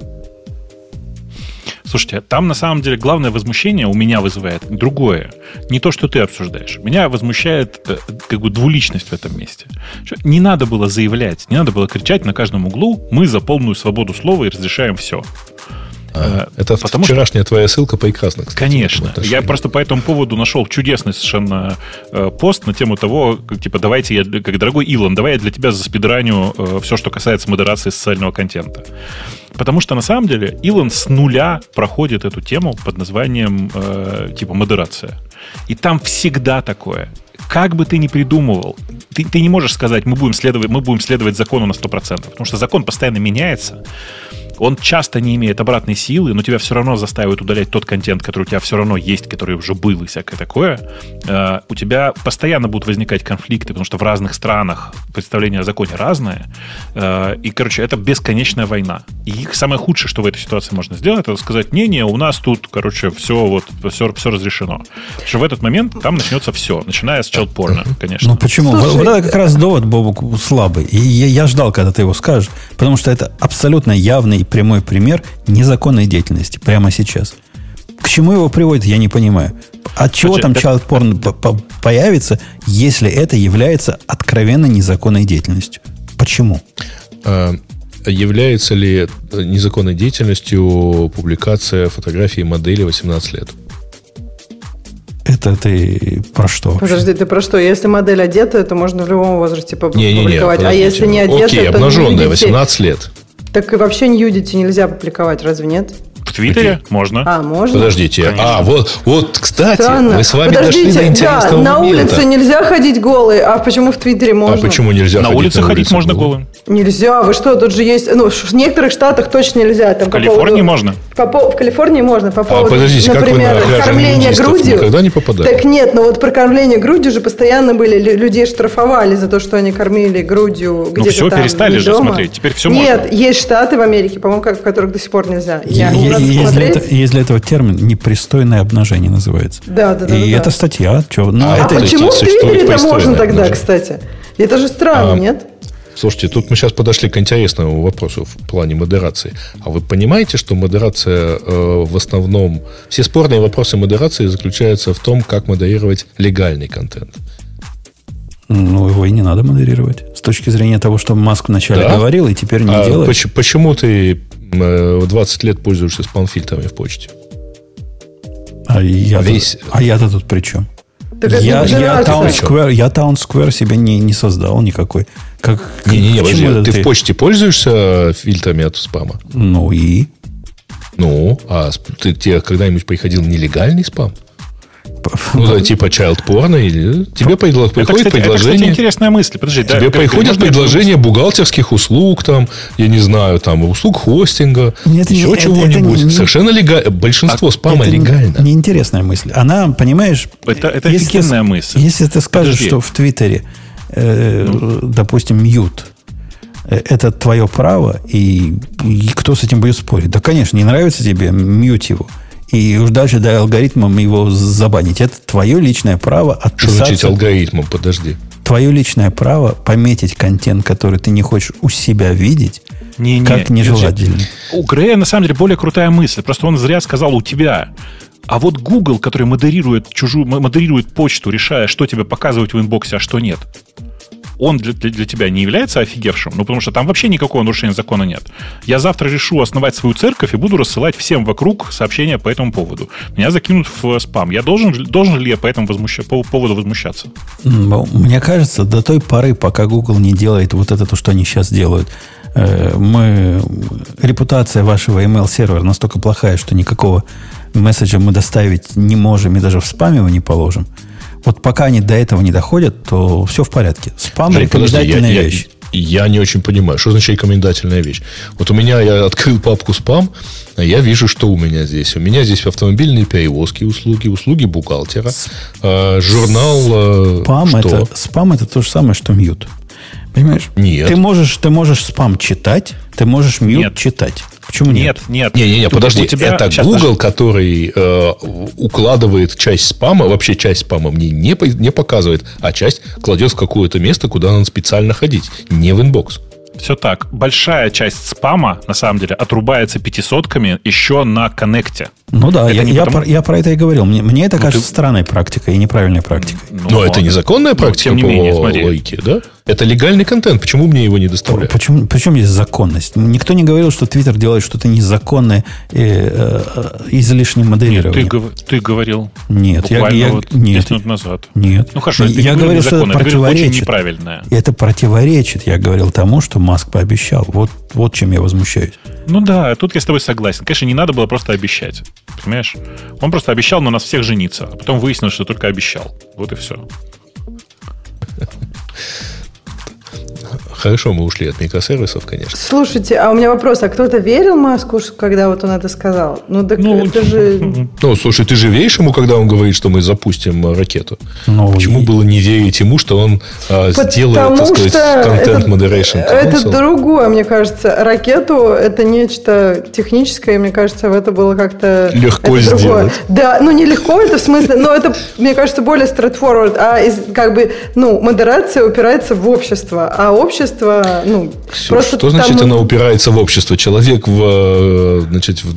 Слушайте, там на самом деле главное возмущение у меня вызывает другое. Не то, что ты обсуждаешь. Меня возмущает двуличность в этом месте. Не надо было заявлять, не надо было кричать на каждом углу: мы за полную свободу слова и разрешаем все. Это вчерашняя твоя ссылка прекрасна, кстати. Конечно. Я просто по этому поводу нашел чудесный совершенно пост на тему того, давайте дорогой Илон, давай я для тебя заспидраню все, что касается модерации социального контента. Потому что на самом деле Илон с нуля проходит эту тему под названием модерация. И там всегда такое. Как бы ты ни придумывал, ты не можешь сказать, мы будем следовать закону на 100%, потому что закон постоянно меняется. Он часто не имеет обратной силы, но тебя все равно заставят удалять тот контент, который у тебя все равно есть, который уже был и всякое такое. У тебя постоянно будут возникать конфликты, потому что в разных странах представление о законе разное. И, это бесконечная война. И самое худшее, что в этой ситуации можно сделать, это сказать: не, у нас тут, все разрешено. Потому что в этот момент там начнется все, начиная с child-порно, конечно. Ну почему? Вот это как раз довод, Бобук, слабый. И я ждал, когда ты его скажешь, потому что это абсолютно явный прямой пример незаконной деятельности прямо сейчас. К чему его приводит, я не понимаю. От чего там child porn появится, если это является откровенно незаконной деятельностью? Почему? является ли незаконной деятельностью публикация фотографий модели 18 лет? Это ты про что? Подожди, ты про что? Если модель одета, то можно в любом возрасте публиковать. Не, а если не одета, окей, то обнаженная, 18 лет. Так и вообще ньюдити нельзя публиковать, разве нет? В Твиттере можно. Можно? Подождите. Конечно. Вот, кстати, Странно. мы с вами дошли до интересного на момента. улице нельзя ходить голый, а почему в Твиттере можно? А почему нельзя На ходить улице ходить можно голым. Нельзя, вы что, тут же есть... Ну, в некоторых штатах точно нельзя. Там, В Калифорнии можно. В Калифорнии можно. По поводу, подождите, как вы например, на пляже кормления нудистов грудью. никогда не попадали? Так нет, но вот про кормление грудью же постоянно были, людей штрафовали за то, что они кормили грудью где-то все, там, перестали не же дома. смотреть, теперь все Нет, можно. есть штаты в Америке, по-моему, в которых до сих пор нельзя. Есть для этого термин «непристойное обнажение» называется. Да. И это статья. А почему в Твиттере это можно тогда, кстати? Это же странно, нет? Слушайте, тут мы сейчас подошли к интересному вопросу в плане модерации. А вы понимаете, что модерация в основном... Все спорные вопросы модерации заключаются в том, как модерировать легальный контент. Ну, его и не надо модерировать. С точки зрения того, что Маск вначале говорил, и теперь не делает. Почему ты 20 лет пользуешься спам-фильтрами в почте? А я-то тут при чем? Я Town Square себе не создал никакой. Подожди, ты в почте пользуешься фильтрами от спама? Ну и? Ну, а тебе когда-нибудь приходил нелегальный спам? Ну, да, типа child porn, или тебе приходит предложение... Это, кстати, интересная мысль. Подожди, тебе приходят предложения бухгалтерских услуг, там, я не знаю, там, услуг хостинга, еще чего-нибудь. Совершенно легально. Большинство спама легально. Неинтересная мысль. Она, понимаешь... Это офигенная мысль. Если ты скажешь, что в Твиттере, допустим, мьют, это твое право, и кто с этим будет спорить? Да, конечно, не нравится тебе, мьють его. И уж дальше дай алгоритмам его забанить. Это твое личное право отписаться. Что значит алгоритмом? Подожди. Твое личное право пометить контент, который ты не хочешь у себя видеть, как нежелательный. У Грея, на самом деле, более крутая мысль. Просто он зря сказал «у тебя». А вот Google, который модерирует почту, решая, что тебе показывать в инбоксе, а что нет, он для тебя не является офигевшим? Ну, потому что там вообще никакого нарушения закона нет. Я завтра решу основать свою церковь и буду рассылать всем вокруг сообщения по этому поводу. Меня закинут в спам. Я должен ли я по этому поводу возмущаться? Мне кажется, до той поры, пока Google не делает вот это, то, что они сейчас делают, репутация вашего email-сервера настолько плохая, что никакого месседжа мы доставить не можем и даже в спаме его не положим. Вот пока они до этого не доходят, то все в порядке. Спам – рекомендательная вещь. Я не очень понимаю, что значит рекомендательная вещь. Вот у меня, я открыл папку спам, а я вижу, что у меня здесь. У меня здесь автомобильные перевозки, услуги бухгалтера, журнал. Спам это то же самое, что мьют. Понимаешь? Нет. Ты можешь спам читать, ты можешь мьют читать. Почему нет? Нет, подожди. Это Google, который укладывает часть спама, вообще часть спама мне не показывает, а часть кладет в какое-то место, куда надо специально ходить, не в инбокс. Все так. Большая часть спама, на самом деле, отрубается 500-ками еще на коннекте. Ну да, я про это и говорил. Мне это кажется странной практикой и неправильной практикой. Но это незаконная практика по логике, да? Это легальный контент. Почему мне его не доставляют? Причем здесь законность? Никто не говорил, что Твиттер делает что-то незаконное излишним модерированием. Нет, ты говорил. Нет, буквально 10 минут назад. Нет. Ну хорошо, я говорил, что это противоречит. Очень неправильное. Это противоречит, я говорил, тому, что Маск пообещал. Вот чем я возмущаюсь. Ну да, тут я с тобой согласен. Конечно, не надо было просто обещать. Понимаешь? Он просто обещал на нас всех жениться. А потом выяснилось, что только обещал. Вот и все. Хорошо, мы ушли от микросервисов, конечно. Слушайте, а у меня вопрос. А кто-то верил Маску, когда вот он это сказал? Это же... Ну, слушай, ты же веришь ему, когда он говорит, что мы запустим ракету? Почему было не верить ему, что он сделает, так сказать, контент moderation? Это другое, мне кажется. Ракету – это нечто техническое, мне кажется, это было как-то... Легко сделать. Да, не легко, это в смысле... Но это, мне кажется, более straightforward. А модерация упирается в общество. А общество общество, ну, просто что значит она упирается в общество? Человек в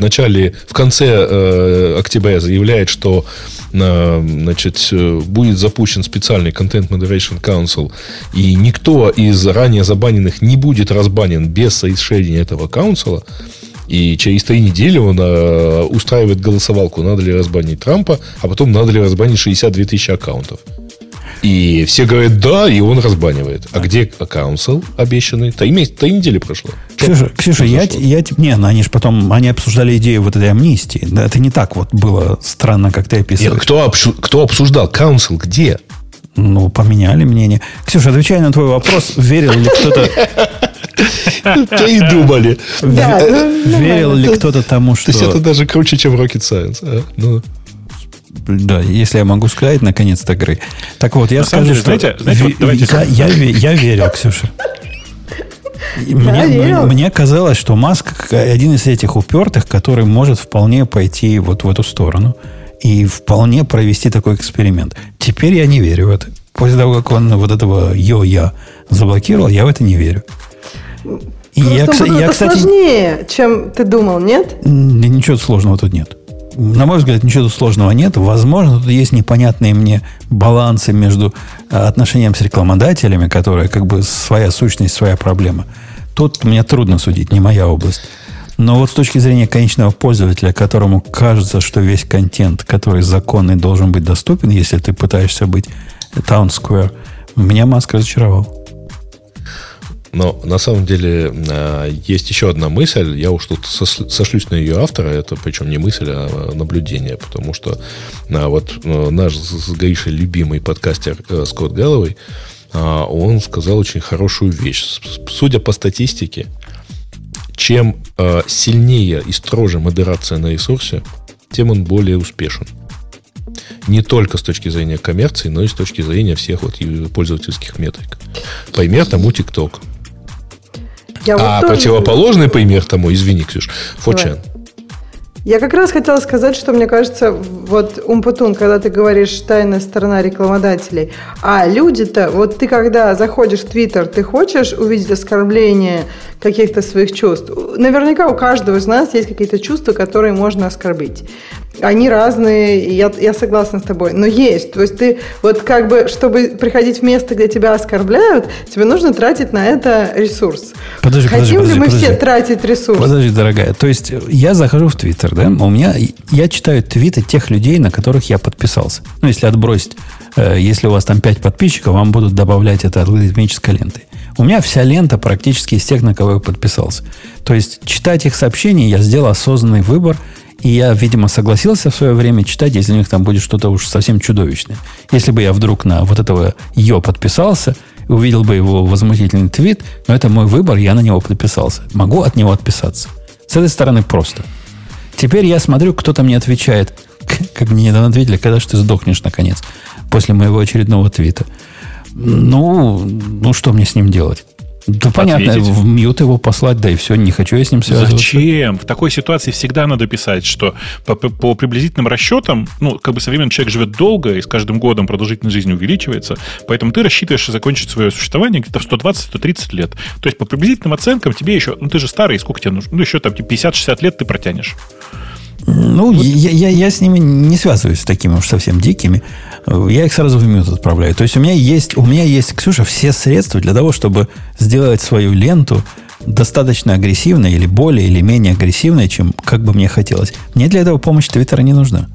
конце октября заявляет, что значит, будет запущен специальный Content Moderation Council, и никто из ранее забаненных не будет разбанен без совершения этого каунсила. И через 3 недели он устраивает голосовалку, надо ли разбанить Трампа, а потом надо ли разбанить 62 тысячи аккаунтов. И все говорят да, и он разбанивает. А где каунсил обещанный? 3 недели прошло. Ксюша, они же потом, они обсуждали идею вот этой амнистии. Да, это не так вот было странно, как ты описываешь. Нет, кто обсуждал? Каунсил где? Ну, поменяли мнение. Ксюша, отвечая на твой вопрос, верил ли кто-то... Передумали. Верил ли кто-то тому, что... То есть это даже круче, чем Rocket Science. Да, если я могу сказать, наконец-то игры. Так вот, я скажу, что... Я верил, Ксюша. Мне казалось, что Маск один из этих упертых, который может вполне пойти вот в эту сторону и вполне провести такой эксперимент. Теперь я не верю в это. После того, как он вот этого йо-я заблокировал, я в это не верю. И это сложнее, чем ты думал, нет? Ничего сложного тут нет. На мой взгляд, ничего тут сложного нет. Возможно, тут есть непонятные мне балансы между отношением с рекламодателями, которые как бы своя сущность, своя проблема. Тут мне трудно судить, не моя область. Но вот с точки зрения конечного пользователя, которому кажется, что весь контент, который законный, должен быть доступен, если ты пытаешься быть Town Square, меня Маск разочаровал. Но на самом деле есть еще одна мысль. Я уж тут сошлюсь на ее автора. Это причем не мысль, а наблюдение. Потому что вот наш с Гришей любимый подкастер Скотт Гэллоуэй, он сказал очень хорошую вещь. Судя по статистике, чем сильнее и строже модерация на ресурсе, тем он более успешен. Не только с точки зрения коммерции, но и с точки зрения всех вот пользовательских метрик. Пример тому TikTok. Противоположный пример тому, извини, Ксюш, 4chan. Я как раз хотела сказать, что мне кажется, вот Умпутун, когда ты говоришь тайная сторона рекламодателей, а люди-то, вот ты когда заходишь в Твиттер, ты хочешь увидеть оскорбление каких-то своих чувств? Наверняка у каждого из нас есть какие-то чувства, которые можно оскорбить. Они разные, я согласна с тобой, но есть. То есть ты вот как бы, чтобы приходить в место, где тебя оскорбляют, тебе нужно тратить на это ресурс. Хотим ли мы все тратить ресурс? Подожди, дорогая. То есть я захожу в Твиттер, да? Я читаю твиты тех людей, на которых я подписался. Ну, если отбросить, если у вас там 5 подписчиков, вам будут добавлять это алгоритмической лентой. У меня вся лента практически из тех, на кого я подписался. То есть читать их сообщения я сделал осознанный выбор. И я, видимо, согласился в свое время читать, если у них там будет что-то уж совсем чудовищное. Если бы я вдруг на вот этого Йо подписался, увидел бы его возмутительный твит, но это мой выбор, я на него подписался. Могу от него отписаться. С этой стороны просто. Теперь я смотрю, кто-то мне отвечает, как мне недавно ответили, когда же ты сдохнешь, наконец, после моего очередного твита. Ну, что мне с ним делать? Да понятно, в мьют его послать, да и все, не хочу я с ним связываться. Зачем? В такой ситуации всегда надо писать, что по приблизительным расчетам, ну, как бы современный человек живет долго, и с каждым годом продолжительность жизни увеличивается, поэтому ты рассчитываешь закончить свое существование где-то в 120-130 лет. То есть по приблизительным оценкам тебе еще, ну, ты же старый, сколько тебе нужно? Ну, еще там 50-60 лет ты протянешь. Ну, вот. я с ними не связываюсь с такими уж совсем дикими. Я их сразу в мьют отправляю. То есть у меня есть, Ксюша, все средства для того, чтобы сделать свою ленту достаточно агрессивной или более или менее агрессивной, чем как бы мне хотелось. Мне для этого помощь Твиттера не нужна.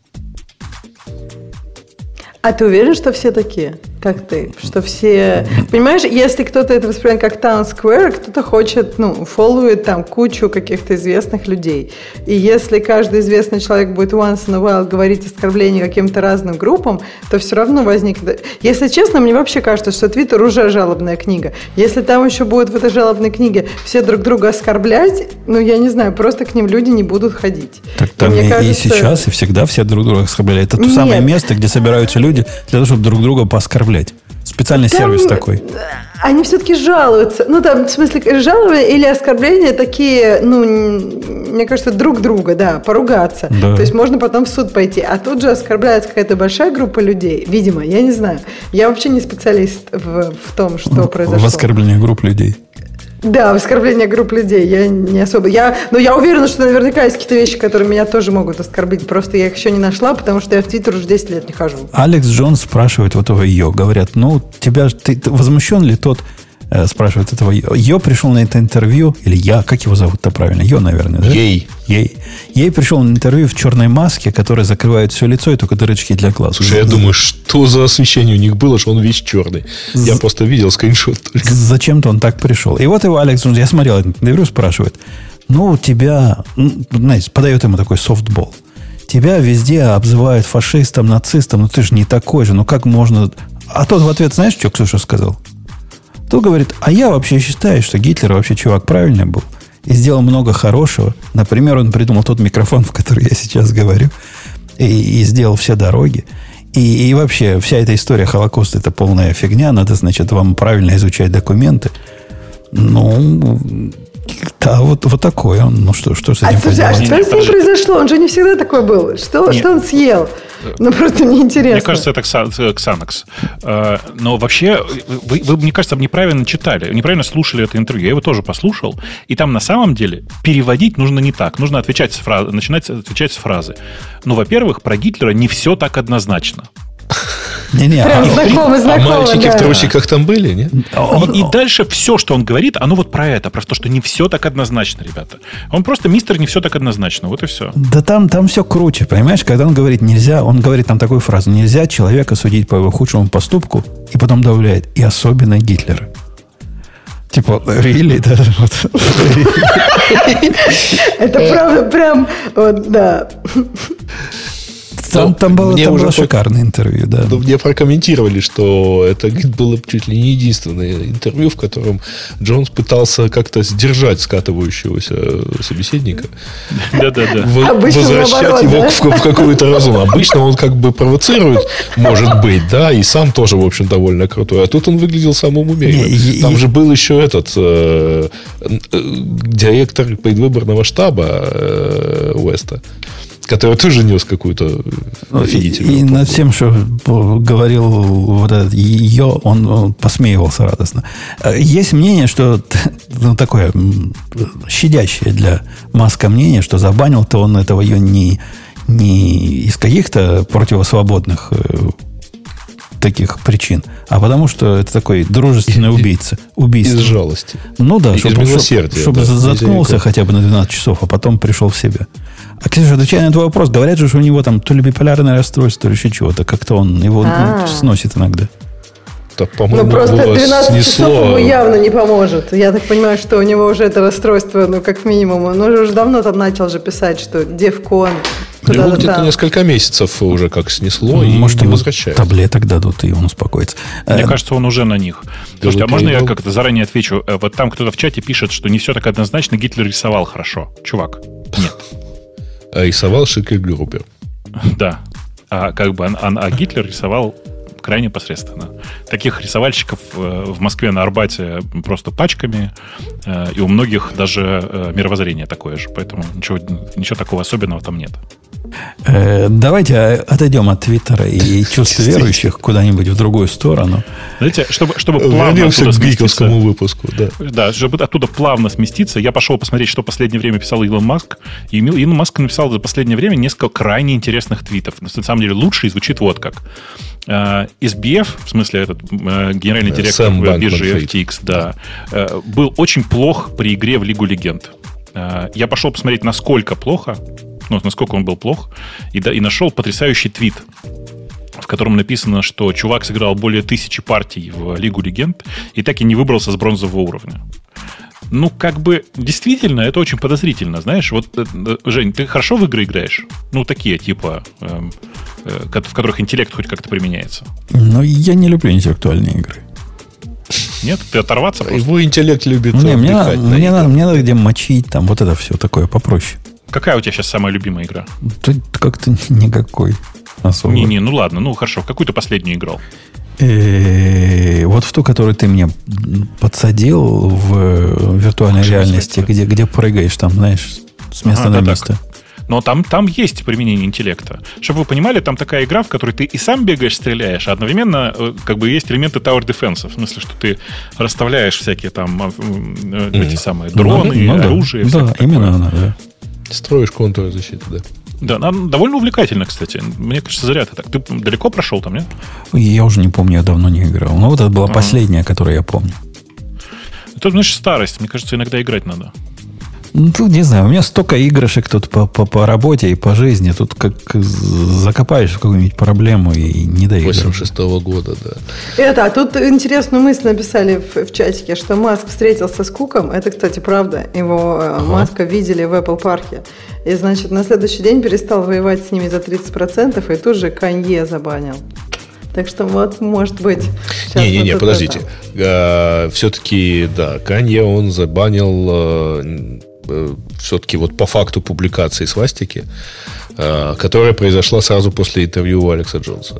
А ты уверен, что все такие, как ты? Что все... Понимаешь, если кто-то это воспринимает как Town Square, кто-то хочет, фолловует там кучу каких-то известных людей. И если каждый известный человек будет once in a while говорить оскорбления каким-то разным группам, то все равно возникнет... Если честно, мне вообще кажется, что Твиттер уже жалобная книга. Если там еще будут в этой жалобной книге все друг друга оскорблять, я не знаю, просто к ним люди не будут ходить. Так там и сейчас, и всегда все друг друга оскорбляют. Это то самое место, где собираются люди для того, чтобы друг друга пооскорблять. Специальный сервис такой. Они все-таки жалуются. Ну, там, в смысле, жалования или оскорбления такие, мне кажется, друг друга, да, поругаться. Да. То есть можно потом в суд пойти. А тут же оскорбляется какая-то большая группа людей. Видимо, я не знаю. Я вообще не специалист в том, что произошло. В оскорблении групп людей. Да, в оскорбление групп людей. Я не особо. Но я уверена, что наверняка есть какие-то вещи, которые меня тоже могут оскорбить. Просто я их еще не нашла, потому что я в Твиттер уже 10 лет не хожу. Алекс Джонс спрашивает вот этого Йо. Говорят, ты возмущен ли тот, спрашивает этого Йо, пришел на это интервью, или я, как его зовут-то правильно? Йо, наверное, да? Ей Пришел на интервью в черной маске, которая закрывает все лицо и только дырочки для глаз. Слушай, я думаю, что за освещение у них было, что он весь черный. Я просто видел скриншот только. Зачем-то он так пришел. И вот его Алекс Джонс, я смотрел это интервью, спрашивает, тебя, знаете, подает ему такой софтбол. Тебя везде обзывают фашистом, нацистом, ты же не такой же, как можно... А тот в ответ, знаешь, что Ксюша сказал? Тот говорит, а я вообще считаю, что Гитлер вообще чувак правильный был и сделал много хорошего. Например, он придумал тот микрофон, в который я сейчас говорю, и сделал все дороги. И вообще вся эта история Холокоста – это полная фигня. Надо, значит, вам правильно изучать документы. Да, вот такой он. Что с этим поделать? А что с ним произошло? Он же не всегда такой был. Что он съел? Просто мне интересно. Мне кажется, это Xanax. Но вообще, вы, мне кажется, неправильно читали, неправильно слушали это интервью. Я его тоже послушал. И там на самом деле переводить нужно не так. Нужно начинать отвечать с фразы. Во-первых, про Гитлера не все так однозначно. Прям знакомый, а мальчики в трусиках там были, нет? И дальше все, что он говорит, оно вот про это, про то, что не все так однозначно, ребята. Он просто мистер не все так однозначно, вот и все. Да там все круче, понимаешь? Когда он говорит нельзя, он говорит там такую фразу: нельзя человека судить по его худшему поступку, и потом добавляет, и особенно Гитлера. Типа, really? Это правда прям, вот, да. Там было шикарное интервью, да. Мне прокомментировали, что это было чуть ли не единственное интервью, в котором Джонс пытался как-то сдержать скатывающегося собеседника. Да-да-да. Возвращать его в какую-то разум. Обычно он как бы провоцирует, может быть, да, и сам тоже, в общем, довольно крутой. А тут он выглядел самым умеренным. Там же был еще этот директор предвыборного штаба Уэста, который тоже нес какую-то офигительную. И над всем, что говорил вот этот ее, он посмеивался радостно. Есть мнение, что такое щадящее для Маска мнение, что забанил-то он этого ее не из каких-то противосвободных таких причин, а потому что это такой дружественный убийца. Из жалости. Ну да, чтобы да, заткнулся хотя бы на 12 часов, а потом пришел в себя. А, Ксюша, отвечая на твой вопрос, говорят же, что у него там то ли биполярное расстройство, то ли еще чего-то. Как-то он его сносит иногда. Да, по-моему, просто 12 часов ему явно не поможет. Я так понимаю, что у него уже это расстройство, как минимум. Он уже давно там начал же писать, что Девкон. Его где-то несколько месяцев уже как снесло, может, и не возвращается. Таблеток дадут, и он успокоится. Мне кажется, он уже на них. Слушайте, а можно я как-то заранее отвечу? Вот там кто-то в чате пишет, что не все так однозначно, Гитлер рисовал хорошо. Чувак, нет. А рисовал Шикельгруппер. Да. А Гитлер рисовал крайне посредственно. Таких рисовальщиков в Москве на Арбате просто пачками, и у многих даже мировоззрение такое же, поэтому ничего такого особенного там нет. Давайте отойдем от Твиттера и чувств верующих куда-нибудь в другую сторону. Знаете, чтобы плавно вернемся к гиковскому выпуску. Да, чтобы оттуда плавно сместиться, я пошел посмотреть, что в последнее время писал Илон Маск. И Илон Маск написал за последнее время несколько крайне интересных твитов. На самом деле лучший звучит вот как. SBF, в смысле этот генеральный директор биржи FTX, да, был очень плох при игре в Лигу Легенд. Я пошел посмотреть, насколько плохо, насколько он был плох, и нашел потрясающий твит, в котором написано, что чувак сыграл более 1000 партий в Лигу Легенд и так и не выбрался с бронзового уровня. Действительно, это очень подозрительно, знаешь. Вот, Жень, ты хорошо в игры играешь? Такие, типа, в которых интеллект хоть как-то применяется. Я не люблю интеллектуальные игры. Нет? Ты оторваться просто? Его интеллект любит мне надо где мочить, там, вот это все такое попроще. Какая у тебя сейчас самая любимая игра? Тут как-то никакой особо. Ладно, хорошо. В какую ты последнюю играл? Вот в ту, которую ты мне подсадил в виртуальной реальности, где прыгаешь там, знаешь, с места на место. Так. Но там есть применение интеллекта. Чтобы вы понимали, там такая игра, в которой ты и сам бегаешь, стреляешь, а одновременно как бы есть элементы Tower Defense. В смысле, что ты расставляешь всякие там эти самые дроны, оружие. Да, именно она, да. Строишь контуры защиты, да. Да, она довольно увлекательна, кстати. Мне кажется, зря ты так. Ты далеко прошел там, нет? Я уже не помню, я давно не играл. Но вот это была последняя, которую я помню. Это, значит, старость. Мне кажется, иногда играть надо. Ну, тут, не знаю, у меня столько игрышек тут по работе и по жизни. Тут как закопаешь в какую-нибудь проблему и не доиграешь. 86-го года, да. А тут интересную мысль написали в чатике, что Маск встретился с Куком. Это, кстати, правда. Его Маска видели в Apple парке. И, значит, на следующий день перестал воевать с ними за 30%, и тут же Канье забанил. Так что вот, может быть... Не-не-не, подождите. Все-таки, да, Канье он забанил... все-таки вот по факту публикации свастики, которая произошла сразу после интервью у Алекса Джонса.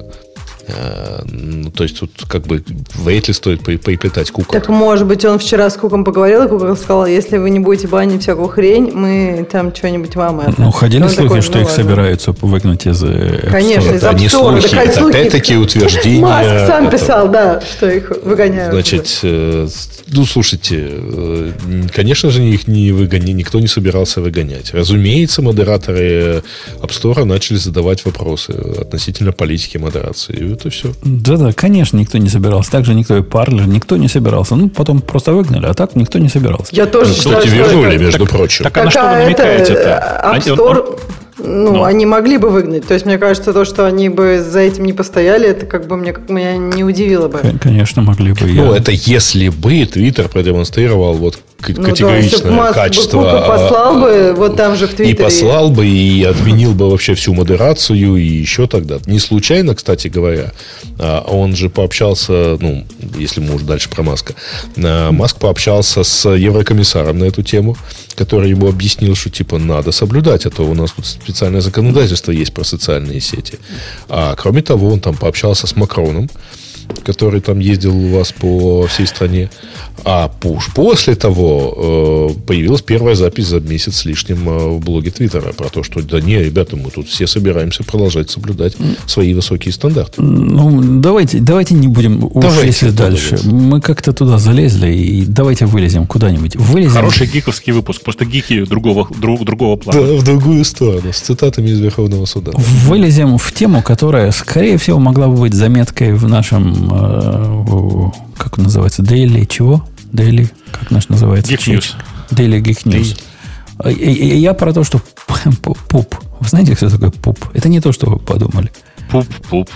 То есть тут как бы вряд ли стоит приплетать Кука. Так может быть он вчера с Куком поговорил, и Кук сказал, если вы не будете банить всякую хрень, мы там что-нибудь вам это. Ну, ходили слухи, такой, что их собираются выгнать из App Store. Конечно, из App Store. Не слухи, это опять-таки утверждения. Маск сам писал, да, что их выгоняют. Значит, ну, слушайте, конечно же, их не никто не собирался выгонять. Разумеется, модераторы App Store начали задавать вопросы относительно политики модерации. Это все. Да-да, конечно, никто не собирался. Также никто и Parler, никто не собирался. Ну, потом просто выгнали, а так никто не собирался. Я тоже считаю, кстати, вернули, между прочим. Так, а на что вы намекаете-то? App Store... Ну, они могли бы выгнать. То есть, мне кажется, то, что они бы за этим не постояли, это как бы меня не удивило бы. Конечно, могли бы. Ну, это если бы Twitter продемонстрировал вот категоричное качество. Маск послал бы вот там же в Твиттере. И послал бы, и отменил бы вообще всю модерацию, и еще тогда. Не случайно, кстати говоря, он же пообщался, ну, если мы уже дальше про Маска, Маск пообщался с еврокомиссаром на эту тему, который ему объяснил, что типа надо соблюдать, а то у нас тут специальное законодательство есть про социальные сети. А кроме того, он там пообщался с Макроном, который там ездил у вас по всей стране. А после того появилась первая запись за месяц с лишним в блоге Твиттера про то, что да не, ребята, мы тут все собираемся продолжать соблюдать свои высокие стандарты. Ну, давайте не будем если дальше. Мы как-то туда залезли, и давайте вылезем куда-нибудь. Хороший гиковский выпуск, просто гики другого плана. Да, в другую сторону, с цитатами из Верховного суда. Вылезем в тему, которая, скорее всего, могла бы быть заметкой в нашем как он называется? Daily чего? Daily, как наш называется? Geek News. Daily Geek News. Я про то, что пуп. Вы знаете, кто такой пуп? Это не то, что вы подумали. Пуп.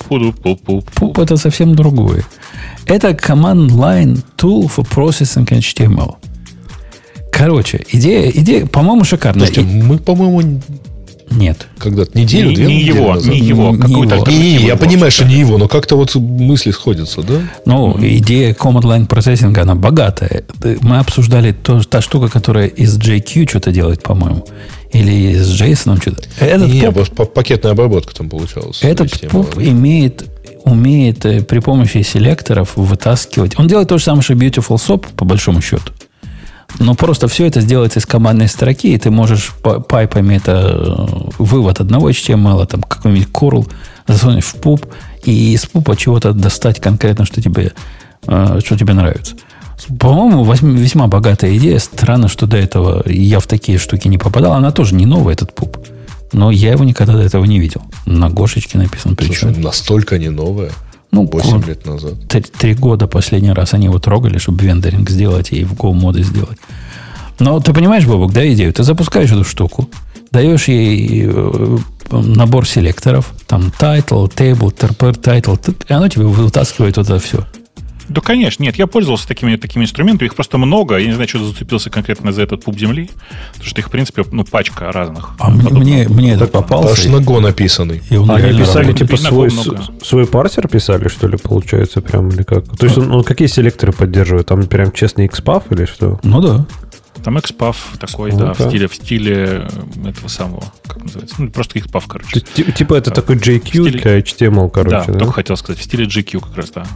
Пуп это совсем другое. Это command line tool for processing HTML. Короче, идея, по-моему, шикарная. Мы, по-моему, нет. Когда-то неделю, не его. Какой-то я понимаю, что не его, но как-то вот мысли сходятся, да? Ну, идея command line процессинга, она богатая. Мы обсуждали та штука, которая из JQ что-то делает, по-моему. Или из JSON что-то. Пакетная обработка там получалась. Этот пуп умеет при помощи селекторов вытаскивать. Он делает то же самое, что Beautiful Soup, по большому счету. Но просто все это сделается из командной строки, и ты можешь пайпами это вывод одного HTML, там какой-нибудь curl засунуть в пуп, и из пупа чего-то достать конкретно, что тебе нравится. По-моему, весьма богатая идея. Странно, что до этого я в такие штуки не попадал. Она тоже не новая, этот пуп. Но я его никогда до этого не видел. На Гошечке написан. Слушай, настолько не новая. 8 лет назад. 3 года последний раз они его трогали, чтобы вендоринг сделать и в Go-моды сделать. Но ты понимаешь, Бобок, да, идею? Ты запускаешь эту штуку, даешь ей набор селекторов, там title, table, title, и оно тебе вытаскивает вот это все. Да, конечно. Нет, я пользовался такими инструментами. Их просто много. Я не знаю, что зацепился конкретно за этот пуп земли. Потому что их, в принципе, пачка разных. А мне этот попался. Аж на Go написанный. Они писали, типа, свой парсер писали, что ли, получается, прям, или как? То есть он какие селекторы поддерживает? Там прям честный XPath или что? Ну да. Там XPath такой, да, в стиле этого самого, как называется? Ну, просто XPath, короче. Типа это такой JQ для HTML, короче, да? Только хотел сказать, в стиле JQ как раз, да.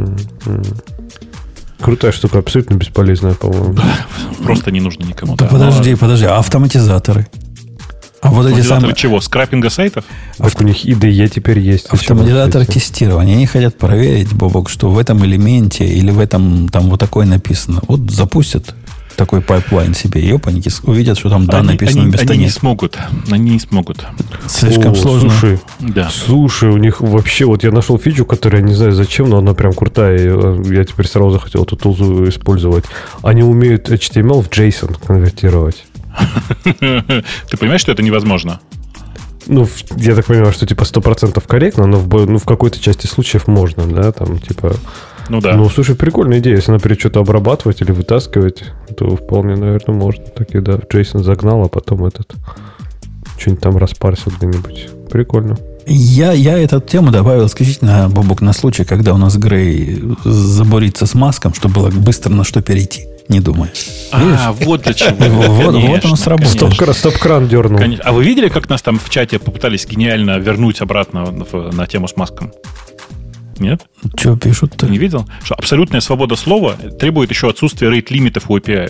Крутая штука, абсолютно бесполезная, по-моему. Просто не нужно никому. Да, подожди, а автоматизаторы? А вот эти самые... чего? Скрапинга сайтов? Так у них IDE теперь есть. Автоматизаторы тестирования. Они хотят проверить, Бобок, что в этом элементе или в этом там вот такое написано. Вот запустят такой пайплайн себе, и опаньки, увидят, что там да написано вместо Они нет. Они не смогут. Слишком сложно. Слушай, у них вообще, вот я нашел фичу, которая, я не знаю зачем, но она прям крутая. Я теперь сразу захотел эту тулзу использовать. Они умеют HTML в JSON конвертировать. Ты понимаешь, что это невозможно? Ну, я так понимаю, что типа 100% корректно, но в какой-то части случаев можно, да, там типа... Ну да. Ну, слушай, прикольная идея. Если, например, что-то обрабатывать или вытаскивать, то вполне, наверное, можно. Так и да, Джейсон загнал, а потом что-нибудь там распарсил где-нибудь. Прикольно. Я эту тему добавил исключительно, Бобок, на случай, когда у нас Грей забурится с Маском, чтобы было быстро на что перейти. Не думай. Вот для чего. Вот оно сработало. Стоп-кран дернул. А вы видели, как нас там в чате попытались гениально вернуть обратно на тему с Маском? Нет? Что пишут-то? Не видел? Что абсолютная свобода слова требует еще отсутствия рейт-лимитов у API.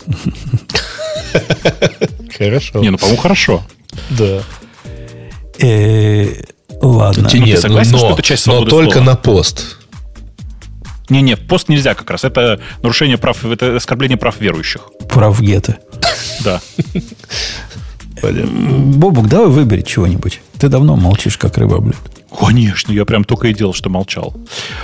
Хорошо. Не, по-моему, хорошо. Да. Ладно. Ты согласен, что это часть свободы слова? Но только на пост. Не, пост нельзя как раз. Это нарушение прав, это оскорбление прав верующих. Прав гетто. Да. Бобук, давай выбери чего-нибудь. Ты давно молчишь, как рыба, блядь. Конечно, я прям только и делал, что молчал.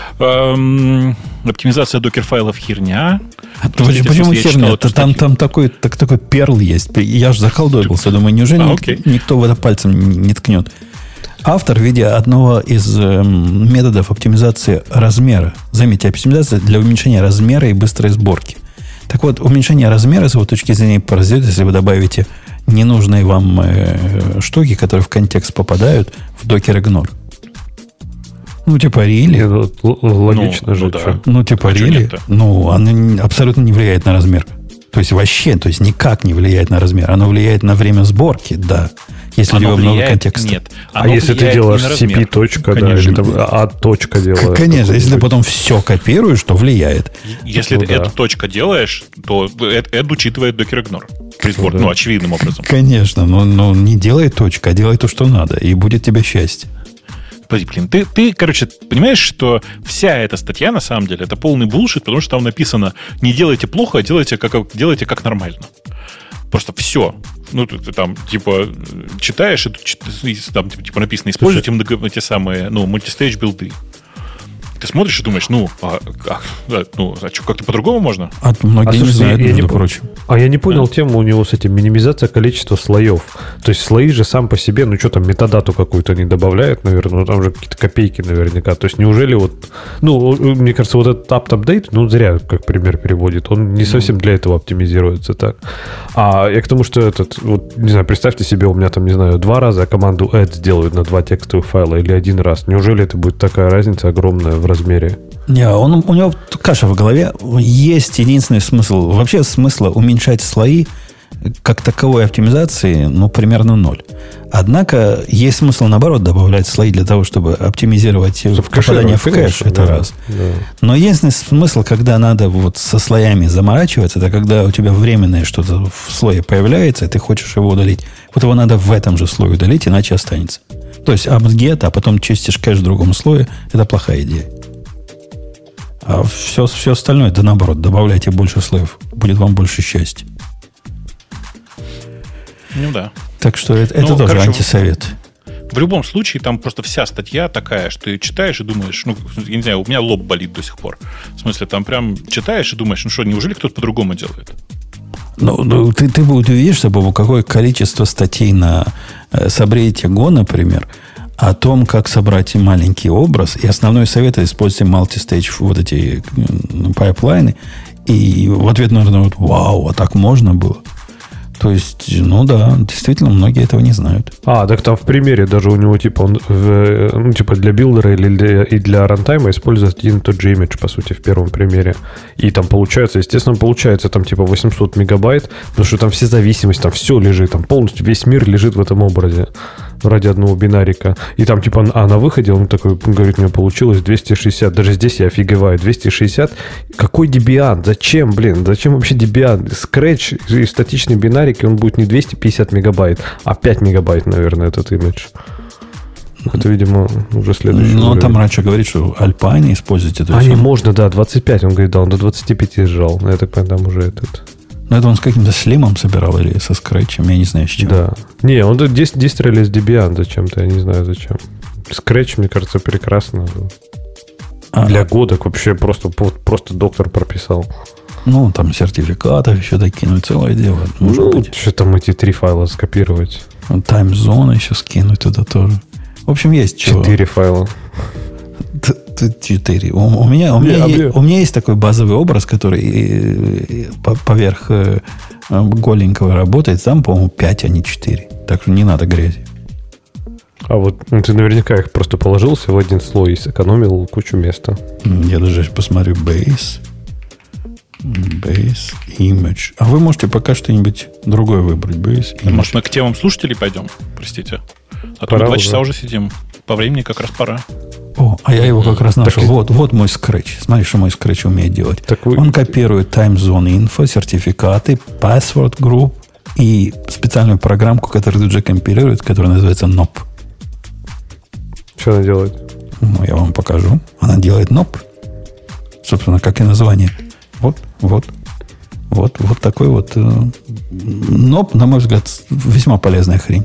Оптимизация докер-файлов херня. Почему херня? Там такой перл есть. Я же заколдобился. Думаю, неужели никто в это пальцем не ткнет? Автор в виде одного из методов оптимизации размера. Заметьте, оптимизация для уменьшения размера и быстрой сборки. Так вот, уменьшение размера, с его точки зрения, произойдет, если вы добавите ненужные вам штуки, которые в контекст попадают, в Docker Ignore. Ну, типа really. Логично же. Да. Ну, типа really. Ну, оно абсолютно не влияет на размер. То есть вообще, никак не влияет на размер. Оно влияет на время сборки, да. Если у тебя много контекста. Нет. А если ты делаешь CP точка, да, или там А точка делаешь. Конечно, если ты потом все копируешь, то влияет. Если ты эту точка делаешь, то это учитывает Docker Ignore. При сборке, очевидным образом. Конечно, но не делай точка, а делай то, что надо, и будет тебе счастье. Блин, ты, короче, понимаешь, что вся эта статья, на самом деле, это полный булшит, потому что там написано, не делайте плохо, а делайте как нормально. Просто все. Ну, ты там, типа, читаешь, и там, типа, написано, используйте эти самые, мультистейдж билды. Ты смотришь и думаешь, что, как-то по-другому можно? Многие не знают, между прочим. А я не понял тему у него с этим минимизация количества слоев. То есть слои же сам по себе, что там, метадату какую-то не добавляют, наверное, там же какие-то копейки наверняка. То есть неужели мне кажется, вот этот apt-update, зря, как пример переводит, он не совсем для этого оптимизируется так. А я к тому, что не знаю, представьте себе, у меня там, не знаю, 2 раза команду add сделают на 2 текстовых файла или 1 раз. Неужели это будет такая разница огромная в размере? Не, у него каша в голове. Есть единственный смысл. Вообще смысла уменьшать слои как таковой оптимизации, примерно 0. Однако есть смысл, наоборот, добавлять слои для того, чтобы оптимизировать попадание в кэш. Это раз. Да. Но единственный смысл, когда надо со слоями заморачиваться, это когда у тебя временное что-то в слое появляется, и ты хочешь его удалить. Вот его надо в этом же слое удалить, иначе останется. То есть apt-get, а потом чистишь кэш в другом слое, это плохая идея. А все остальное, да наоборот, добавляйте больше слоев, будет вам больше счастья. Ну да. Так что это тоже антисовет. В любом случае, там просто вся статья такая, что ты читаешь и думаешь, я не знаю, у меня лоб болит до сих пор. В смысле, там прям читаешь и думаешь, неужели кто-то по-другому делает? Ты увидишься, Бобу, какое количество статей на Subreddit Go, например, о том, как собрать маленький образ. И основной совет — это используйте multi-stage вот эти пайплайны. И в ответ, наверное, вау, а так можно было? То есть, ну да, действительно, многие этого не знают. Так там в примере даже у него, типа, он для билдера и для рантайма использует один и тот же имидж, по сути, в первом примере. И там получается, естественно, там типа 800 мегабайт, потому что там все зависимости, там все лежит, там полностью весь мир лежит в этом образе ради одного бинарика. И там типа, на выходе он такой говорит, у меня получилось 260. Даже здесь я офигеваю. 260. Какой Debian? Зачем, Зачем вообще Debian? Scratch и статичный бинарик, и он будет не 250 мегабайт, а 5 мегабайт, наверное, этот имидж. Это, видимо, уже следующий уровень. Но там раньше говорит, что Alpine используете. Не, можно, да, 25. Он говорит, да, он до 25 сжал. Я так понимаю, там уже этот... Но это он с каким-то слимом собирал или со скретчем, я не знаю, с чем. Да. Не, он 10 релиз Debian зачем-то, я не знаю зачем. Scratch, мне кажется, прекрасно. Для годок вообще просто доктор прописал. Ну, там сертификатов еще докинуть, целое дело. Может быть. Что там эти 3 файла скопировать? Таймзоны еще скинуть туда тоже. В общем, есть 4 файла. 4. У меня есть такой базовый образ, который поверх голенького работает. Там, по-моему, 5, а не 4. Так что не надо грязи. А вот ты наверняка их просто положился в один слой и сэкономил кучу места. Я даже посмотрю Base, Image. А вы можете пока что-нибудь другое выбрать. Base, Image. Может, мы к темам слушателей пойдем? Простите. А то мы 2 часа уже сидим. По времени как раз пора. А я его как раз нашел. Вот мой Scratch. Смотри, что мой Scratch умеет делать. Он копирует Time Zone Info, сертификаты, Password Group и специальную программку, которую тут же компилирует, которая называется NOP. Что она делает? Я вам покажу. Она делает NOP. Собственно, как и название. Вот такой вот NOP, на мой взгляд, весьма полезная хрень.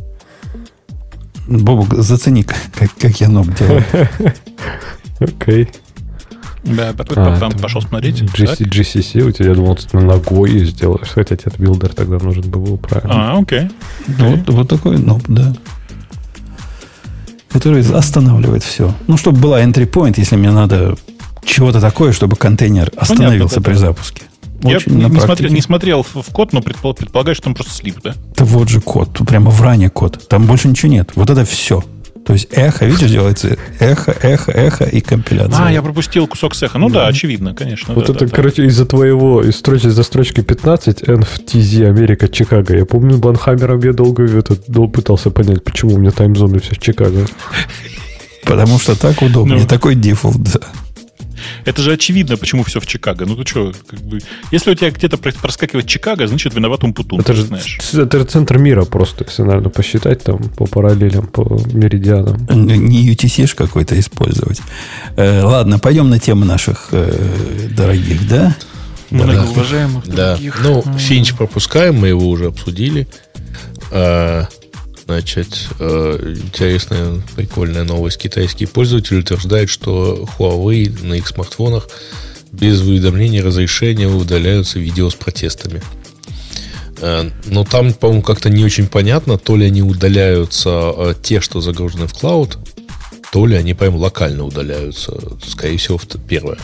Бобук, зацени, как я NOP делаю. Окей. Да, там пошел смотреть. GCC у тебя, я думал, ты ногой сделаешь. Хотя тебе билдер тогда нужен был, правильно. Окей. Вот такой NOP, да. Который останавливает все. Чтобы была entry point, если мне надо чего-то такое, чтобы контейнер остановился при запуске. Я не смотрел в код, но предполагаю, что там просто слив, да? Да вот же код. Тут прямо в ране код. Там больше ничего нет. Вот это все. То есть эхо, видишь, делается эхо и компиляция. Я пропустил кусок с эхо. Да, очевидно, конечно. Вот это, короче, из-за твоего, из строчки 15, NFTZ, Америка, Чикаго. Я помню, Банхаммером я долго пытался понять, почему у меня таймзоны все в Чикаго. Потому что так удобнее. Такой дефолт, да. Это же очевидно, почему все в Чикаго. Ты что, если у тебя где-то проскакивает Чикаго, значит, виноват Умпутун. Это же центр мира просто, если, наверное, посчитать там по параллелям, по меридианам. Не UTC какой-то использовать. Ладно, пойдем на темы наших дорогих, да? Многоуважаемых дорогих. Финч пропускаем, мы его уже обсудили. Значит, интересная, прикольная новость. Китайские пользователи утверждают, что Huawei на их смартфонах без уведомления разрешения удаляются видео с протестами. Но там, по-моему, как-то не очень понятно, то ли они удаляются те, что загружены в клауд, то ли они прям локально удаляются. Скорее всего, первое.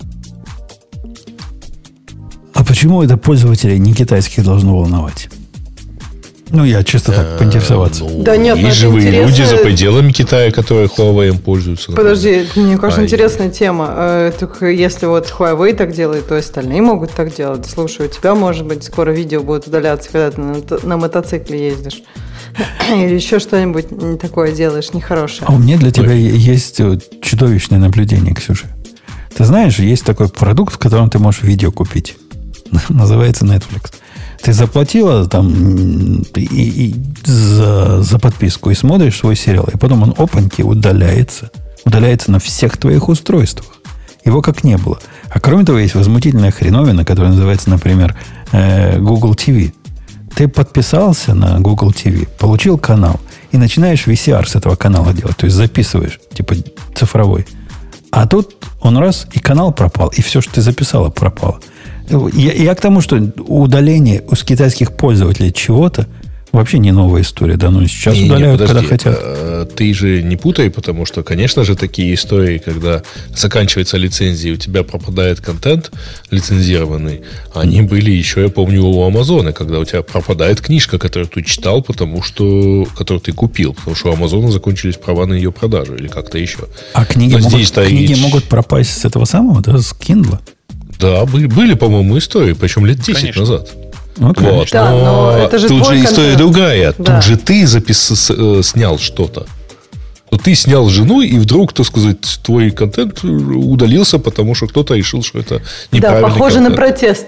А почему это пользователей не китайских должно волновать? Я чисто так поинтересоваться. Да нет, есть живые люди за пределами Китая, которые Huawei пользуются. Подожди, мне кажется, интересная тема. Только если вот Huawei так делает, то остальные могут так делать. Слушай, у тебя, может быть, скоро видео будет удаляться, когда ты на мотоцикле ездишь. Или еще что-нибудь такое делаешь нехорошее. А у меня для тебя есть чудовищное наблюдение, Ксюша. Ты знаешь, есть такой продукт, в котором ты можешь видео купить. Называется Netflix. Ты заплатила там за подписку и смотришь свой сериал, и потом он опаньки удаляется. Удаляется на всех твоих устройствах. Его как не было. А кроме того, есть возмутительная хреновина, которая называется, например, Google TV. Ты подписался на Google TV, получил канал, и начинаешь VCR с этого канала делать. То есть записываешь, типа цифровой. А тут он раз, и канал пропал, и все, что ты записала, пропало. Я к тому, что удаление у китайских пользователей чего-то Вообще не новая история, да, но сейчас удаляют, когда хотят. Ты же не путай, потому что, конечно же, такие истории, когда заканчивается лицензия, у тебя пропадает контент лицензированный, они были еще, я помню, у Амазона, когда у тебя пропадает книжка, которую ты читал, которую ты купил, потому что у Амазона закончились права на ее продажу или как-то еще. А книги могут пропасть с этого самого, да, с Kindle? Да, были, по-моему, истории, причем лет 10 назад. Okay. Вот, да, но это же тут же контент. история другая. Да. Тут же ты снял что-то. Но ты снял жену, и вдруг, так сказать, твой контент удалился, потому что кто-то решил, что это неправильный Да, похоже контент. на протест.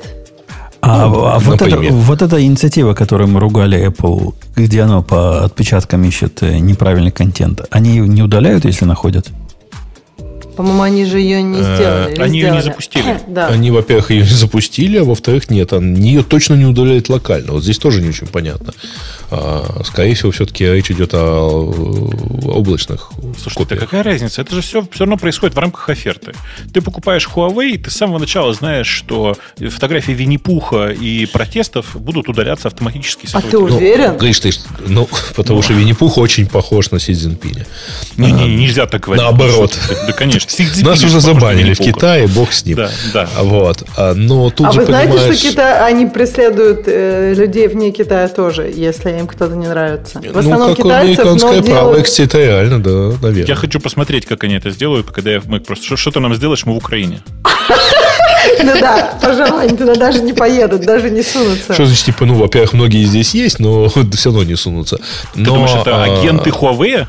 Вот эта инициатива, которую мы ругали Apple, где она по отпечаткам ищет неправильный контент, они не удаляют, если находят? По-моему, они же ее не сделали. Они ее не запустили. Да. Они, во-первых, ее не запустили, а во-вторых, нет, они ее точно не удаляют локально. Вот здесь тоже не очень понятно. Скорее всего, все-таки речь идет о облачных Слушай, копиях. какая разница? Это же все равно происходит в рамках оферты. Ты покупаешь Huawei, ты с самого начала знаешь, что фотографии Винни-Пуха и протестов будут удаляться автоматически. А ты уверен? Говоришь, потому что Винни-Пух очень похож на Си Цзиньпиня. Нельзя так говорить. Наоборот. Да, конечно. Нас уже забанили в Китае, бог с ним. Да. Вот. Но тут же вы знаете, понимаешь... что они преследуют людей вне Китая тоже, если им кто-то не нравится? В основном китайцев, американское но право, делают... кстати, реально, да, наверное. Я хочу посмотреть, как они это сделают, когда мы просто... Что ты нам сделаешь, мы в Украине. Ну да, пожалуй, туда даже не поедут, даже не сунутся. Что значит, типа, во-первых, многие здесь есть, но все равно не сунутся. Ты думаешь, это агенты Huawei?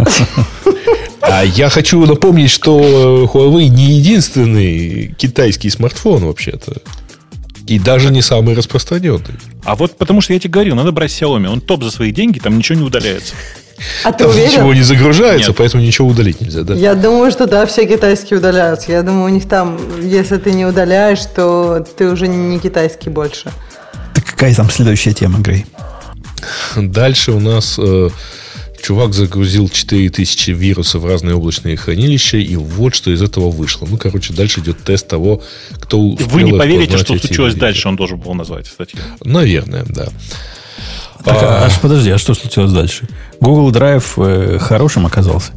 Я хочу напомнить, что Huawei не единственный китайский смартфон, вообще-то. И даже не самый распространенный. А вот потому что я тебе говорил, надо брать Xiaomi. Он топ за свои деньги, там ничего не удаляется. А ты Там уверен? ничего не загружается, Нет. поэтому ничего удалить нельзя, да? Я думаю, что да, все китайские удаляются. Я думаю, у них там, если ты не удаляешь, то ты уже не китайский больше. Так какая там следующая тема, Грей? Дальше у нас чувак загрузил 4000 вирусов в разные облачные хранилища, и вот что из этого вышло. Дальше идет тест того, кто успел Вы не поверите, распознать что эти случилось вещи. дальше, он должен был назвать статью. Наверное, да. Так, подожди, а что случилось дальше? Google Drive хорошим оказался?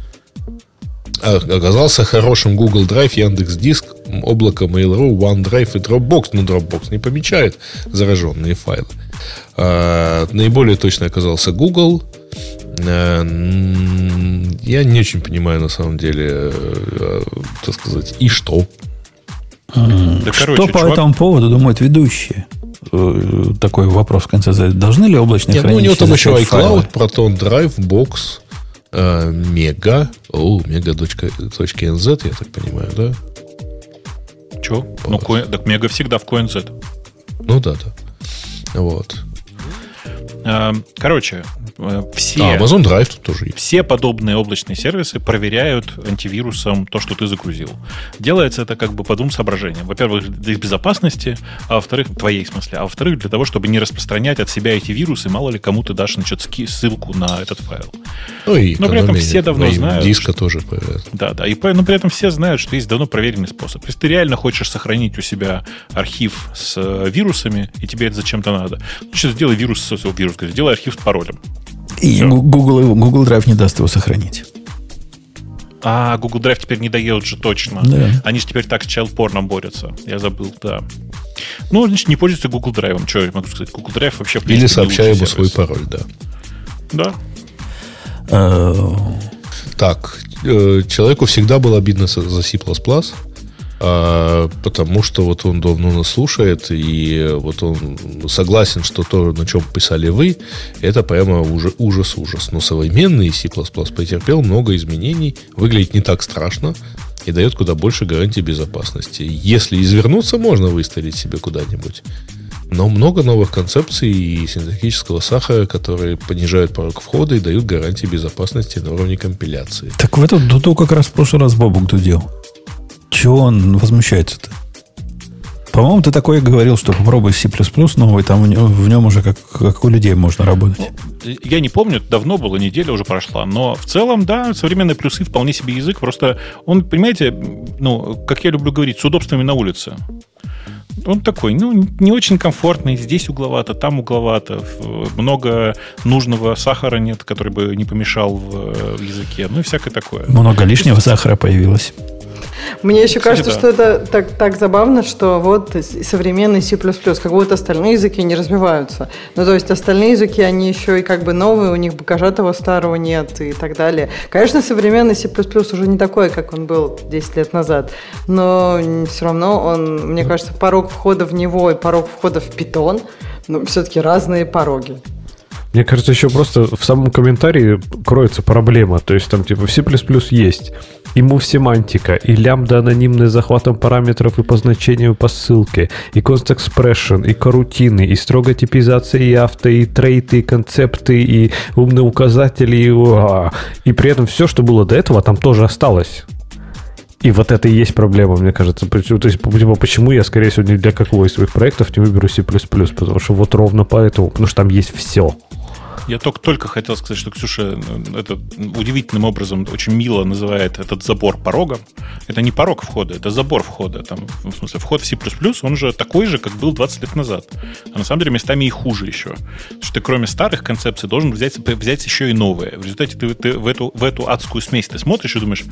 Оказался хорошим Google Drive, Яндекс.Диск, облако Mail.ru, OneDrive и Dropbox. Но Dropbox не помечает зараженные файлы. Наиболее точно оказался Google. Я не очень понимаю, на самом деле, так сказать, и что? Да, Что по этому поводу думают ведущие? Такой вопрос в конце задать. Должны ли облачные У хранилища него там еще защищать файлы? iCloud, Proton Drive, Box, Mega. Mega.nz, я так понимаю, да? Че? Так Мега всегда в CoinZ. Ну да. Вот. Короче, все... Amazon Drive тут тоже есть. Все подобные облачные сервисы проверяют антивирусом то, что ты загрузил. Делается это как бы по двум соображениям. Во-первых, для безопасности, а во-вторых, твоей в смысле, а во-вторых, для того, чтобы не распространять от себя эти вирусы, мало ли кому ты дашь, значит, ссылку на этот файл. Ну и Но при этом все давно знают. Диска тоже появляется. Да. Но при этом все знают, что есть давно проверенный способ. Если ты реально хочешь сохранить у себя архив с вирусами, и тебе это зачем-то надо, значит, сделай сделай архив с паролем. И Google Drive не даст его сохранить. А Google Drive теперь не дает же точно. Да. Они же теперь так с child-порном борются. Я забыл, да. Ну, значит, не пользуйся Google Drive. Что я могу сказать? Google Drive вообще в принципе, Или сообщай не ему лучший свой сервис. пароль, да. Да. Так, человеку всегда было обидно за C++, потому что вот он давно нас слушает, и вот он согласен, что то, на чем писали вы, это прямо ужас-ужас. Но современный C++ претерпел много изменений, выглядит не так страшно и дает куда больше гарантий безопасности. Если извернуться, можно выстрелить себе куда-нибудь. Но много новых концепций и синтетического сахара, которые понижают порог входа и дают гарантии безопасности на уровне компиляции. Так в эту дуду как раз в прошлый раз Бобук дудел. Чего он возмущается-то? По-моему, ты такое говорил, что попробуй C++ новый, там в нем уже как у людей можно работать. Я не помню, давно было, неделя уже прошла, но в целом, да, современные плюсы вполне себе язык, просто он, понимаете, как я люблю говорить, с удобствами на улице. Он такой, не очень комфортный. Здесь угловато, там угловато. Много нужного сахара нет, который бы не помешал в языке. Ну и всякое такое. Много лишнего сахара появилось. Мне еще кажется, что это так забавно, что вот современный C++, как будто остальные языки не развиваются. Ну, то есть остальные языки, они еще и как бы новые, у них багажа старого нет и так далее. Конечно, современный C++ уже не такой, как он был 10 лет назад, но все равно мне кажется, порог входа в него и порог входа в Python, все-таки разные пороги. Мне кажется, еще просто в самом комментарии кроется проблема. То есть там типа в C++ есть и move-семантика, и лямбда анонимная с захватом параметров и по значению по ссылке, и const-expression, и корутины, и строгая типизация, и авто, и трейты, и концепты, и умные указатели, и при этом все, что было до этого, там тоже осталось. И вот это и есть проблема, мне кажется. То есть, почему я, скорее всего, ни для какого из своих проектов не выберу C++, потому что вот ровно поэтому, потому что там есть все. Я только хотел сказать, что Ксюша это удивительным образом очень мило называет этот забор порогом. Это не порог входа, это забор входа. Там, в смысле, вход в C++, он же такой же, как был 20 лет назад. А на самом деле местами и хуже еще. Потому что ты кроме старых концепций должен взять еще и новые. В результате ты в эту адскую смесь ты смотришь и думаешь...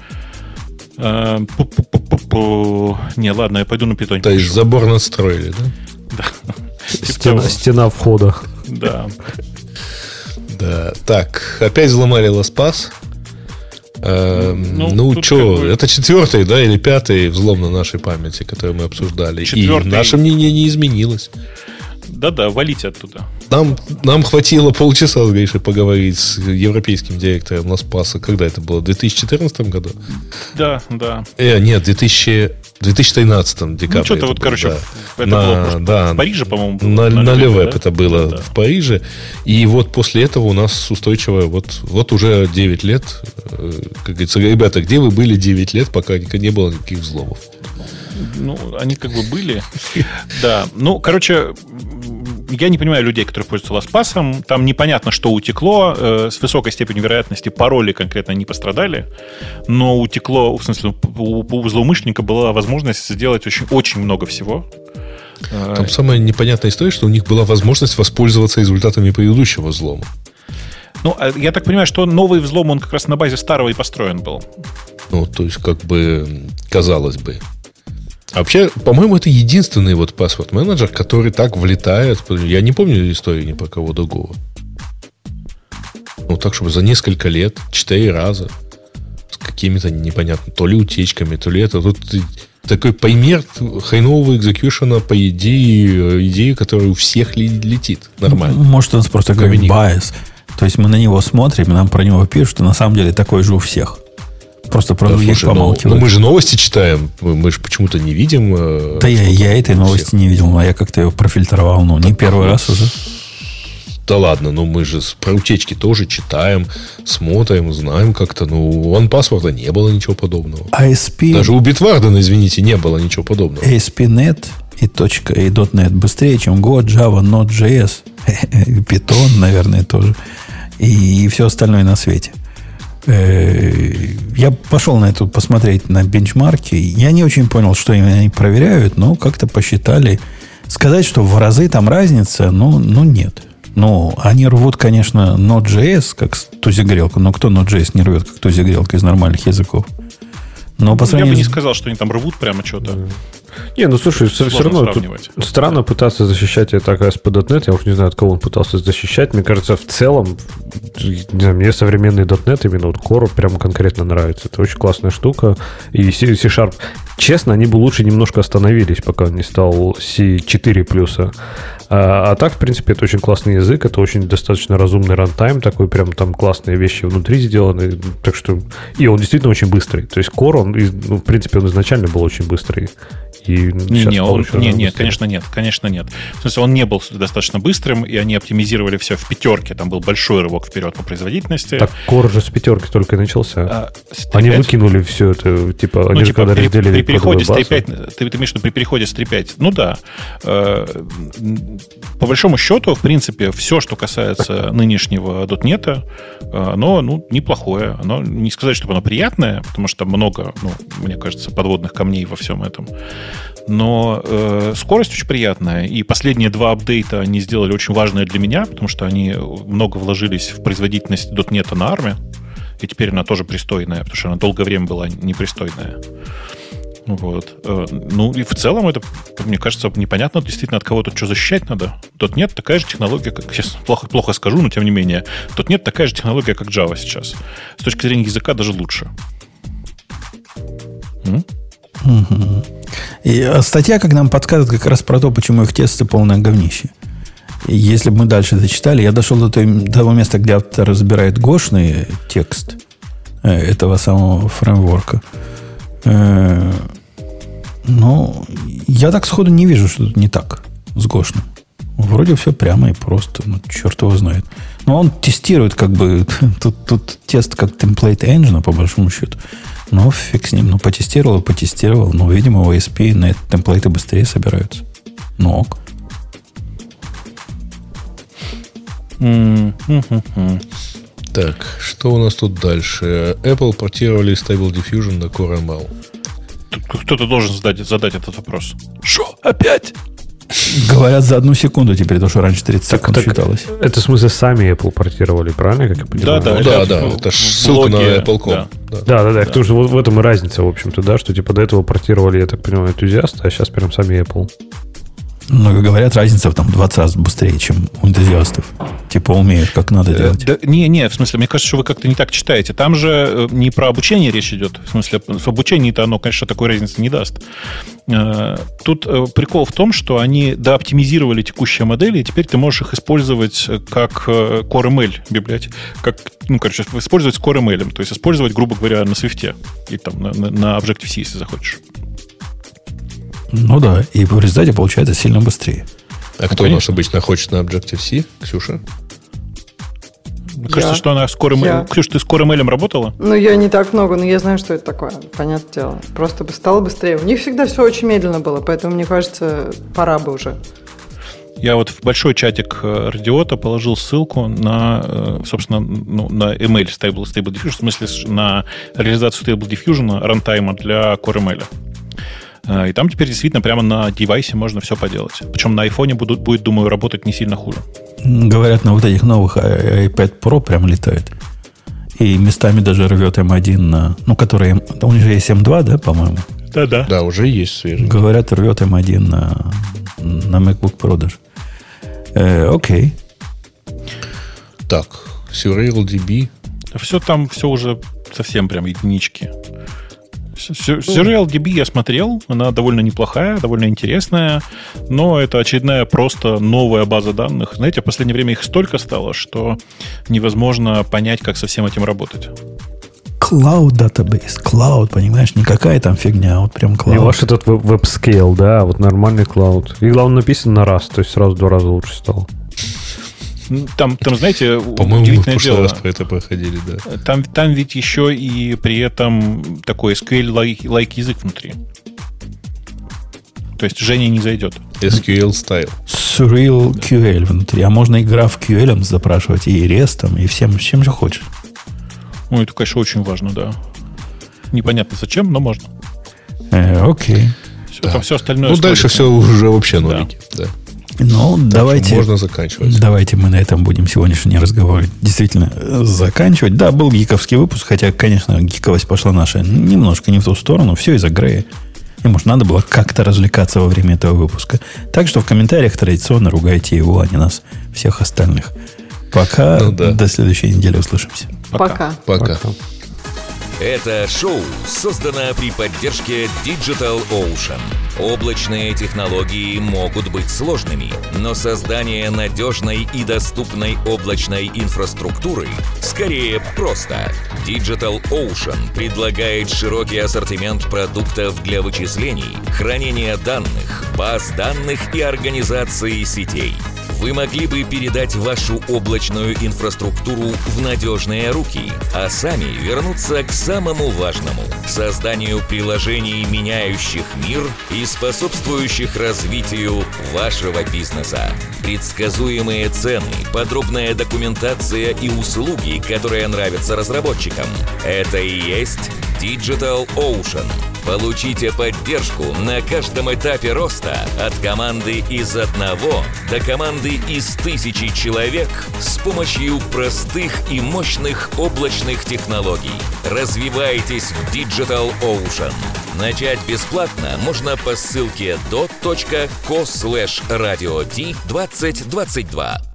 Не, ладно, я пойду на питоне. То есть забор настроили, да? Да. Стена входа. Да. Да. Так, опять взломали LastPass. Что, это 4-й, да, или 5-й взлом на нашей памяти, который мы обсуждали. 4-й. И наше мнение не изменилось. Да-да, валите оттуда. Нам хватило полчаса с Гришей поговорить с европейским директором LastPass. Когда это было? В 2014 году? Да. Нет, в 2013 декабре. Что-то вот, короче, это было в Париже, по-моему. На Левеб это было в Париже. И вот после этого у нас устойчиво вот уже 9 лет. Как говорится, ребята, где вы были 9 лет, пока не было никаких взломов? Они как бы были. Да. Короче, я не понимаю людей, которые пользуются LastPass. Там непонятно, что утекло. С высокой степенью вероятности пароли конкретно не пострадали. Но утекло, в смысле, у злоумышленника была возможность сделать очень много всего. Там самая непонятная история, что у них была возможность воспользоваться результатами предыдущего взлома. Я так понимаю, что новый взлом, он как раз на базе старого и построен был. То есть, как бы, казалось бы. А вообще, по-моему, это единственный паспорт-менеджер, который так влетает. Я не помню истории ни про кого другого. Так, чтобы за несколько лет 4 раза с какими-то непонятными, то ли утечками, то ли это. Тут такой пример хренового экзекьюшена по идее, которая у всех летит нормально. Может, он просто говорит bias. То есть мы на него смотрим, нам про него пишут, и на самом деле такой же у всех. Просто про других помалкивают. Мы же новости читаем, мы же почему-то не видим. Да я этой новости не видел, но я как-то ее профильтровал, не первый раз уже. Да ладно, мы же про утечки тоже читаем, смотрим, знаем как-то. У OnePassword не было ничего подобного. ASP... Даже у Bitwarden, извините, не было ничего подобного. ASP.NET и .NET быстрее, чем Go, Java, Node.js, Python, наверное, тоже. И все остальное на свете. Я пошел на это посмотреть на бенчмарки. Я не очень понял, что они проверяют, но как-то посчитали. Сказать, что в разы там разница, нет. Они рвут, конечно, Node.js как тузигрелку, но кто Node.js не рвет как тузигрелку из нормальных языков? Но по сравнению... Я бы не сказал, что они там рвут прямо что-то. Слушай, все равно странно пытаться защищать это ASP.NET. Я уж не знаю, от кого он пытался защищать. Мне кажется, в целом, не знаю, мне современный .NET, именно Core, прямо конкретно нравится. Это очень классная штука. И C-Sharp, честно, они бы лучше немножко остановились, пока он не стал C4+. А так, в принципе, это очень классный язык, это очень достаточно разумный рантайм, такой прям там классные вещи внутри сделаны, так что... И он действительно очень быстрый. То есть Core, он, в принципе, он изначально был очень быстрый. Конечно нет. В смысле, он не был достаточно быстрым, и они оптимизировали все в 5. Там был большой рывок вперед по производительности. Так Core же с 5 только и начался. Они выкинули все это, они же когда разделили... При переходе с 3.5, ты имеешь в виду при переходе с 3.5? Да. по большому счету, в принципе, все, что касается нынешнего .NET, оно неплохое. Оно, не сказать, чтобы оно приятное, потому что много, мне кажется, подводных камней во всем этом. Но скорость очень приятная. И последние 2 апдейта они сделали очень важное для меня, потому что они много вложились в производительность .NET на ARM. И теперь она тоже пристойная, потому что она долгое время была непристойная. Вот. И в целом это, мне кажется, непонятно действительно, от кого тут что защищать надо. .NET такая же технология, как сейчас плохо скажу, но тем не менее, .NET такая же технология, как Java сейчас. С точки зрения языка даже лучше. И статья, как нам подсказывает, как раз про то, почему их тесты полное говнище. И если бы мы дальше дочитали, я дошел до того места, где автор разбирает гошный текст этого самого фреймворка. Но я так сходу не вижу, что тут не так с гошным. Вроде все прямо и просто. Черт его знает. Но он тестирует как бы... Тут тест как template engine, по большому счету. Но фиг с ним. Потестировал. Но, видимо, у ASP на эти темплейты быстрее собираются. Ок. Так, что у нас тут дальше? Apple портировали Stable Diffusion на Core ML. Кто-то должен задать этот вопрос. Шо? Опять? Говорят, за 1 секунду теперь, то, что раньше 30 секунд считалось. Это в смысле сами Apple портировали, правильно, как я понимаю? Да. Это ссылка на Apple.com. Да. Потому что вот в этом и разница, в общем-то, да, что типа до этого портировали, я так понимаю, энтузиасты, а сейчас прям сами Apple. Ну, говорят, разница там 20 раз быстрее, чем у энтузиастов. Типа умеют, как надо делать. Не, в смысле, мне кажется, что вы как-то не так читаете. Там же не про обучение речь идет. В смысле, в обучении-то оно, конечно, такой разницы не даст. Тут прикол в том, что они дооптимизировали текущие модели, и теперь ты можешь их использовать как CoreML библиотеку. Использовать с CoreML. То есть использовать, грубо говоря, на Swift. И там на Objective-C, если захочешь. Ну да, и в результате получается сильно быстрее. А кто у нас обычно хочет на Objective-C? Ксюша? Мне кажется, что она с CoreML... Ксюша, ты с CoreML работала? Я не так много, но я знаю, что это такое. Понятное дело. Просто бы стало быстрее. У них всегда все очень медленно было, поэтому, мне кажется, пора бы уже. Я вот в большой чатик Радиота положил ссылку на, собственно, на ML Stable Diffusion, в смысле на реализацию Stable Diffusion рантайма для CoreML. И там теперь действительно прямо на девайсе можно все поделать. Причем на айфоне будет, думаю, работать не сильно хуже. Говорят, на вот этих новых iPad Pro прям летает. И местами даже рвет M1 на... который... У них же есть M2, да, по-моему? Да. Да, уже есть свежий. Говорят, рвет M1 на MacBook Pro даже. Окей. Так, SerialDB. Все там, все уже совсем прям единички. SerialDB я смотрел, она довольно неплохая, довольно интересная, но это очередная просто новая база данных. Знаете, в последнее время их столько стало, что невозможно понять, как со всем этим работать. Cloud Database, Cloud, понимаешь, не какая там фигня, а вот прям Cloud. Не ваш этот WebScale, да, вот нормальный Cloud. И главное написан на раз, то есть сразу в 2 раза лучше стало. Там, знаете, по-моему, мы в прошлый раз по это проходили, да. Там ведь еще и при этом такой SQL-like язык внутри. То есть Женя не зайдет. SQL style. Surreal QL внутри. А можно и граф QL запрашивать, и REST, и всем, чем же хочешь. Ну, это, конечно, очень важно, да. Непонятно зачем, но можно. Окей. Там все остальное... дальше все уже вообще нолики, да. Давайте... Можно заканчивать. Давайте мы на этом будем сегодняшний разговор действительно заканчивать. Да, был гиковский выпуск, хотя, конечно, гиковость пошла наша немножко не в ту сторону. Все из-за Грея. И, может, надо было как-то развлекаться во время этого выпуска. Так что в комментариях традиционно ругайте его, а не нас, всех остальных. Пока. До следующей недели услышимся. Пока. Это шоу создано при поддержке Digital Ocean. Облачные технологии могут быть сложными, но создание надежной и доступной облачной инфраструктуры скорее просто. Digital Ocean предлагает широкий ассортимент продуктов для вычислений, хранения данных, баз данных и организации сетей. Вы могли бы передать вашу облачную инфраструктуру в надежные руки, а сами вернуться к самому важному – созданию приложений, меняющих мир и способствующих развитию вашего бизнеса. Предсказуемые цены, подробная документация и услуги, которые нравятся разработчикам – это и есть DigitalOcean. Получите поддержку на каждом этапе роста от команды из 1 до команды из 1000 человек с помощью простых и мощных облачных технологий. Развивайтесь в DigitalOcean. Начать бесплатно можно по ссылке dot.co/radio-t2022.